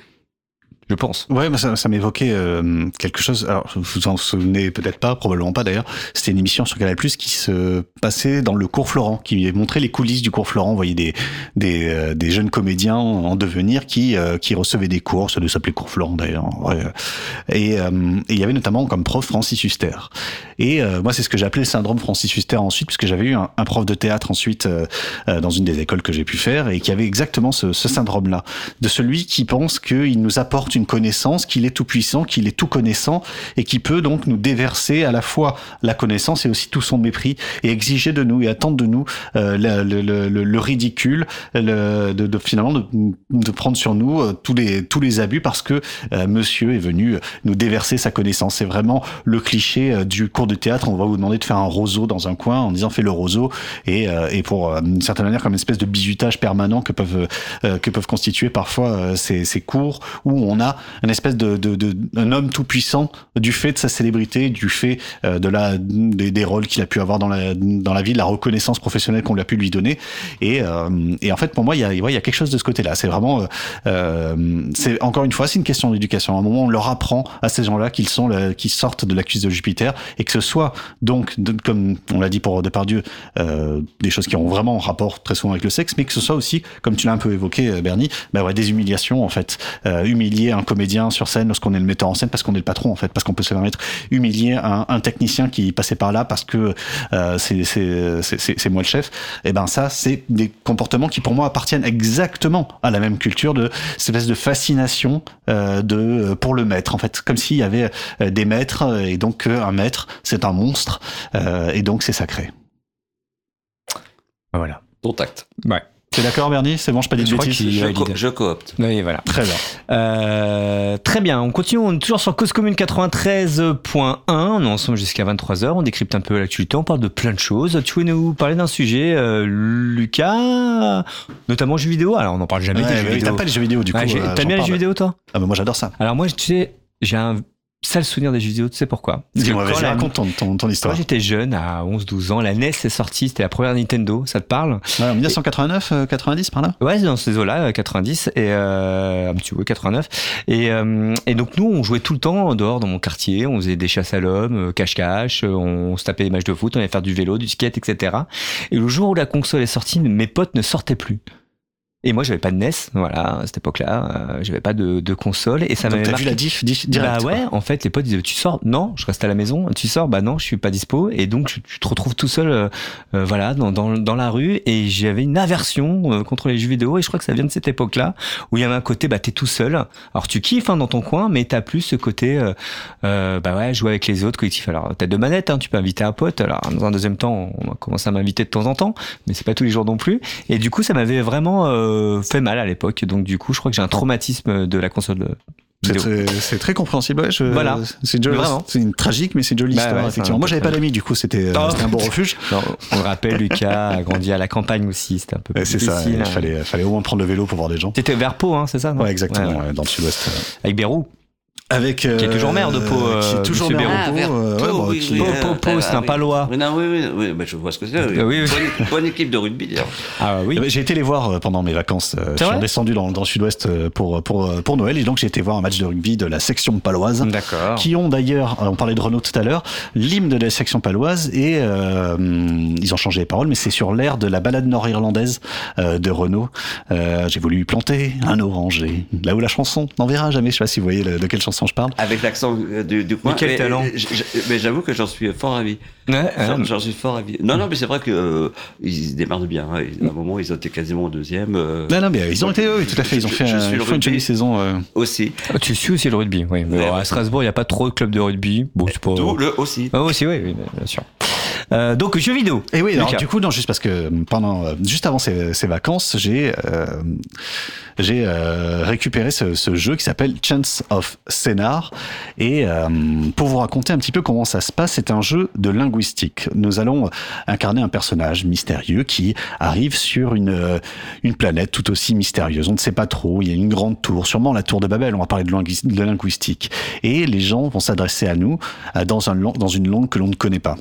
je pense. Ouais, bah ça, ça m'évoquait euh, quelque chose. Alors, vous vous en souvenez peut-être pas, probablement pas d'ailleurs. C'était une émission sur Canal Plus qui se passait dans le cours Florent, qui montrait les coulisses du cours Florent. Vous voyez des des euh, des jeunes comédiens en devenir qui euh, qui recevaient des cours. Ça devait s'appeler cours Florent d'ailleurs. Ouais. Et euh, et il y avait notamment comme prof Francis Huster. Et euh, moi, c'est ce que j'appelais le syndrome Francis Huster ensuite, puisque j'avais eu un, un prof de théâtre ensuite euh, euh, dans une des écoles que j'ai pu faire et qui avait exactement ce, ce syndrome-là, de celui qui pense qu'il nous apporte une connaissance, qu'il est tout puissant, qu'il est tout connaissant et qui peut donc nous déverser à la fois la connaissance et aussi tout son mépris et exiger de nous et attendre de nous euh, le, le, le, le ridicule, le, de, de finalement de, de prendre sur nous euh, tous les tous les abus parce que euh, monsieur est venu nous déverser sa connaissance. C'est vraiment le cliché euh, du cours de théâtre. On va vous demander de faire un roseau dans un coin en disant fais le roseau et euh, et pour euh, d'une certaine manière comme une espèce de bizutage permanent que peuvent euh, que peuvent constituer parfois euh, ces ces cours où on a un espèce de, de, de un homme tout puissant du fait de sa célébrité, du fait euh, de la des, des rôles qu'il a pu avoir dans la dans la vie, de la reconnaissance professionnelle qu'on lui a pu lui donner. Et euh, et en fait pour moi il y a il y a quelque chose de ce côté-là. C'est vraiment euh, c'est encore une fois c'est une question d'éducation. À un moment on leur apprend à ces gens-là qu'ils sont la, qu'ils sortent de la cuisse de Jupiter et que ce soit donc de, comme on l'a dit pour Depardieu euh, des choses qui ont vraiment rapport très souvent avec le sexe, mais que ce soit aussi comme tu l'as un peu évoqué Bernie, bah ouais, des humiliations en fait, euh, humilier un comédien sur scène, lorsqu'on est le metteur en scène, parce qu'on est le patron en fait, parce qu'on peut se permettre humilier un, un technicien qui passait par là parce que euh, c'est, c'est, c'est, c'est, c'est moi le chef. Et ben ça, c'est des comportements qui pour moi appartiennent exactement à la même culture de cette espèce de fascination euh, de pour le maître en fait, comme s'il y avait euh, des maîtres et donc euh, un maître c'est un monstre euh, et donc c'est sacré. Voilà. Ton tact. Ouais. T'es d'accord, Bernie? C'est bon, je pas dit de Je crois bêtises. qu'il- Je, valide. co- je coopte. Oui, voilà. Très bien. Euh, très bien, on continue, on est toujours sur Cause Commune quatre-vingt-treize point un, on est ensemble jusqu'à vingt-trois heures, on décrypte un peu l'actualité, on parle de plein de choses. Tu voulais nous parler d'un sujet, euh, Lucas, notamment jeux vidéo. Alors on n'en parle jamais Ouais, des jeux mais vidéo. t'as pas les jeux vidéo du coup. Ouais, j'ai- euh, T'aimes j'en bien les parle. jeux vidéo toi? Ah bah moi j'adore ça. Alors moi, tu sais, j'ai un sale souvenir des jeux vidéo, tu sais pourquoi? Parce que Dis-moi, quand vas-y, la- raconte ton, ton, ton Quand histoire. j'étais jeune, à onze douze ans, la N E S est sortie, c'était la première Nintendo, ça te parle? Ouais, en dix-neuf cent quatre-vingt-neuf, euh, quatre-vingt-dix par là. Ouais, c'est dans ces eaux-là, quatre-vingt-dix, et euh, un petit peu quatre-vingt-neuf. Et, euh, et donc nous, on jouait tout le temps dehors dans mon quartier, on faisait des chasses à l'homme, euh, cache-cache, euh, on se tapait des matchs de foot, on allait faire du vélo, du skate, et cetera. Et le jour où la console est sortie, mes potes ne sortaient plus. Et moi, j'avais pas de N E S, voilà, à cette époque-là, euh, j'avais pas de, de console, et ça Donc m'avait t'as marqué. vu la diff, diff direct. Bah ouais, en fait, les potes disaient tu sors, non, je reste à la maison. Tu sors, bah non, je suis pas dispo. Et donc tu, tu te retrouves tout seul, euh, euh, voilà, dans, dans dans la rue. Et j'avais une aversion euh, contre les jeux vidéo. Et je crois que ça vient de cette époque-là où il y avait un côté, bah t'es tout seul. Alors tu kiffes hein, dans ton coin, mais t'as plus ce côté, euh, euh, bah ouais, jouer avec les autres, collectif. Alors t'as deux manettes, hein, tu peux inviter un pote. Alors dans un deuxième temps, on a commencé à m'inviter de temps en temps, mais c'est pas tous les jours non plus. Et du coup, ça m'avait vraiment euh, fait mal à l'époque. Donc du coup, je crois que j'ai un traumatisme de la console de C'est vidéo. très, c'est très compréhensible. Ouais, je, Voilà. C'est, joli, Vraiment. c'est une tragique, mais c'est une jolie Bah histoire, ouais, effectivement. c'est un Moi, peu j'avais pas tragique. d'amis, du coup, c'était, Oh. c'était un bon refuge. Non, on le rappelle, Lucas a grandi à la campagne aussi, c'était un peu Ouais, plus c'est ça, difficile. il hein. fallait, fallait au moins prendre le vélo pour voir des gens. T'étais vers Pau, hein, c'est ça non Ouais, exactement, Ouais, ouais. ouais, dans le sud-ouest. euh. Avec Bérou. Avec, euh, Qui est toujours maire de Pau, euh, qui est toujours Monsieur maire Béraud. de Pau. euh, ouais, bon, oui, qui- oui, Pau, euh, Pau, Pau, ah, c'est ah, un oui. Palois. Oui, non, oui, oui, oui, mais je vois ce que c'est. Oui. Ah oui, oui. Bonne, bonne équipe de rugby, d'ailleurs. Ah oui. Eh ben, j'ai été les voir euh, pendant mes vacances. euh, Je suis vrai redescendu dans, dans le sud-ouest euh, pour, pour, euh, pour Noël et donc j'ai été voir un match de rugby de la section paloise. D'accord. Qui ont d'ailleurs, euh, on parlait de Renault tout à l'heure, l'hymne de la section paloise et euh, ils ont changé les paroles, mais c'est sur l'air de la balade nord-irlandaise euh, de Renault. Euh, j'ai voulu planter un oranger. Là où la chanson n'en verra jamais. Je sais pas si vous voyez le- de quelle chanson je parle. Avec l'accent euh, du, du coin. Mais quel Mais, talent. euh, j- j- Mais j'avoue que j'en suis fort ravi. Ouais, J'en ouais. j'en suis fort ravi. Non, non, mais c'est vrai que euh, ils se démarrent bien. hein. À un moment, ils ont été quasiment deuxième. euh, Non, non, mais ils ont été, oui, tout à fait. Ils ont Je- fait, je un- suis ils le font une rugby. jolie saison. euh. aussi. Ah, tu suis aussi le rugby, oui. Mais Ouais, alors, à ouais. Strasbourg, il n'y a pas trop de clubs de rugby. Bon, c'est pas. D'où le aussi. Ah, aussi, oui, oui, bien sûr. Euh, donc, jeux vidéo. Et oui, alors Lucas. du coup, non, juste parce que pendant, euh, juste avant ces, ces vacances, j'ai, euh, j'ai euh, récupéré ce, ce jeu qui s'appelle Chance of Scénar. Et euh, pour vous raconter un petit peu comment ça se passe, c'est un jeu de linguistique. Nous allons incarner un personnage mystérieux qui arrive sur une, euh, une planète tout aussi mystérieuse. On ne sait pas trop. Il y a une grande tour, sûrement la tour de Babel. On va parler de, linguis- de linguistique. Et les gens vont s'adresser à nous euh, dans, un, lang- dans une langue que l'on ne connaît pas.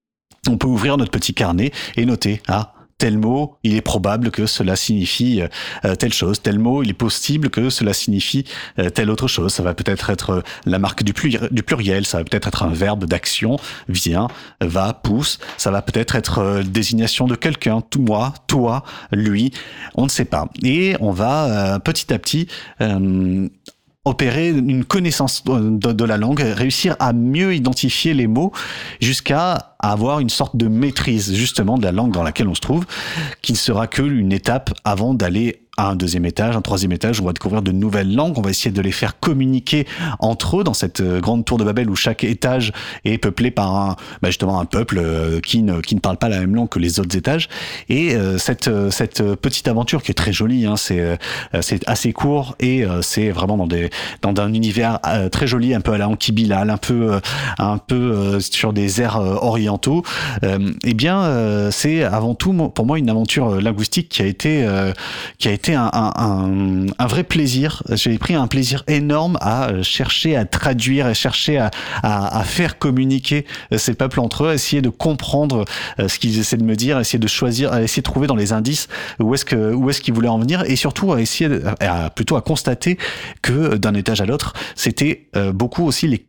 On peut ouvrir notre petit carnet et noter, ah, tel mot, il est probable que cela signifie euh, telle chose. Tel mot, il est possible que cela signifie euh, telle autre chose. Ça va peut-être être euh, la marque du, pluri- du pluriel. Ça va peut-être être un verbe d'action. Vient, va, pousse. Ça va peut-être être euh, désignation de quelqu'un. Tout moi, toi, lui. On ne sait pas. Et on va euh, petit à petit euh, opérer une connaissance de, de la langue, réussir à mieux identifier les mots jusqu'à avoir une sorte de maîtrise justement de la langue dans laquelle on se trouve, qui ne sera que une étape avant d'aller à un deuxième étage, un troisième étage, où on va découvrir de nouvelles langues, on va essayer de les faire communiquer entre eux dans cette grande tour de Babel où chaque étage est peuplé par un, bah justement un peuple euh, qui ne, qui ne parle pas la même langue que les autres étages. Et euh, cette, cette petite aventure qui est très jolie, hein, c'est, euh, c'est assez court et euh, c'est vraiment dans des, dans un univers euh, très joli, un peu à la Anki Bilal, un peu, euh, un peu euh, sur des airs euh, orientaux. Euh, eh bien, euh, c'est avant tout pour moi une aventure linguistique qui a été, euh, qui a été un, un, un, un vrai plaisir. J'ai pris un plaisir énorme à chercher à traduire et chercher à, à, à faire communiquer ces peuples entre eux, à essayer de comprendre ce qu'ils essaient de me dire, à essayer de choisir, à essayer de trouver dans les indices où est-ce que où est-ce qu'ils voulaient en venir, et surtout à essayer de, à, plutôt à constater que d'un étage à l'autre, c'était beaucoup aussi les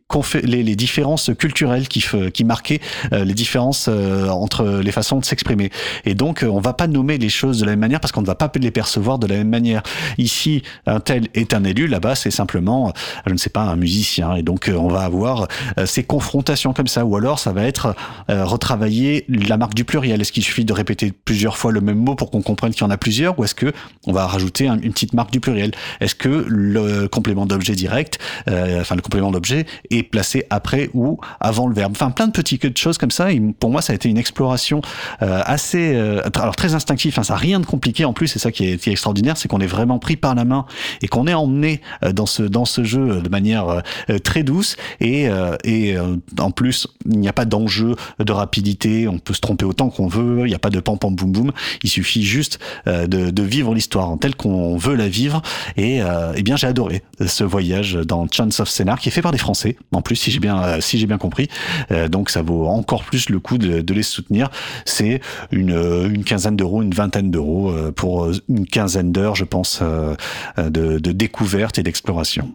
confé- les, les différences culturelles qui, f- qui marquaient euh, les différences euh, entre les façons de s'exprimer. Et donc, euh, on va pas nommer les choses de la même manière parce qu'on ne va pas les percevoir de la même manière. Ici, un tel est un élu, là-bas, c'est simplement, je ne sais pas, un musicien. Et donc, euh, on va avoir euh, ces confrontations comme ça. Ou alors, ça va être euh, retravailler la marque du pluriel. Est-ce qu'il suffit de répéter plusieurs fois le même mot pour qu'on comprenne qu'il y en a plusieurs, ou est-ce que on va rajouter un, une petite marque du pluriel? Est-ce que le complément d'objet direct, euh, enfin le complément d'objet, est placé après ou avant le verbe? Enfin, plein de petites choses comme ça. Et pour moi, ça a été une exploration euh, assez, euh, alors très instinctive. Enfin, ça n'a rien de compliqué en plus. C'est ça qui est, qui est extraordinaire, c'est qu'on est vraiment pris par la main et qu'on est emmené euh, dans ce dans ce jeu de manière euh, très douce. Et euh, et euh, en plus, il n'y a pas d'enjeu de rapidité. On peut se tromper autant qu'on veut. Il n'y a pas de pam pam boum boum. Il suffit juste euh, de, de vivre l'histoire en telle qu'on veut la vivre. Et euh, eh bien, j'ai adoré ce voyage dans Chance of Scénar, qui est fait par des Français. En plus, si j'ai bien euh, si j'ai bien compris, euh, donc ça vaut encore plus le coup de, de les soutenir. C'est une une quinzaine d'euros, une vingtaine d'euros euh, pour une quinzaine d'heures, je pense, euh, de, de découverte et d'exploration.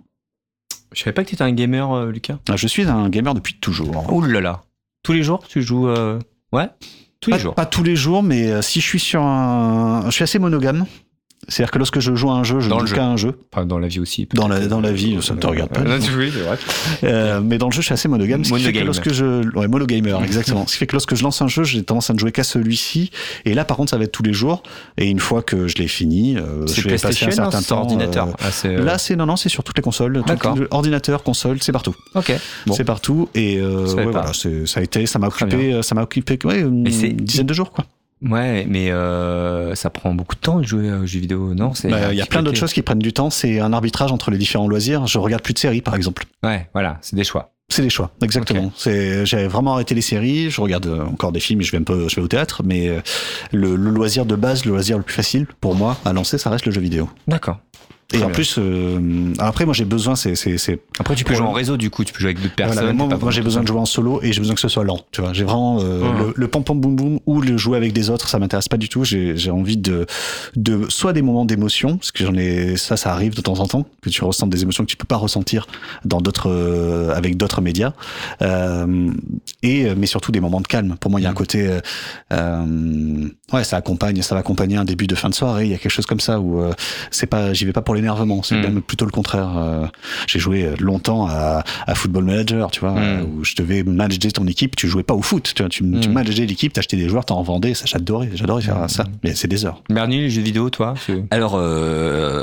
Je savais pas que t'étais un gamer, euh, Lucas. Je suis un gamer depuis toujours. Ouh là là. Tous les jours, tu joues. Euh... Ouais. Tous Pas, les jours. pas tous les jours, mais euh, si je suis sur un, je suis assez monogame. C'est-à-dire que lorsque je joue à un jeu, je Dans ne le joue jeu. qu'à un jeu. Enfin, dans la vie aussi. Dans la, dans la vie, ça ne te regarde pas. Euh, oui, c'est vrai. Euh, mais dans le jeu, je suis assez monogame. Ce qui fait que Monogame. lorsque je, ouais, monogamer, exactement. Ce qui fait que lorsque je lance un jeu, j'ai tendance à ne jouer qu'à celui-ci. Et là, par contre, ça va être tous les jours. Et une fois que je l'ai fini, euh, C'est je vais passer un PlayStation, certain non, c'est temps. ordinateur. euh, Ah, c'est, euh, Là, c'est non, non, c'est sur toutes les consoles. D'accord. Tout- ordinateur, console, c'est partout. Ok. Bon. C'est partout. Et euh, Je savais ouais, pas. voilà, c'est, ça a été, ça m'a Très occupé, euh, ça m'a occupé, ouais, une c'est- dizaine de jours, quoi. Ouais, mais euh, ça prend beaucoup de temps de jouer aux jeux vidéo, non? C'est Bah, il y a plein d'autres choses qui prennent du temps. C'est un arbitrage entre les différents loisirs. Je regarde plus de séries, par exemple. Ouais, voilà, c'est des choix. C'est des choix, exactement. Ok. C'est, j'ai vraiment arrêté les séries. Je regarde euh, encore des films et je vais un peu, je vais au théâtre. Mais euh, le, le loisir de base, le loisir le plus facile pour moi à lancer, ça reste le jeu vidéo. D'accord. Et Très en bien. plus, euh, après, moi, j'ai besoin, c'est, c'est, c'est Après, tu peux Pour jouer le- en réseau, du coup, tu peux jouer avec d'autres Voilà, personnes. mais moi, t'es pas moi, j'ai besoin de jouer en solo et j'ai besoin que ce soit lent. Tu vois, j'ai vraiment euh, Ouais. le, le pom pom boum boum ou le jouer avec des autres, ça m'intéresse pas du tout. J'ai, j'ai envie de, de soit des moments d'émotion, parce que j'en ai, ça, ça arrive de temps en temps, que tu ressens des émotions que tu peux pas ressentir dans d'autres, euh, avec d'autres médias, euh, et mais surtout des moments de calme. Pour moi, il y a un côté, euh, euh, ouais, ça accompagne, ça va accompagner un début de fin de soirée. Il y a quelque chose comme ça où euh, c'est pas, j'y vais pas pour l'énervement, c'est Mm. même plutôt le contraire. Euh, j'ai joué longtemps à, à Football Manager, tu vois, Mm. où je devais manager ton équipe. Tu jouais pas au foot, tu vois, tu, tu Mm. manageais l'équipe, t'achetais des joueurs, t'en vendais. Ça, j'adorais, j'adorais faire Mm. ça. Mais c'est des heures. Bernie, les jeux vidéo, toi c'est- Alors, euh,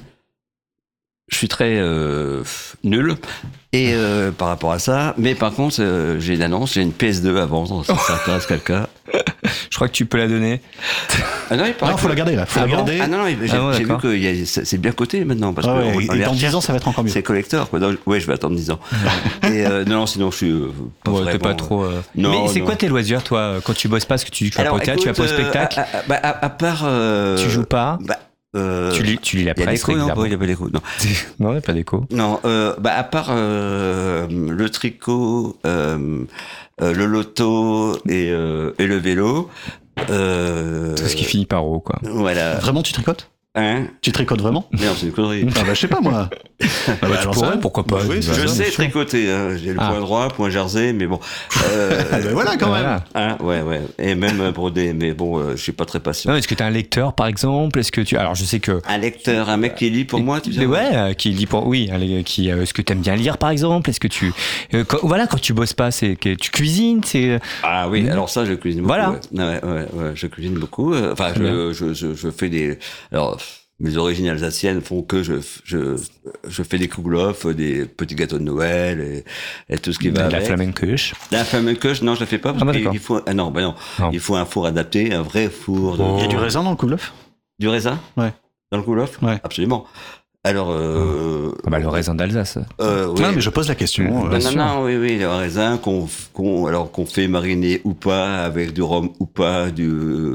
je suis très euh, nul et euh, par rapport à ça, mais par contre, euh, j'ai une annonce, j'ai une P S deux à vendre, si ça intéresse quelqu'un. Je crois que tu peux la donner. Ah non, il paraît Non, faut que- la garder là, faut Ah la bon garder. Ah non, non, j'ai, Ah ouais, j'ai vu d'accord. que y a- c'est c'est bien coté maintenant parce Ah que ouais, on- et on les dans dix recherche, ans, ça va être encore mieux. c'est collector quoi. Donc, ouais, je vais attendre dix ans. et euh, non, non, sinon je suis euh, pas Ouais, vraiment, t'es pas euh, trop. euh, non, mais c'est non. quoi tes loisirs, toi, euh, quand tu bosses pas, parce que tu, tu vas pas Alors, au théâtre, tu vas écoute, pas au spectacle, euh, à, à- bah, à- à part, euh, tu joues pas, bah, euh, tu, lis, tu lis la il y a presse l'écho, non, régulièrement. il y a pas l'écho, non. Non, il n'y a pas d'écho. Non, euh, bah à part euh, le tricot, euh, euh, le loto et, euh, et le vélo. Euh, Tout ce qui finit par O, quoi. Voilà. Vraiment, tu tricotes Hein Tu tricotes vraiment Mais non, c'est une connerie. Ah bah, je sais pas moi. Ah bah, tu j'en pourrais, sais. pourquoi pas, Bah oui, tu c'est vas- Je ça, sais bien sûr. tricoter, hein. J'ai le Ah. point droit, point jersey, mais bon. Euh, Ah bah voilà quand même. Voilà. hein, ouais, ouais. Et même broder, mais bon, euh, je suis pas très patient. Non, est-ce que tu as un lecteur, par exemple? Est-ce que tu. Alors, je sais que. Un lecteur, un mec qui lit pour moi, tu sais. Mais ouais, euh, qui lit pour. Oui, allez, qui. euh, est-ce que tu aimes bien lire, par exemple? Est-ce que tu. euh, quand- voilà, quand tu bosses pas, c'est que tu cuisines, c'est. Ah oui, Mhm. alors ça, je cuisine beaucoup. Voilà. Ouais. Ouais, ouais, ouais, je cuisine beaucoup. Euh, Enfin, Très je, je, je, je fais des. Alors, mes origines alsaciennes font que je, je, je fais des kouglof, des petits gâteaux de Noël et, et tout ce qui va de la avec. flamencuche. La flamencuche, non, je la fais pas parce Ah bah, qu'il d'accord. il faut. Ah non, bah non, Non. il faut un four adapté, un vrai four. De, Il y a du raisin dans le kouglof Du raisin. Ouais. Dans le kouglof. Ouais. Absolument. Alors. Euh, Ah bah, le raisin d'Alsace. euh, oui. Non, mais je pose la question. Mmh. euh, Non, Bien non, sûr. non, oui, oui, le raisin qu'on, qu'on, alors qu'on fait mariner ou pas, avec du rhum ou pas, du,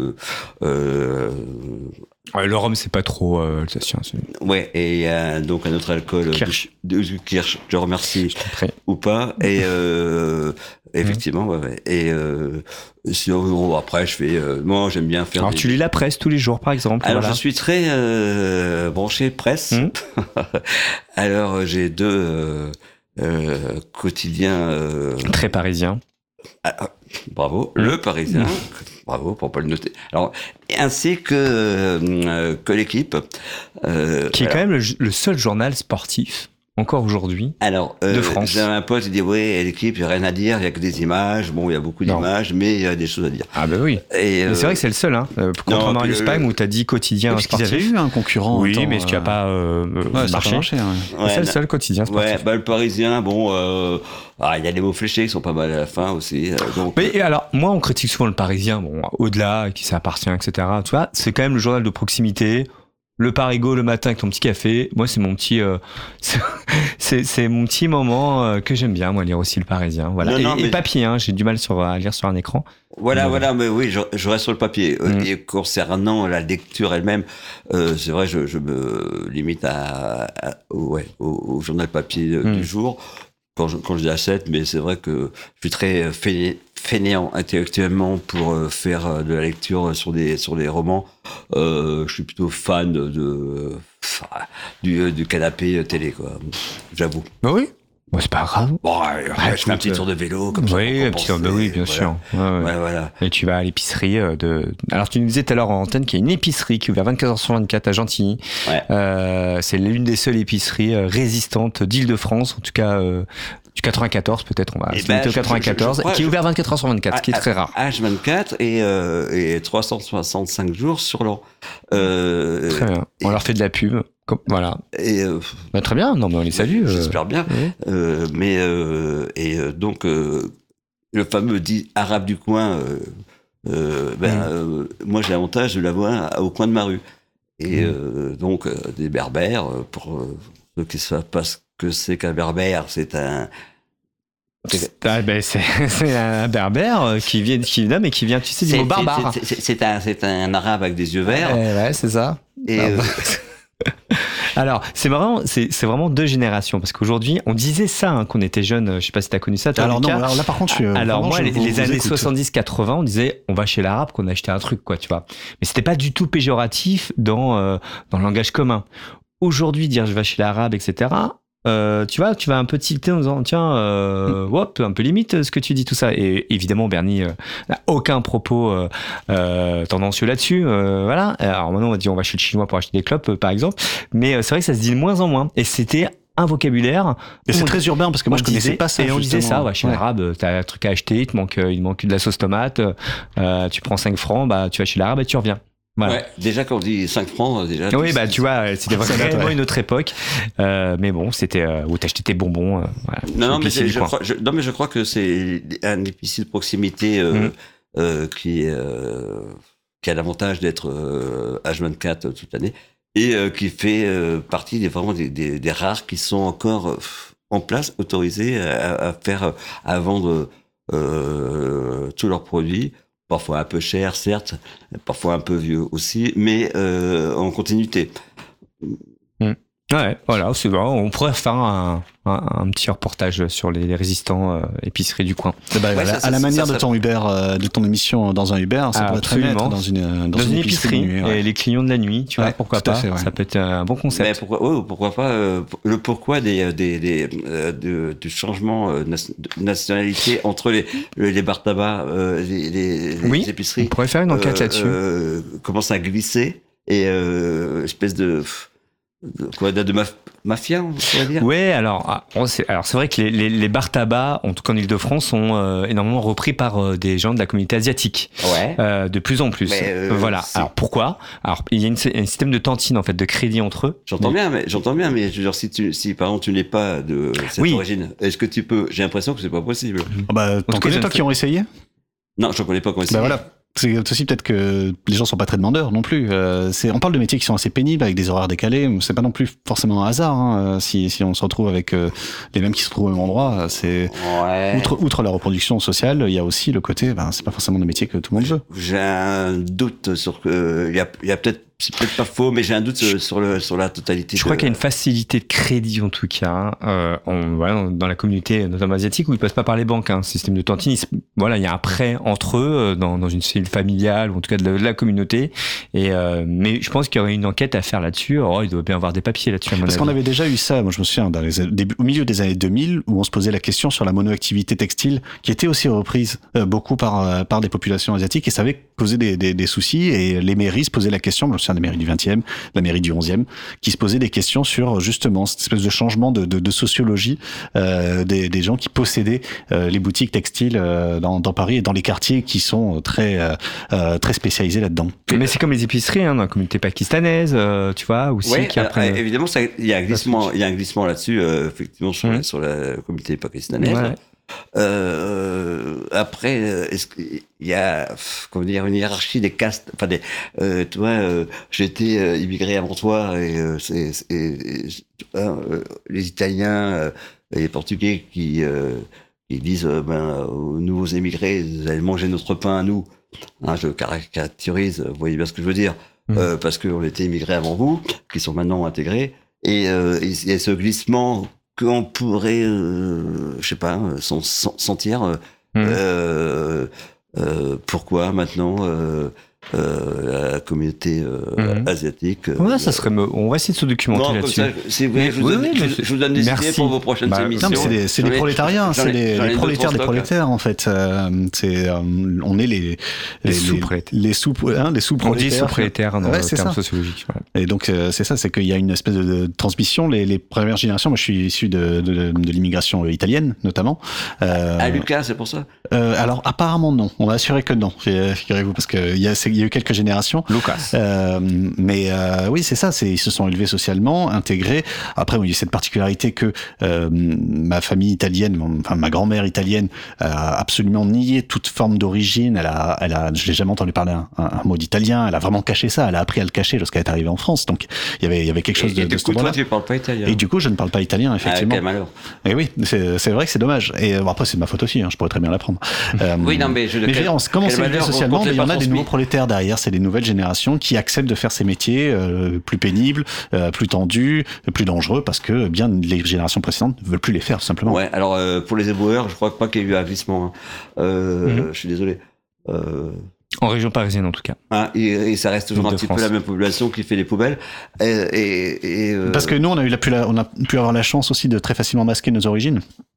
euh, Ouais, le rhum, c'est pas trop euh, alsacien. c'est- ouais, et il y a donc un autre alcool, Kirsch. du, du Kirsch, je remercie, Après. ou pas, et euh, effectivement, ouais, ouais, et euh, sinon, bon, après, je fais, euh, moi, j'aime bien faire. Alors, des- tu lis la presse tous les jours, par exemple. Alors, voilà. je suis très euh, branché presse. Mmh. Alors, j'ai deux, euh, euh, quotidien. Euh, Très parisien. ah, ah, bravo, Le Parisien. Bravo pour pas le noter. Alors, ainsi que euh, que l'équipe, euh, Qui est alors, quand même le, le seul journal sportif, encore aujourd'hui. Alors, euh, de France. j'ai un pote qui dit oui, l'équipe, il n'y a rien à dire, il n'y a que des images. Bon, il y a beaucoup Non. d'images, mais il y a des choses à dire. Ah bah oui. Et, Mais c'est vrai que c'est le seul, hein. Euh, contrairement à puis, l'Espagne euh, où t'as dit quotidien Parce qu'ils avaient sportif. eu un concurrent. Oui, autant, mais ce qui n'a euh, pas euh, Ouais, ça a pas marché. marché. Ouais. Ouais, c'est le na- seul quotidien sportif. Ouais, bah, le Parisien, bon, euh, ah, il y a des mots fléchés qui sont pas mal à la fin aussi. euh, donc, Mais et alors, moi, on critique souvent le Parisien, bon, au-delà, à qui ça appartient, et cetera. Tu vois, c'est quand même le journal de proximité. Le Parigo le matin avec ton petit café. Moi, c'est mon petit, euh, c'est, c'est, c'est mon petit moment euh, que j'aime bien, moi, lire aussi le Parisien. Voilà. Non, et, non, et mais- papier, hein, j'ai du mal sur, à lire sur un écran. Voilà, Mais voilà, mais oui, je, je reste sur le papier. Euh, Mm. Et concernant la lecture elle-même, euh, c'est vrai, je, je me limite à, à- au- ouais, au, au journal papier euh, Mm. du jour quand je, quand je l'achète, mais c'est vrai que je suis très fainé- fainéant intellectuellement pour euh, faire euh, de la lecture sur des sur des romans. Euh, je suis plutôt fan de, de enfin, du, du canapé télé, quoi. J'avoue. Bah oui. Bon, c'est pas grave. Bon, ouais, Ouais, je fais un écoute, petit tour de vélo comme ça. Oui, pour un petit, bah compenser, oui, bien voilà. sûr. Ouais, ouais. Ouais, voilà. Et tu vas à l'épicerie euh, de. Alors, tu nous disais tout à l'heure en antenne qu'il y a une épicerie qui est ouverte vingt-quatre heures sur vingt-quatre à Gentilly. Ouais. Euh, c'est l'une des seules épiceries euh, résistantes d'Île-de-France, en tout cas euh, du quatre-vingt-quatorze, peut-être, on va Eh se ben, limiter au je- je- quatre-vingt-quatorze, je crois- qui est je- ouvert vingt-quatre heures sur vingt-quatre, ce qui est très rare. H vingt-quatre et, euh, et trois cent soixante-cinq jours sur l'an. Euh, Très bien. On leur fait de la pub. Comme- Voilà. Et euh, Bah, très bien. Non, mais on les salue. euh. j'espère bien. Oui. Euh, mais euh, et euh, donc euh, le fameux dit arabe du coin. Euh, euh, ben, Mm. euh, moi, j'ai l'avantage de l'avoir au coin de ma rue. Et Mm. euh, donc euh, des berbères, euh, pour euh, ceux qui ne savent pas ce que c'est qu'un berbère, c'est un Ah, ben, c'est c'est un berbère euh, qui vient, qui, non, mais qui vient, tu sais, du c'est- mot barbare. c'est- c'est- C'est un, c'est un arabe avec des yeux verts. Eh ouais, c'est ça. Et, Ah, euh, bah. Alors, c'est vraiment, c'est, c'est vraiment deux générations parce qu'aujourd'hui, on disait ça hein, qu'on était jeunes. Je sais pas si t'as connu ça. Toi, Alors non, Lucas. alors là par contre, je suis. euh, Alors vraiment, moi, je les, vous- les vous années écoute. soixante-dix quatre-vingts, on disait on va chez l'arabe qu'on a acheté un truc, quoi, tu vois. Mais c'était pas du tout péjoratif dans euh, dans le langage commun. Aujourd'hui, dire je vais chez l'arabe, et cetera. Euh, tu vois, tu vas un peu tilter en disant tiens, euh, hop, un peu limite euh, ce que tu dis tout ça. Et évidemment, Bernie euh, n'a aucun propos euh, euh, tendancieux là-dessus. Euh, voilà. Alors maintenant, on va dire on va chez le chinois pour acheter des clopes, euh, par exemple. Mais euh, c'est vrai que ça se dit de moins en moins. Et c'était un vocabulaire. Et c'est On- très urbain parce que moi on je connaissais disait- pas ça. Et on disait justement. ça, ouais, chez Ouais. l'arabe, t'as un truc à acheter, il te manque, il te manque de la sauce tomate, euh, tu prends cinq francs, bah, tu vas chez l'arabe et tu reviens. Voilà. ouais, déjà quand on dit cinq francs, déjà. Oui, tu- bah tu vois, c'était Ça date, vraiment ouais. une autre époque. Euh, mais bon, c'était euh, où t'achetais tes bonbons. Euh, voilà, Non, non, mais l'épicier c'est- du je coin. crois, je, non, mais je crois que c'est un épicier de proximité euh, Mhm. euh, qui, euh, qui a l'avantage d'être euh, H vingt-quatre toute l'année et euh, qui fait euh, partie des, vraiment des, des, des rares qui sont encore euh, en place, autorisés à, à faire, à vendre euh, tous leurs produits. Parfois un peu cher, certes, parfois un peu vieux aussi, mais euh, en continuité. Ouais, voilà, c'est bon. On pourrait faire un, un, un petit reportage sur les, les résistants euh, épiceries du coin. Bah, Ouais, à ça, la- ça, à la ça, manière ça, de ça- ton Uber, euh, de ton émission dans un Uber, ça Ah, pourrait très bien être absolument. dans une Dans, dans, une de épicerie, nuit, ouais. et les clients de la nuit, tu vois, Ouais, pourquoi tout à pas. fait, ouais. Ça peut être un bon Mais concept. pourquoi, ouais, pourquoi pas euh, le pourquoi des, des, des, euh, de- du changement euh, nas- de nationalité entre les, les bars tabac, euh, les, les, les Oui, On épiceries pourrait faire une enquête euh, là-dessus. euh, commence à glisser et euh, espèce de, de quoi de, de maf- mafia, on pourrait dire. Ouais, alors, ah, on sait- alors c'est vrai que les, les, les bars tabac, en tout cas en Ile-de-France, sont euh, énormément repris par euh, des gens de la communauté asiatique, Ouais. euh, de plus en plus. Mais, euh, voilà. c'est- Alors pourquoi? Alors il y a une, un système de tantine en fait, de crédit entre eux. J'entends Mais- bien, mais j'entends bien, mais je veux dire, si tu, si par exemple tu n'es pas de cette Oui. origine, est-ce que tu peux? J'ai l'impression que c'est pas possible. Ah bah, tout t'en cas, connais je toi ne qui sais- ont essayé? Non, je ne connais pas comment c'est. Bah voilà. C'est aussi peut-être que les gens sont pas très demandeurs non plus. Euh, c'est, on parle de métiers qui sont assez pénibles avec des horaires décalés. C'est pas non plus forcément un hasard. Hein. Si, si on se retrouve avec euh, les mêmes qui se trouvent au même endroit, c'est Ouais. outre, outre la reproduction sociale, il y a aussi le côté. Ben, c'est pas forcément des métiers que tout le monde veut. J'ai un doute sur que il y a, il y a peut-être c'est peut-être pas faux, mais j'ai un doute sur, sur, le, sur la totalité. Je de... crois qu'il y a une facilité de crédit en tout cas, euh, on, voilà, dans la communauté notamment asiatique où ils passent pas par les banques, hein, système de tantine. Ils, voilà, il y a un prêt entre eux euh, dans, dans une cellule familiale ou en tout cas de la, de la communauté. Et euh, mais je pense qu'il y aurait une enquête à faire là-dessus. Oh, il doit bien avoir des papiers là-dessus. À mon Parce avis. qu'on avait déjà eu ça. Moi, je me souviens dans les début, au milieu des années deux mille où on se posait la question sur la monoactivité textile, qui était aussi reprise euh, beaucoup par euh, par des populations asiatiques et ça avait causé des, des, des soucis. Et les mairies se posaient la question. Je me souviens des mairies du vingtième, la mairie du onzième, qui se posaient des questions sur justement cette espèce de changement de, de, de sociologie euh, des, des gens qui possédaient euh, les boutiques textiles euh, dans, dans Paris et dans les quartiers qui sont très euh, très spécialisés là-dedans. Mais c'est comme les épiceries hein, dans la communauté pakistanaise, euh, tu vois, aussi Ouais, qui après. euh, évidemment, ça, il y a un glissement, il y a un glissement là-dessus, euh, effectivement, sur, Mmh. la, sur la communauté pakistanaise. Ouais. Euh, après, euh, est-ce qu'il y a, pff, comment dire, une hiérarchie des castes, enfin des, euh, tu vois, euh, j'étais euh, immigré avant toi et, euh, c'est, c'est, et, tu vois, euh, les Italiens euh, et les Portugais qui, euh, qui disent, euh, ben, aux nouveaux émigrés, vous allez manger notre pain à nous. Hein, je caractérise, vous voyez bien ce que je veux dire, Mmh. euh, parce qu'on était immigrés avant vous, qui sont maintenant intégrés, et euh, il y a ce glissement qu'on pourrait, euh, je sais pas, sen- sen- sentir. Euh, Mmh. euh, euh, pourquoi maintenant euh, euh, la communauté euh, Mhm. asiatique euh, Ouais, ça serait. On va essayer de se documenter non, comme là-dessus. ça, si vous voulez, je vous, Oui, donne, oui, je, mais vous- je vous donne des merci. idées pour vos prochaines Bah, émissions. Non, mais c'est des, c'est des J'en ai- prolétariens, j'en ai- c'est les, j'en ai les deux, prolétaires trois des stocks. prolétaires en fait. Euh, c'est, euh, on est les Les les sous-prolétaires. les sous hein, les sous On dit sous-prolétaire dans Ouais, le c'est terme ça. sociologique. Ouais. Et donc euh, c'est ça, c'est qu'il y a une espèce de, de transmission. Les, les premières générations, moi je suis issu de, de, de l'immigration italienne notamment. Euh, Ah, Lucas, c'est pour ça. euh, alors apparemment non, on m'a assuré que non. fi- Figurez-vous parce qu'il y a c'est- il y a eu quelques générations. Lucas. Euh, mais euh, oui, c'est ça. C'est ils se sont élevés socialement, intégrés. Après, oui, il y a cette particularité que euh, ma famille italienne, mon- enfin ma grand-mère italienne, a absolument nié toute forme d'origine. Elle a, elle a, je l'ai jamais entendu parler un, un, un mot d'italien. Elle a vraiment caché ça. Elle a appris à le cacher lorsqu'elle est arrivée en France. Donc il y avait, il y avait quelque chose et, de, et de du ce coup, toi, ordre-là. tu parles pas italien. Et du coup, je ne parle pas italien, Ah, effectivement. quel malheur. Et oui, c'est c'est vrai que c'est dommage. Et bon, après, c'est de ma faute aussi. Hein, je pourrais très bien l'apprendre. Euh, Oui, non, mais je- mais je veux quel- dire, on- comme on quel s'est élevé malheur socialement, qu'on mais il y en t'ait a pas des nouveaux transmis. prolétaires derrière. C'est des nouvelles générations qui acceptent de faire ces métiers euh, plus pénibles, euh, plus tendus, plus dangereux, parce que bien les générations précédentes ne veulent plus les faire, tout simplement. Ouais, alors euh, pour les éboueurs, je crois pas qu'il y ait eu un glissement. Hein. Euh, Mhm. Je suis désolé. Euh, En région parisienne en tout cas. hein, et, et ça reste toujours un petit Île-de-France. peu la même population qui fait les poubelles. Et, et, et, euh, Parce que nous, on a eu la, pu, la- on a pu avoir la chance aussi de très facilement masquer nos origines.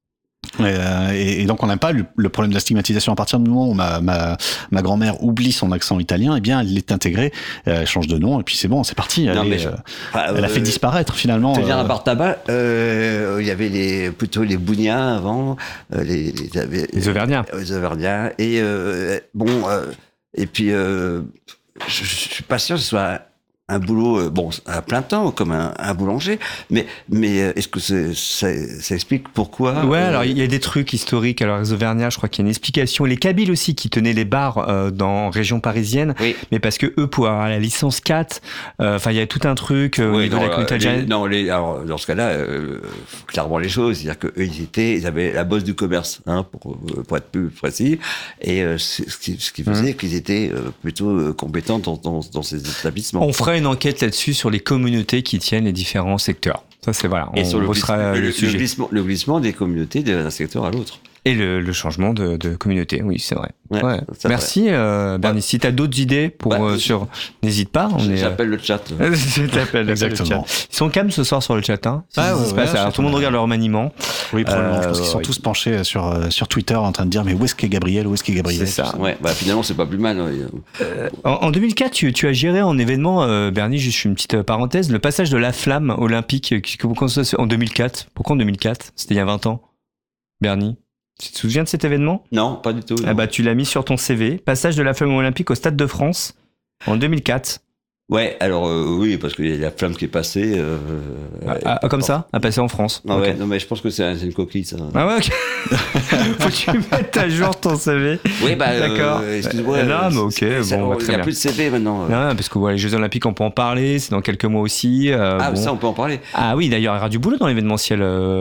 Euh, et, et donc on n'a pas le, le problème de la stigmatisation à partir du moment où ma, ma, ma grand-mère oublie son accent italien, et bien elle l'est intégrée, euh, elle change de nom et puis c'est bon, c'est parti. Elle, Non, est, mais je- euh, enfin, elle a euh, fait disparaître finalement. Te dire euh, à part tabac, euh, il y avait les, plutôt les Bougnats avant, euh, les, les, Les Auvergnats. les Auvergnats. Et euh, bon, euh, et puis euh, je, je suis pas sûr que ce soit un boulot, euh, bon, à plein temps, comme un, un boulanger, mais, mais euh, est-ce que c'est, ça, ça explique pourquoi Ouais, euh, alors il y a des trucs historiques. Alors les Auvergnats, je crois qu'il y a une explication. Les Kabyles aussi qui tenaient les bars euh, dans région parisienne, Oui. mais parce que eux pour avoir la licence quatre, euh, enfin il y a tout un truc euh, au Oui, niveau non, de la communauté euh, les- algérienne. non, les, alors, dans ce cas-là, euh, faut clairement les choses, c'est-à-dire qu'eux, ils étaient, ils avaient la bosse du commerce, hein, pour, euh, pour être plus précis, et euh, c'est ce qui, ce qui faisait qu'ils étaient euh, plutôt euh, compétents dans, dans, dans ces établissements. On fera une enquête là-dessus sur les communautés qui tiennent les différents secteurs. Ça c'est voilà. Et on sur le, bossera glissement, le, le, le sujet. glissement, le glissement des communautés d'un secteur à l'autre. Et le, le changement de, de communauté, oui, c'est vrai. Ouais, Ouais. c'est Merci, euh, Bernie. Ouais. Si tu as d'autres idées pour Ouais. euh, sur, n'hésite pas. On est. euh, J'appelle le chat. Je t'appelle, Exactement. le chat. Ils sont calmes ce soir sur le chat. Hein. C'est Ah ce qui ouais, se ouais, passe. ouais, Alors, je tout le monde sais regarde leur maniement. Oui, probablement. je pense qu'ils Euh, sont ouais. tous penchés sur, euh, sur Twitter en train de dire mais où est-ce qu'est Gabriel, où est-ce qu'est Gabriel. C'est ça. Ouais, bah finalement, c'est pas plus mal. hein. En, en deux mille quatre, tu, tu as géré en événement, euh, Bernie, juste une petite euh, parenthèse, le passage de la flamme olympique euh, qui- que vous constatez en deux mille quatre. Pourquoi en deux mille quatre? C'était il y a vingt ans. Bernie, tu te souviens de cet événement? Non, pas du tout. Ah non. bah, tu l'as mis sur ton C V. Passage de la flamme olympique au Stade de France en deux mille quatre. Ouais, alors euh, oui, parce qu'il y a la flamme qui est passée. Euh, Ah, ah, comme ça, à passer en France. Non, Ok. ouais, non, mais je pense que c'est un- c'est une coquille, ça. Ah ouais, ok. Faut que tu mettes à jour ton C V. Oui, bah, D'accord. euh, excuse-moi. Euh, non, mais ok, c'est- c'est- bon, bah, il très n'y a bien. plus de C V maintenant. euh. Non, parce que voilà, les Jeux Olympiques, on peut en parler, c'est dans quelques mois aussi. euh, ah, bon. ça, on peut en parler. Ah oui, d'ailleurs, il y aura du boulot dans l'événementiel euh,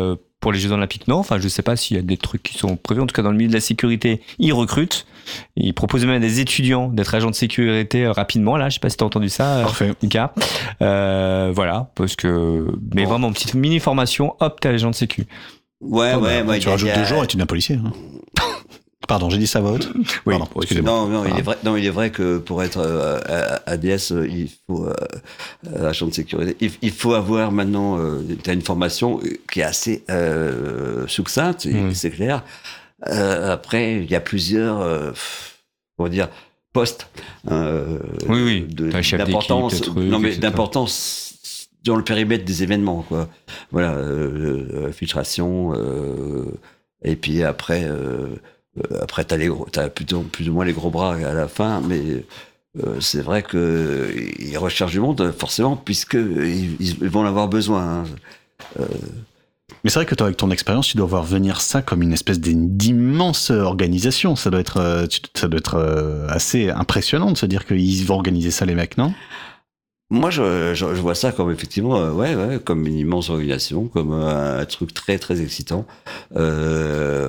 pour les Jeux Olympiques, non. Enfin, je sais pas s'il y a des trucs qui sont prévus. En tout cas, dans le milieu de la sécurité, ils recrutent. Ils proposent même à des étudiants d'être agents de sécurité euh, rapidement. Là, je sais pas si t'as entendu ça, Parfait. Mika. Euh, voilà, parce que mais Bon. vraiment petite mini formation. Hop, t'es agent de sécu. Ouais, Ah, ouais, bah, ouais. tu il y a- rajoutes il y a- deux jours et tu deviens policier. Hein. Pardon, j'ai dit ça à voix haute. Oui. Pardon, excusez-moi. Non, non, il Ah. est vrai, non, il est vrai que pour être euh, A D S, euh, il faut euh, euh, agent de sécurité. Il, il faut avoir maintenant, euh, t'as une formation qui est assez euh, succincte, et Oui. c'est clair. Euh, après, il y a plusieurs, euh, comment dire, postes euh, Oui, oui. de- T'as chef d'équipe, d'importance, t'as truc, non mais et cetera. d'importance dans le périmètre des événements, quoi. Voilà, euh, filtration, euh, et puis après. Euh, Euh, après, t'as les gros, t'as plutôt plus ou moins les gros bras à la fin, mais euh, c'est vrai que euh, ils recherchent du monde forcément puisque ils, ils vont en avoir besoin. Hein. Euh, Mais c'est vrai que toi, avec ton expérience, tu dois voir venir ça comme une espèce d'immense organisation. Ça doit être, euh, tu- ça doit être euh, assez impressionnant de se dire qu'ils vont organiser ça, les mecs, non? Moi, je, je, je vois ça comme effectivement, euh, ouais, ouais, comme une immense organisation, comme un, un truc très très excitant. Euh,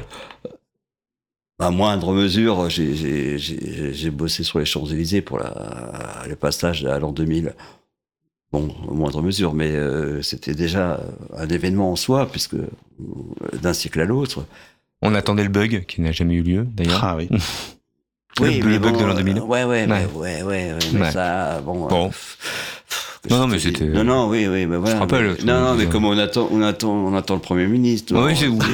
À moindre mesure, j'ai- j'ai j'ai- j'ai bossé sur les Champs-Élysées pour la, le passage à l'an deux mille. Bon, à moindre mesure, mais euh, c'était déjà un événement en soi, puisque euh, d'un siècle à l'autre. On attendait le bug qui n'a jamais eu lieu d'ailleurs. Ah oui. Le- le mais bug de l'an deux mille. euh, Ouais, ouais, Ouais. ouais, ouais, ouais, ouais, mais Ouais. ça, bon. Bon. euh, pff, pff, que Non, je non, te mais dis. c'était- Non, non, oui, oui, mais voilà. te rappelle, mais- tout non, le non, monde mais disait. comme on attend, on attend, on attend le Premier ministre. Oui, on- c'est ouf.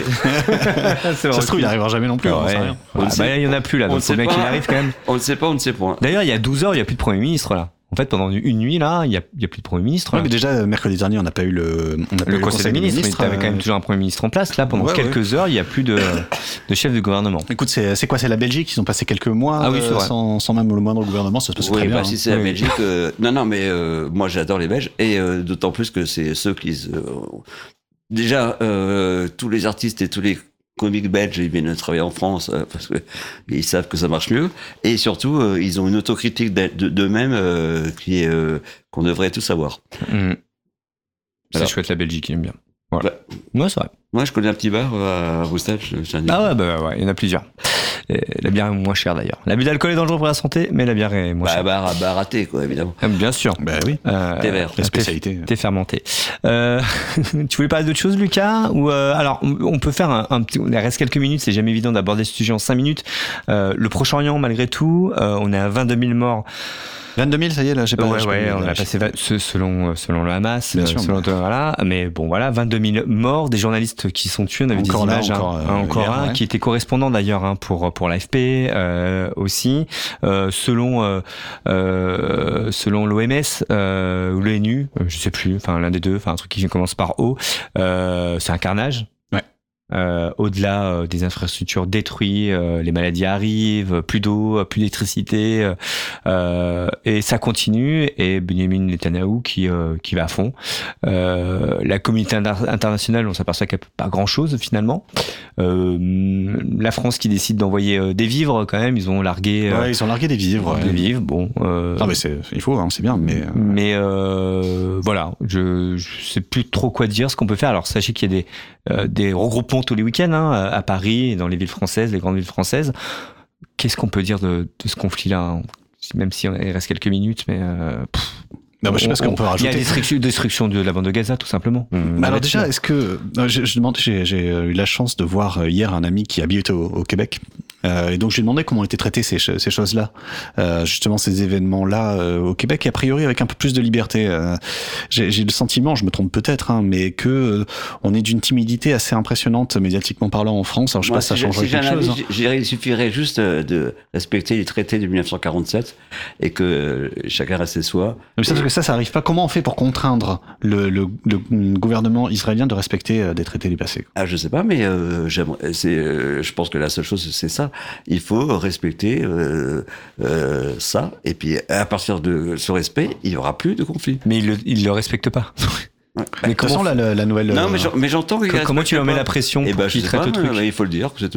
Ça se trouve, il n'arrivera jamais non plus. on Ouais. sait rien. Ah, On ne bah, sait- il y en a plus là, on donc ne faut sait bien pas. qu'il arrive quand même. On ne sait pas, on ne sait point. D'ailleurs, il y a douze heures, il n'y a plus de Premier ministre là. En fait, pendant une nuit là, il n'y a, il y a plus de Premier ministre. Ouais, là. mais déjà, mercredi dernier, on n'a pas eu le, on n'a pas eu Le Conseil des ministres, mais tu avais quand même euh, toujours un Premier ministre en place. Là, pendant Ouais, quelques heures, il n'y a plus de, de chef de gouvernement. Écoute, c'est c'est quoi? C'est la Belgique? Ils ont passé quelques mois Ah oui, c'est euh, vrai. sans, sans même le moindre gouvernement. Ça se passe Oui, très bah, bien. si hein. c'est la Oui. Belgique. euh, non, non, mais euh, moi j'adore les Belges et euh, d'autant plus que c'est ceux qui. se- euh, déjà, euh, tous les artistes et tous les comiques belges, ils viennent travailler en France euh, parce que ils savent que ça marche mieux. Et surtout, euh, ils ont une autocritique d'eux- de- d'eux-mêmes euh, qui est euh, qu'on devrait tous savoir. Mmh. C'est Voilà. chouette la Belgique, il aime bien. Voilà. Ouais, c'est vrai. Moi, je connais un petit bar euh, à Bruxelles. je- je- Ah ouais, bah ouais, il y en a plusieurs. Et la bière est moins chère d'ailleurs. L'abus d'alcool est dangereux pour la santé, mais la bière est moins Bah, chère. bar, bar raté, quoi, évidemment. Ah, bien sûr. Bah oui. Euh, Thé vert. La spécialité. Thé fermenté. Euh, tu voulais parler d'autre chose, Lucas? Ou euh, alors, on, on peut faire un, un petit. Il reste quelques minutes. C'est jamais évident d'aborder ce sujet en cinq minutes. Euh, le Proche-Orient, malgré tout, euh, on est à vingt-deux mille morts. vingt-deux mille, ça y est, là, j'ai pas. Ouais, j'ai pas ouais, vu, on là, a j'ai- passé va- ce- selon selon le Hamas, Bien euh, sûr, selon mais- voilà. Mais bon, voilà, vingt-deux mille morts, des journalistes qui sont tués. On avait Encore des là, images, hein. encore, euh, Hein, encore hier, un ouais. qui était correspondant d'ailleurs hein, pour pour l'A F P euh, aussi. Euh, selon euh, euh, selon l'O M S euh, ou l'ONU, euh, je sais plus, enfin l'un des deux, enfin un truc qui commence par O. Euh, c'est un carnage. Ouais. Euh, au-delà euh, des infrastructures détruites, euh, les maladies arrivent, plus d'eau, plus d'électricité, euh, euh, et ça continue. Et Benjamin Netanyahu qui euh, qui va à fond. Euh, la communauté inter- internationale, on s'aperçoit qu'elle peut pas grand-chose finalement. Euh, la France qui décide d'envoyer euh, des vivres quand même, ils ont largué euh, Ouais, ils ont largué des vivres. des ouais. vivres. Bon. Euh, Non, mais c'est, il faut, hein, c'est bien, mais. euh, mais euh, voilà, je, je sais plus trop quoi dire, ce qu'on peut faire. Alors sachez qu'il y a des, euh, des regroupements tous les week-ends hein, à Paris et dans les villes françaises, les grandes villes françaises. Qu'est-ce qu'on peut dire de, de ce conflit-là? Même si il reste quelques minutes, mais euh, pff, Non, bah, je sais pas ce qu'on peut il y a rajouter. destruction, destruction de la bande de Gaza, tout simplement. Bah alors déjà, est-ce que euh, je, je demande, j'ai, j'ai eu la chance de voir euh, hier un ami qui habite au, au Québec, euh, et donc je lui ai demandé comment étaient traitées ces, ch- ces choses-là, euh, justement ces événements-là euh, au Québec, et a priori avec un peu plus de liberté. Euh, j'ai, j'ai le sentiment, je me trompe peut-être, hein, mais que euh, on est d'une timidité assez impressionnante médiatiquement parlant en France. Alors je sais Moi, pas si ça si j'ai- changerait si j'ai quelque un chose. avis, hein. je dirais qu'il suffirait juste euh, de respecter les traités de mille neuf cent quarante-sept et que euh, chacun reste chez soi. Mais ça, parce que ça, ça arrive pas. Comment on fait pour contraindre le, le, le gouvernement israélien de respecter euh, des traités du passé? Ah, je sais pas, mais euh, j'aimerais- c'est, euh, je pense que la seule chose, c'est ça. Il faut respecter euh, euh, ça, et puis à partir de ce respect, il y aura plus de conflit. Mais il le, il le respecte pas. Ouais. Mais De toute façon, comment, la, la, la nouvelle. Non, euh, mais j'en- mais j'entends qu'il comment tu leur mets respecte la pression pas. Eh pour ben, je qu'il sais traite pas, le truc? mais il faut le dire, c'est tout.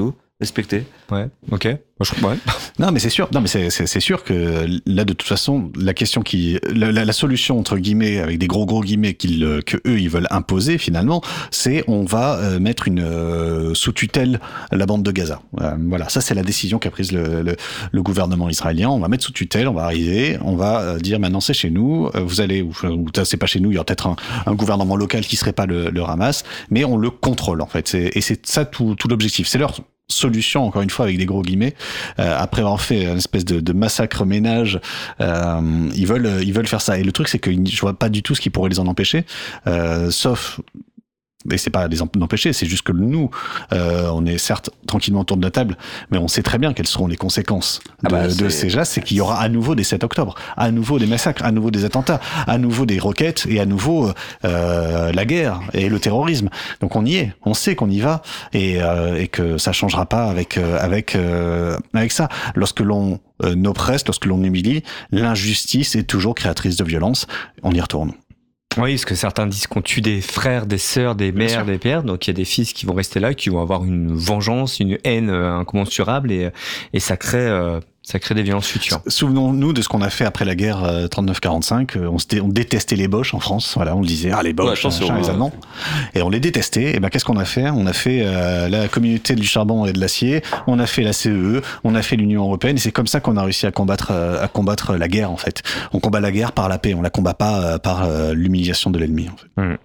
respecter. Ouais, ok. Moi, je... ouais. Non, mais c'est sûr. Non, mais c'est, c'est, c'est sûr que là, de toute façon, la question qui, la, la, la solution entre guillemets, avec des gros gros guillemets qu'ils, que eux ils veulent imposer finalement, c'est on va euh, mettre une euh, sous tutelle la bande de Gaza. Euh, voilà, ça c'est la décision qu'a prise le, le, le gouvernement israélien. On va mettre sous tutelle, on va arriver, on va euh, dire maintenant c'est chez nous. Euh, vous allez, ou, ou c'est pas chez nous. Il y aura peut-être un, un gouvernement local qui serait pas le, le Hamas, mais on le contrôle en fait. C'est, et c'est ça tout, tout l'objectif. C'est leur solution, encore une fois avec des gros guillemets, euh, après avoir fait une espèce de, de massacre ménage, euh, ils veulent ils veulent faire ça. Et le truc c'est que je vois pas du tout ce qui pourrait les en empêcher, euh, sauf, et c'est pas les en empêcher, c'est juste que nous, euh, on est certes tranquillement autour de la table, mais on sait très bien quelles seront les conséquences de, ah bah, de ces gestes, c'est qu'il y aura à nouveau des sept octobre, à nouveau des massacres, à nouveau des attentats, à nouveau des roquettes et à nouveau euh, la guerre et le terrorisme. Donc on y est, on sait qu'on y va et, euh, et que ça changera pas avec euh, avec euh, avec ça. Lorsque l'on euh, oppresse, lorsque l'on humilie, l'injustice est toujours créatrice de violence. On y retourne. Oui, parce que certains disent qu'on tue des frères, des sœurs, des mères, des pères. Donc il y a des fils qui vont rester là, qui vont avoir une vengeance, une haine incommensurable, et, et ça crée, euh, ça crée des violences futures. Souvenons-nous de ce qu'on a fait après la guerre euh, trente-neuf quarante-cinq. On, se dé- on détestait les Boches en France. Voilà, on disait ah les Boches, ouais, machin, les Allemands, et on les détestait. Et ben qu'est-ce qu'on a fait ? On a fait euh, la communauté du charbon et de l'acier. On a fait la C E E. On a fait l'Union européenne. Et c'est comme ça qu'on a réussi à combattre, euh, à combattre la guerre en fait. On combat la guerre par la paix. On la combat pas euh, par euh, l'humiliation de l'ennemi. En fait. Mmh.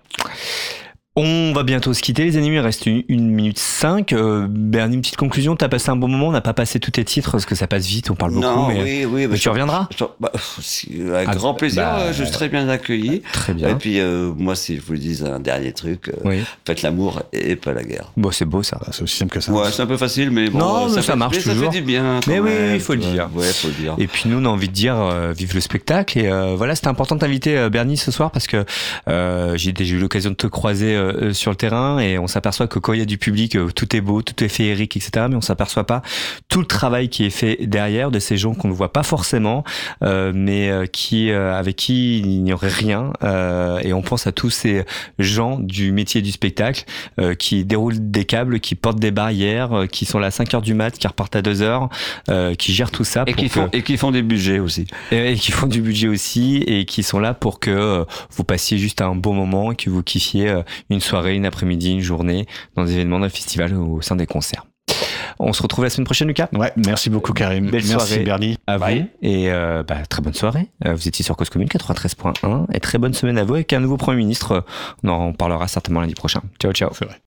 On va bientôt se quitter, les amis. Il reste une, une minute cinq. Euh, Bernie, une petite conclusion. T'as passé un bon moment. On n'a pas passé tous tes titres parce que ça passe vite. On parle beaucoup. Non, mais, oui, oui. mais tu je, reviendras. je, bah, si, avec ah, grand plaisir. Bah, je suis très bien accueilli. Très bien. Et puis, euh, moi, si je vous dis un dernier truc, euh, oui. Faites l'amour et pas la guerre. Bon, c'est beau ça. Bah, c'est aussi simple que ça. Ouais, c'est un peu facile, mais bon. Non, ça, mais ça fait, marche mais toujours. Ça fait du bien. Mais oui, même. il faut le dire. Ouais, faut le dire. Et puis nous, on a envie de dire, euh, vive le spectacle. Et euh, voilà, c'était important de t'inviter, euh, Bernie, ce soir parce que euh, j'ai, j'ai eu l'occasion de te croiser euh, sur le terrain et on s'aperçoit que quand il y a du public, euh, tout est beau, tout est féerique, et cetera. Mais on s'aperçoit pas tout le travail qui est fait derrière de ces gens qu'on ne voit pas forcément, euh, mais euh, qui, euh, avec qui il n'y aurait rien. Euh, et on pense à tous ces gens du métier du spectacle euh, qui déroulent des câbles, qui portent des barrières, euh, qui sont là à cinq heures du mat, qui repartent à deux heures, euh, qui gèrent tout ça. Et qui, que... font, et qui font des budgets aussi. Et, et qui font du budget aussi et qui sont là pour que euh, vous passiez juste un bon moment, que vous kiffiez euh, une soirée, une après-midi, une journée dans des événements d'un festival ou au sein des concerts. On se retrouve la semaine prochaine, Lucas. Ouais, merci beaucoup, Karim. Belle merci, soirée Bernie. à vous. Bye. Et euh, bah, très bonne soirée. Vous étiez sur Cause Commune quatre-vingt-treize point un et très bonne semaine à vous avec un nouveau Premier ministre. On en parlera certainement lundi prochain. Ciao, ciao. C'est vrai.